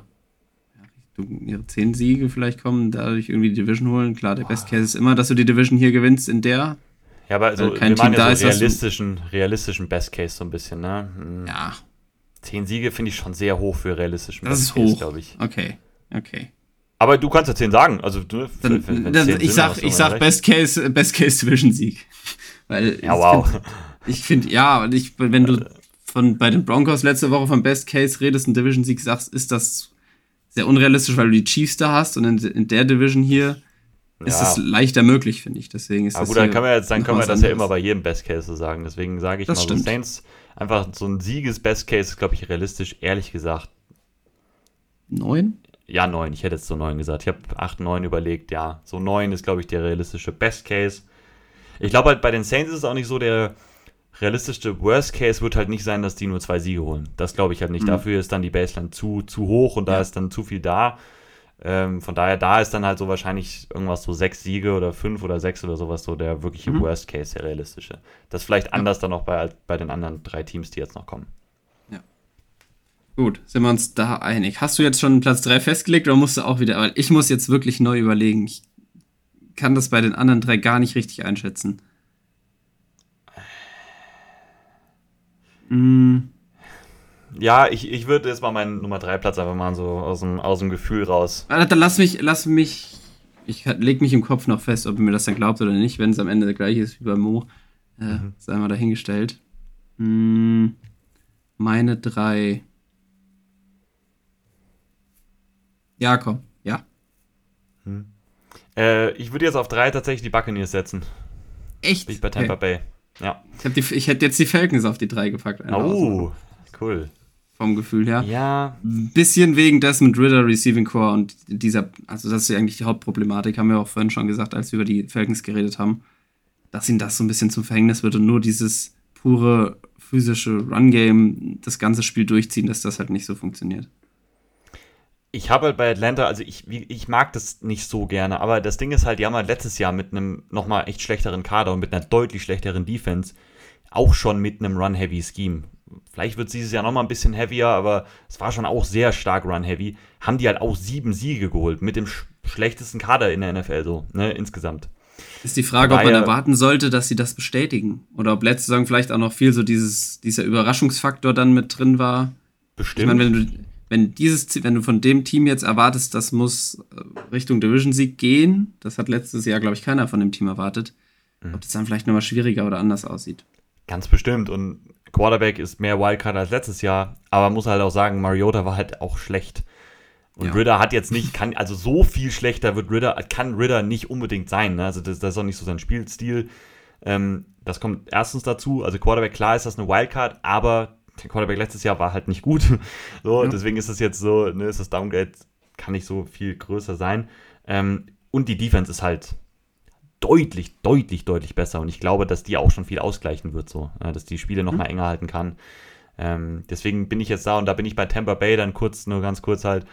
10 Siege vielleicht kommen, dadurch irgendwie die Division holen. Klar, der Best Case ist immer, dass du die Division hier gewinnst in der. Ja, aber also, wir machen ja so realistischen Best Case so ein bisschen, ne? Ja. 10 Siege finde ich schon sehr hoch für realistischen Best Case, glaube ich. Okay. Aber du kannst ja 10 sagen. Also, ich sag Best Case Division Sieg. Weil ja, wow. Ich finde, wenn du bei den Broncos letzte Woche von Best Case redest und Division Sieg sagst, ist das sehr unrealistisch, weil du die Chiefs da hast und in der Division hier ist es leichter möglich, finde ich. Deswegen ist das gut, dann können wir das ja immer bei jedem Best Case so sagen. Deswegen sage ich das mal so, Saints, einfach so ein Sieges-Best Case ist, glaube ich, realistisch, ehrlich gesagt. 9? Ja, 9. Ich hätte jetzt so 9 gesagt. Ich habe 8, 9 überlegt. Ja, so 9 ist, glaube ich, der realistische Best Case. Ich glaube halt, bei den Saints ist es auch nicht so, der realistische Worst Case wird halt nicht sein, dass die nur 2 Siege holen. Das glaube ich halt nicht. Dafür ist dann die Baseline zu hoch und da ist dann zu viel da. Von daher, da ist dann halt so wahrscheinlich irgendwas so 6 Siege oder 5 oder 6 oder sowas so der wirkliche Worst Case, der realistische. Das ist vielleicht anders dann auch bei den anderen 3 Teams, die jetzt noch kommen. Ja. Gut, sind wir uns da einig. Hast du jetzt schon Platz 3 festgelegt oder musst du auch wieder, weil ich muss jetzt wirklich neu überlegen. Ich kann das bei den anderen 3 gar nicht richtig einschätzen. Ja, ich würde jetzt mal meinen Nummer 3 Platz einfach mal so aus dem Gefühl raus. Dann lass mich, ich leg mich im Kopf noch fest, ob ihr mir das dann glaubt oder nicht, wenn es am Ende der gleiche ist wie bei Mo. Sei mal dahingestellt. Meine 3. Ja, komm, ja. Ich würde jetzt auf 3 tatsächlich die Buccaneers setzen. Echt? Bin ich bei Tampa Bay. Ja. Ich hätte jetzt die Falcons auf die 3 gepackt. Cool. Vom Gefühl her. Ja. Ein bisschen wegen Desmond Ridder, Receiving Core und also das ist ja eigentlich die Hauptproblematik, haben wir auch vorhin schon gesagt, als wir über die Falcons geredet haben, dass ihnen das so ein bisschen zum Verhängnis wird und nur dieses pure physische Run-Game das ganze Spiel durchziehen, dass das halt nicht so funktioniert. Ich habe halt bei Atlanta, also ich mag das nicht so gerne, aber das Ding ist halt, die haben halt letztes Jahr mit einem nochmal echt schlechteren Kader und mit einer deutlich schlechteren Defense auch schon mit einem Run-Heavy-Scheme. Vielleicht wird es dieses Jahr nochmal ein bisschen heavier, aber es war schon auch sehr stark Run-Heavy. Haben die halt auch 7 Siege geholt mit dem schlechtesten Kader in der NFL so, ne, insgesamt. Ist die Frage, ob man erwarten sollte, dass sie das bestätigen. Oder ob letzte Saison vielleicht auch noch viel so dieser Überraschungsfaktor dann mit drin war. Bestimmt. Ich meine, wenn du von dem Team jetzt erwartest, das muss Richtung Division-Sieg gehen, das hat letztes Jahr, glaube ich, keiner von dem Team erwartet, ob das dann vielleicht nochmal schwieriger oder anders aussieht. Ganz bestimmt. Und Quarterback ist mehr Wildcard als letztes Jahr, aber man muss halt auch sagen, Mariota war halt auch schlecht. Und ja. Ridder hat jetzt nicht, also so viel schlechter kann Ridder nicht unbedingt sein. Ne? Also das ist auch nicht so sein Spielstil. Das kommt erstens dazu. Also Quarterback, klar ist das eine Wildcard, aber der Quarterback letztes Jahr war halt nicht gut. So, ja. Deswegen ist das jetzt so, ne, ist das Downgrade, kann nicht so viel größer sein. Und die Defense ist halt deutlich, deutlich, deutlich besser. Und ich glaube, dass die auch schon viel ausgleichen wird, so, dass die Spiele noch mal enger halten kann. Deswegen bin ich jetzt da und da bin ich bei Tampa Bay dann nur ganz kurz halt.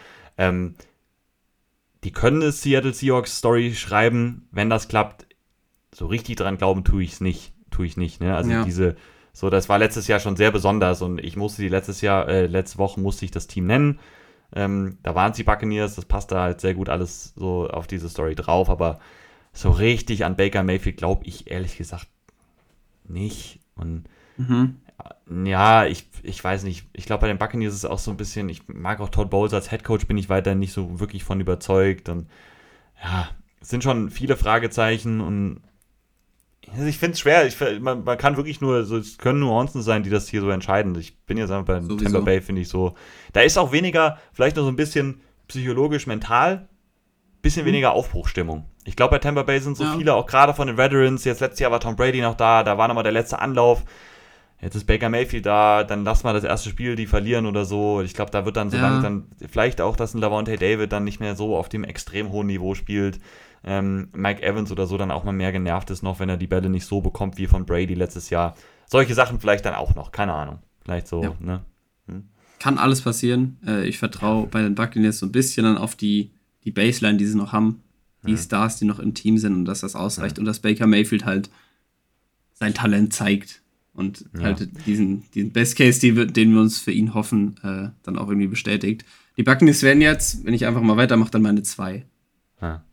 Die können eine Seattle Seahawks Story schreiben, wenn das klappt. So richtig dran glauben tue ich nicht, ne? Also das war letztes Jahr schon sehr besonders und ich musste letzte Woche musste ich das Team nennen. Da waren es die Buccaneers, das passte halt sehr gut alles so auf diese Story drauf, aber so richtig an Baker Mayfield glaube ich ehrlich gesagt nicht. Und ja, ich weiß nicht. Ich glaube, bei den Buccaneers ist es auch so ein bisschen, ich mag auch Todd Bowles als Headcoach, bin ich weiterhin nicht so wirklich von überzeugt. Und ja, es sind schon viele Fragezeichen und ich finde es schwer. Man kann wirklich nur, so, es können Nuancen sein, die das hier so entscheiden. Ich bin jetzt einfach bei Tampa Bay, finde ich so. Da ist auch weniger, vielleicht noch so ein bisschen psychologisch, mental, bisschen weniger Aufbruchstimmung. Ich glaube, bei Tampa Bay sind so viele, auch gerade von den Veterans. Jetzt letztes Jahr war Tom Brady noch da war nochmal der letzte Anlauf. Jetzt ist Baker Mayfield da, dann lass mal das erste Spiel, die verlieren oder so. Ich glaube, da wird dann dann vielleicht auch, dass ein Lavonte David dann nicht mehr so auf dem extrem hohen Niveau spielt. Mike Evans oder so dann auch mal mehr genervt ist noch, wenn er die Bälle nicht so bekommt wie von Brady letztes Jahr. Solche Sachen vielleicht dann auch noch, keine Ahnung. Vielleicht so, ne? Kann alles passieren. Ich vertraue bei den Buccaneers so ein bisschen dann auf die Baseline, die sie noch haben. Die Stars, die noch im Team sind und dass das ausreicht und dass Baker Mayfield halt sein Talent zeigt. Und halt diesen Best Case, den wir uns für ihn hoffen, dann auch irgendwie bestätigt. Die Buccaneers werden jetzt, wenn ich einfach mal weitermache, dann meine 2. Ja.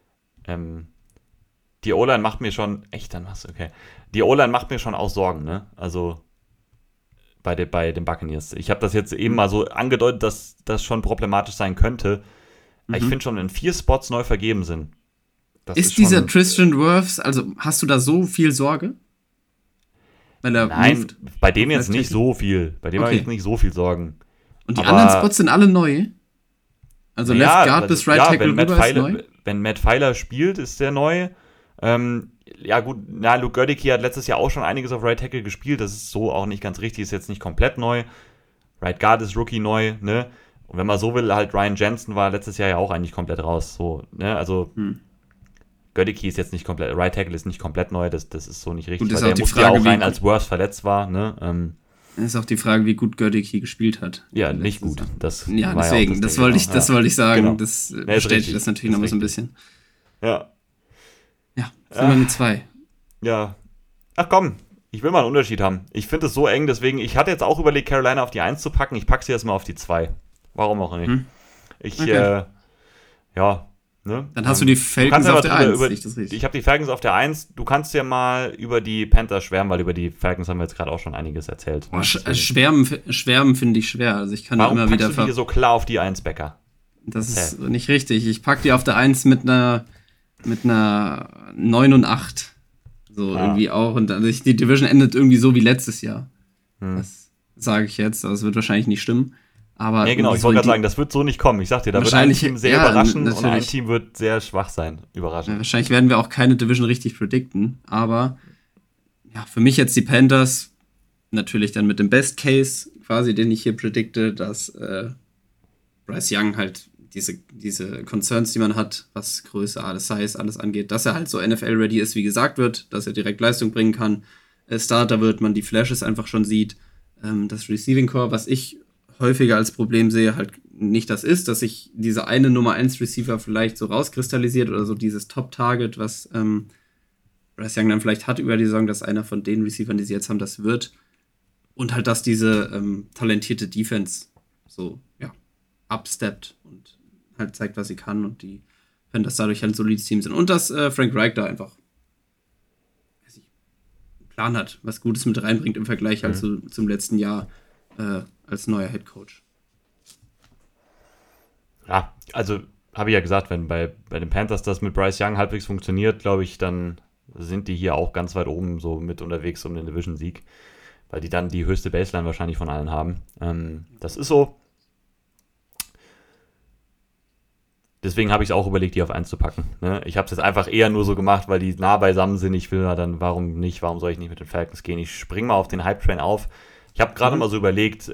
Die O-Line macht mir schon, okay. Die O-Line macht mir schon auch Sorgen, ne? Also bei den Buccaneers. Ich habe das jetzt eben mal so angedeutet, dass das schon problematisch sein könnte. Aber ich finde schon, wenn 4 Spots neu vergeben sind. Ist dieser Tristan Wirfs, also hast du da so viel Sorge? Nein, bei dem jetzt nicht so viel. Bei dem habe ich jetzt nicht so viel Sorgen. Und die anderen Spots sind alle neu? Also Left Guard bis Right Tackle rüber ist neu? Wenn Matt Feiler spielt, ist der neu. Luke Goedeke hat letztes Jahr auch schon einiges auf Right Tackle gespielt. Das ist so auch nicht ganz richtig, ist jetzt nicht komplett neu. Right Guard ist Rookie neu, ne? Und wenn man so will, halt Ryan Jensen war letztes Jahr ja auch eigentlich komplett raus. So, ne? Also Goedeke ist jetzt nicht komplett, Right Tackle ist nicht komplett neu, das ist so nicht richtig, gut, weil der musste ja auch rein, als Worst verletzt war, ne? Ist auch die Frage, wie gut Goedeke gespielt hat. Ja, nicht gut. Deswegen, ja das wollte ich sagen. Genau. Das bestätigt das natürlich nochmal so ein bisschen. Ja. Ja, sind wir eine 2. Ja. Ach komm, ich will mal einen Unterschied haben. Ich finde es so eng, deswegen, ich hatte jetzt auch überlegt, Carolina auf die 1 zu packen, ich packe sie jetzt mal auf die 2. Warum auch nicht? Ne? Dann hast du die Falcons auf der 1. Ich habe die Falcons auf der 1. Du kannst ja mal über die Panthers schwärmen, weil über die Falcons haben wir jetzt gerade auch schon einiges erzählt. Schwärmen finde ich schwer. Also ich kann immer wieder. Warum packst du die so klar auf die 1, Becker? Das ist nicht richtig. Ich packe die auf der 1 mit einer 9 und 8. So irgendwie auch. Und die Division endet irgendwie so wie letztes Jahr. Das sage ich jetzt. Das wird wahrscheinlich nicht stimmen. Aber ja, genau, ich wollte gerade sagen, das wird so nicht kommen. Ich sag dir, da wird ein Team sehr überraschen und ein Team wird sehr schwach sein. Überraschend. Wahrscheinlich werden wir auch keine Division richtig predikten, aber ja, für mich jetzt die Panthers natürlich dann mit dem Best Case quasi, den ich hier predikte, dass Bryce Young halt diese Concerns, die man hat, was Größe, Size, alles angeht, dass er halt so NFL-ready ist, wie gesagt wird, dass er direkt Leistung bringen kann. Starter wird, man die Flashes einfach schon sieht. Das Receiving Core, was ich häufiger als Problem sehe, halt nicht das ist, dass sich dieser eine Nummer 1 Receiver vielleicht so rauskristallisiert oder so dieses Top-Target, was Bryce Young dann vielleicht hat über die Saison, dass einer von den Receivern, die sie jetzt haben, das wird. Und halt, dass diese talentierte Defense so, ja, upsteppt und halt zeigt, was sie kann und die Panthers dadurch halt ein solides Team sind. Und dass Frank Reich da einfach einen Plan hat, was Gutes mit reinbringt im Vergleich halt zum letzten Jahr als neuer Head Coach. Ja, also habe ich ja gesagt, wenn bei den Panthers das mit Bryce Young halbwegs funktioniert, glaube ich, dann sind die hier auch ganz weit oben so mit unterwegs um den Division-Sieg, weil die dann die höchste Baseline wahrscheinlich von allen haben. Das ist so. Deswegen habe ich es auch überlegt, die auf 1 zu packen. Ne? Ich habe es jetzt einfach eher nur so gemacht, weil die nah beisammen sind. Ich will ja dann, warum soll ich nicht mit den Falcons gehen? Ich springe mal auf den Hype-Train auf. Ich habe gerade mal so überlegt,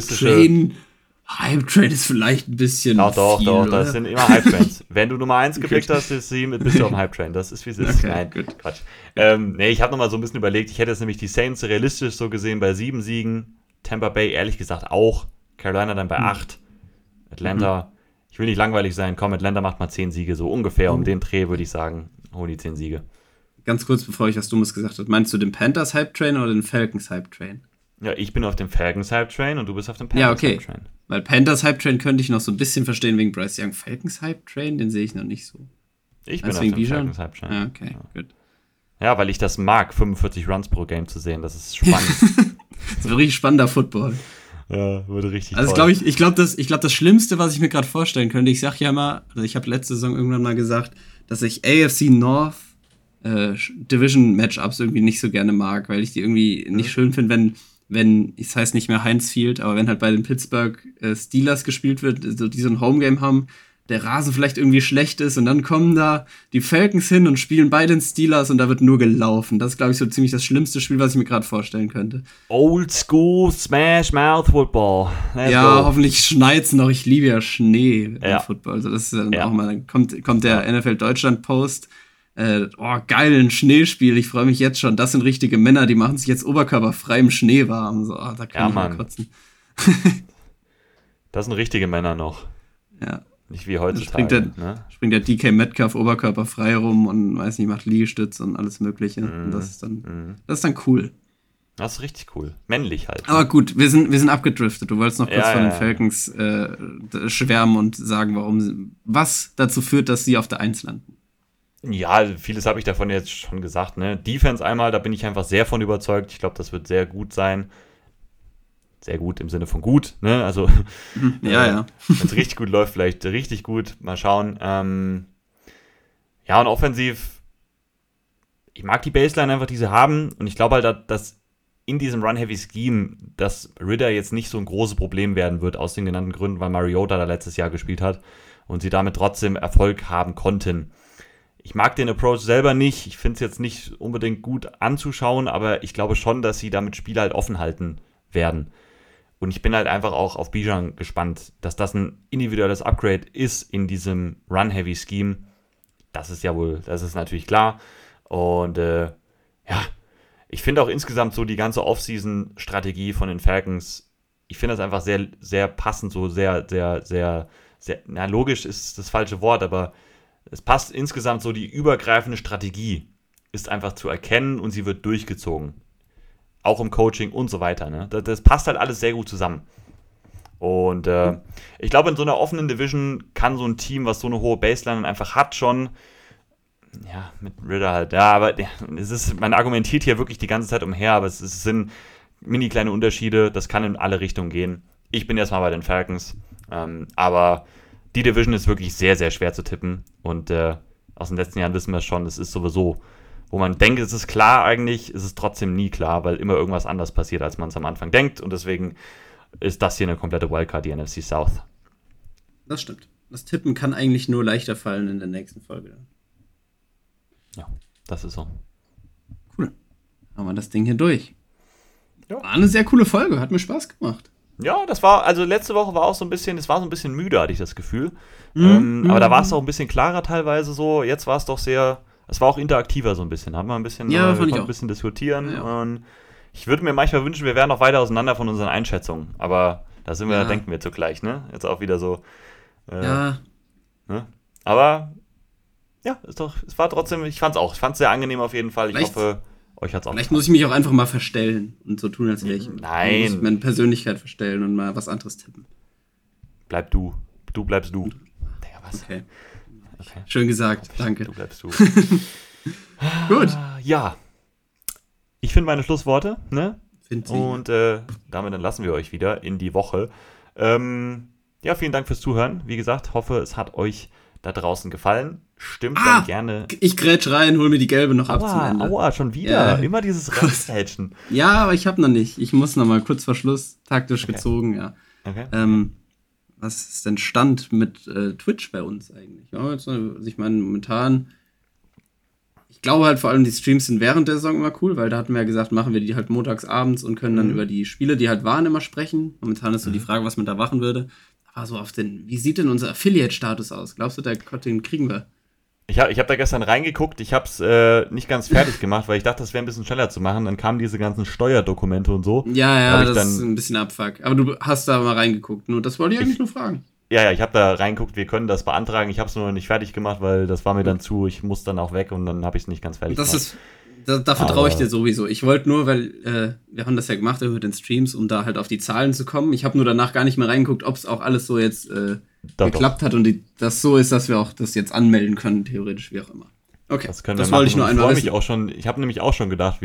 Hype-Train ist vielleicht ein bisschen Doch, viel, das sind immer Hype-Trains. Wenn du Nummer 1 gepickt hast, bist du auf dem Hype-Train. Das ist, wie es ist. Okay, Nein, gut. Quatsch. Ich habe noch mal so ein bisschen überlegt, ich hätte jetzt nämlich die Saints realistisch so gesehen bei 7 Siegen, Tampa Bay ehrlich gesagt auch, Carolina dann bei 8, Atlanta, ich will nicht langweilig sein, komm, Atlanta macht mal 10 Siege, so ungefähr um den Dreh würde ich sagen, holen die 10 Siege. Ganz kurz, bevor ich was Dummes gesagt habe, meinst du den Panthers Hype-Train oder den Falcons Hype-Train? Ja, ich bin auf dem Falcons Hype-Train und du bist auf dem Panthers Hype-Train. Weil Panthers Hype-Train könnte ich noch so ein bisschen verstehen wegen Bryce Young. Falcons Hype-Train, den sehe ich noch nicht so. Ich bin auf dem Falcons Hype-Train. Ja, okay, gut. Ja, weil ich das mag, 45 Runs pro Game zu sehen. Das ist spannend. Das ist ein richtig spannender Football. Ja, würde richtig Also ich glaube, das Schlimmste, was ich mir gerade vorstellen könnte, ich sag ja mal, also ich habe letzte Saison irgendwann mal gesagt, dass ich AFC North Division-Matchups irgendwie nicht so gerne mag, weil ich die irgendwie nicht schön finde, wenn, es heißt nicht mehr Heinz Field, aber wenn halt bei den Pittsburgh Steelers gespielt wird, also die so ein Homegame haben, der Rasen vielleicht irgendwie schlecht ist und dann kommen da die Falcons hin und spielen bei den Steelers und da wird nur gelaufen. Das ist, glaube ich, so ziemlich das schlimmste Spiel, was ich mir gerade vorstellen könnte. Old School Smash Mouth Football. Let's go. Hoffentlich schneit's noch. Ich liebe ja Schnee im Football. Also das ist dann auch mal, dann kommt der NFL Deutschland Post. Geil, ein Schneespiel, ich freue mich jetzt schon. Das sind richtige Männer, die machen sich jetzt oberkörperfrei im Schnee warm. So, da kann ich mal kotzen. Das sind richtige Männer noch. Ja. Nicht wie heutzutage. Springt der DK Metcalf oberkörperfrei rum und weiß nicht, macht Liegestütz und alles Mögliche. Und das ist dann cool. Das ist richtig cool. Männlich halt. Aber gut, wir sind abgedriftet. Du wolltest noch kurz von den Falcons schwärmen und sagen, was dazu führt, dass sie auf der 1 landen. Ja, vieles habe ich davon jetzt schon gesagt. Ne? Defense einmal, da bin ich einfach sehr von überzeugt. Ich glaube, das wird sehr gut sein. Sehr gut im Sinne von gut. Ne? Also, wenn es richtig gut läuft, vielleicht richtig gut. Mal schauen. Und offensiv, ich mag die Baseline einfach, die sie haben. Und ich glaube halt, dass in diesem Run-Heavy-Scheme, dass Ridder jetzt nicht so ein großes Problem werden wird, aus den genannten Gründen, weil Mariota da letztes Jahr gespielt hat und sie damit trotzdem Erfolg haben konnten. Ich mag den Approach selber nicht. Ich finde es jetzt nicht unbedingt gut anzuschauen, aber ich glaube schon, dass sie damit Spiele halt offen halten werden. Und ich bin halt einfach auch auf Bijan gespannt, dass das ein individuelles Upgrade ist in diesem Run-Heavy-Scheme. Das ist natürlich klar. Und ich finde auch insgesamt so die ganze Off-Season-Strategie von den Falcons, ich finde das einfach sehr, sehr passend, so sehr, sehr, sehr, sehr, logisch ist das falsche Wort, aber es passt insgesamt so, die übergreifende Strategie ist einfach zu erkennen und sie wird durchgezogen. Auch im Coaching und so weiter. Ne? Das passt halt alles sehr gut zusammen. Und ich glaube, in so einer offenen Division kann so ein Team, was so eine hohe Baseline einfach hat, schon, mit Ridder halt, aber man argumentiert hier wirklich die ganze Zeit umher, aber es sind mini kleine Unterschiede, das kann in alle Richtungen gehen. Ich bin erstmal bei den Falcons, aber die Division ist wirklich sehr, sehr schwer zu tippen und aus den letzten Jahren wissen wir schon, es ist sowieso, wo man denkt, es ist klar eigentlich, ist es trotzdem nie klar, weil immer irgendwas anders passiert, als man es am Anfang denkt und deswegen ist das hier eine komplette Wildcard, die NFC South. Das stimmt. Das Tippen kann eigentlich nur leichter fallen in der nächsten Folge. Ja, das ist so. Cool. Haben wir das Ding hier durch. Ja. War eine sehr coole Folge, hat mir Spaß gemacht. Ja, letzte Woche war auch so ein bisschen, es war so ein bisschen müde, hatte ich das Gefühl. Aber da war es auch ein bisschen klarer teilweise so. Jetzt war es doch es war auch interaktiver so ein bisschen. Haben wir ein bisschen, wir konnten ein bisschen diskutieren. Ja. Und ich würde mir manchmal wünschen, wir wären noch weiter auseinander von unseren Einschätzungen. Aber Da sind wir, Ja. denken wir zugleich, ne? Jetzt auch wieder so. Ja, Ne? Aber ja, es war trotzdem, ich fand's sehr angenehm auf jeden Fall. Ich Vielleicht- hoffe, euch hat's auch vielleicht muss ich mich auch einfach mal verstellen und so tun, als wäre ich. Nein. Dann muss ich meine Persönlichkeit verstellen und mal was anderes tippen. Bleib du. Du bleibst du. Digga, was? Okay. Okay. Schön gesagt, danke. Du bleibst du. Gut. Ja. Ich finde meine Schlussworte, ne? Find sie. Und damit entlassen wir euch wieder in die Woche. Ja, vielen Dank fürs Zuhören. Wie gesagt, hoffe, es hat euch da draußen gefallen. Stimmt dann gerne. Ich grätsch rein, hol mir die gelbe noch ab zum Ende. Aua, schon wieder. Ja. Immer dieses Reinstätschen. Ja, aber ich habe noch nicht. Ich muss noch mal kurz vor Schluss, taktisch gezogen, ja. Okay. Was ist denn Stand mit Twitch bei uns eigentlich? Ja, jetzt, also ich meine, momentan, ich glaube halt vor allem, die Streams sind während der Saison immer cool, weil da hatten wir ja gesagt, machen wir die halt montags abends und können dann über die Spiele, die halt waren, immer sprechen. Momentan ist so die Frage, was man da machen würde. Aber so wie sieht denn unser Affiliate-Status aus? Glaubst du, den kriegen wir? Ich hab da gestern reingeguckt, ich hab's nicht ganz fertig gemacht, weil ich dachte, das wäre ein bisschen schneller zu machen. Dann kamen diese ganzen Steuerdokumente und so. Ja, Hab ich das dann- ist ein bisschen Abfuck. Aber du hast da mal reingeguckt. Nur das wollte ich eigentlich nur fragen. Ja, ich habe da reingeguckt, wir können das beantragen. Ich habe es nur noch nicht fertig gemacht, weil das war mir dann zu. Ich muss dann auch weg und dann habe ich es nicht ganz fertig Das gemacht. ist, da vertraue ich Aber- dir sowieso. Ich wollte nur, weil wir haben das ja gemacht über den Streams, um da halt auf die Zahlen zu kommen. Ich habe nur danach gar nicht mehr reingeguckt, ob es auch alles so jetzt geklappt hat und das so ist, dass wir auch das jetzt anmelden können, theoretisch, wie auch immer. Okay, Das können das wir machen. wollte ich nur Und einmal freu wissen. mich auch schon. Ich habe nämlich auch schon gedacht,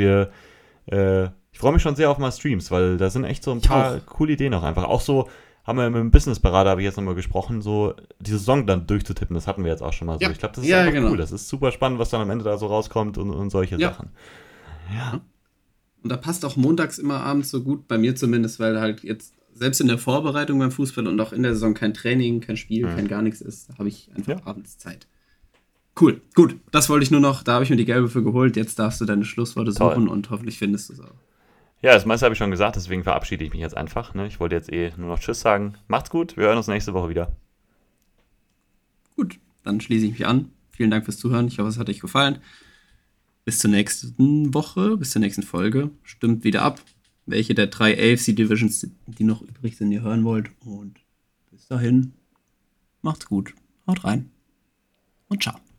ich freue mich schon sehr auf mal Streams, weil da sind echt so ein Ich paar coole Ideen auch einfach. Auch so haben wir mit dem Businessberater, habe ich jetzt nochmal gesprochen, so diese Saison dann durchzutippen. Das hatten wir jetzt auch schon mal so. Ja. Ich glaube, das ist Ja, einfach genau. cool. Das ist super spannend, was dann am Ende da so rauskommt und solche Ja. Sachen. Ja. Und da passt auch montags immer abends so gut, bei mir zumindest, weil halt jetzt selbst in der Vorbereitung beim Fußball und auch in der Saison kein Training, kein Spiel, kein gar nichts ist, da habe ich einfach abends Zeit. Cool, gut, das wollte ich nur noch, da habe ich mir die gelbe für geholt, jetzt darfst du deine Schlussworte Toll. suchen und hoffentlich findest du es auch. Ja, das meiste habe ich schon gesagt, deswegen verabschiede ich mich jetzt einfach. Ne? Ich wollte jetzt nur noch Tschüss sagen. Macht's gut, wir hören uns nächste Woche wieder. Gut, dann schließe ich mich an. Vielen Dank fürs Zuhören, ich hoffe, es hat euch gefallen. Bis zur nächsten Woche, bis zur nächsten Folge. Stimmt wieder ab, welche der 3 AFC-Divisions, die noch übrig sind, ihr hören wollt. Und bis dahin, macht's gut, haut rein und ciao.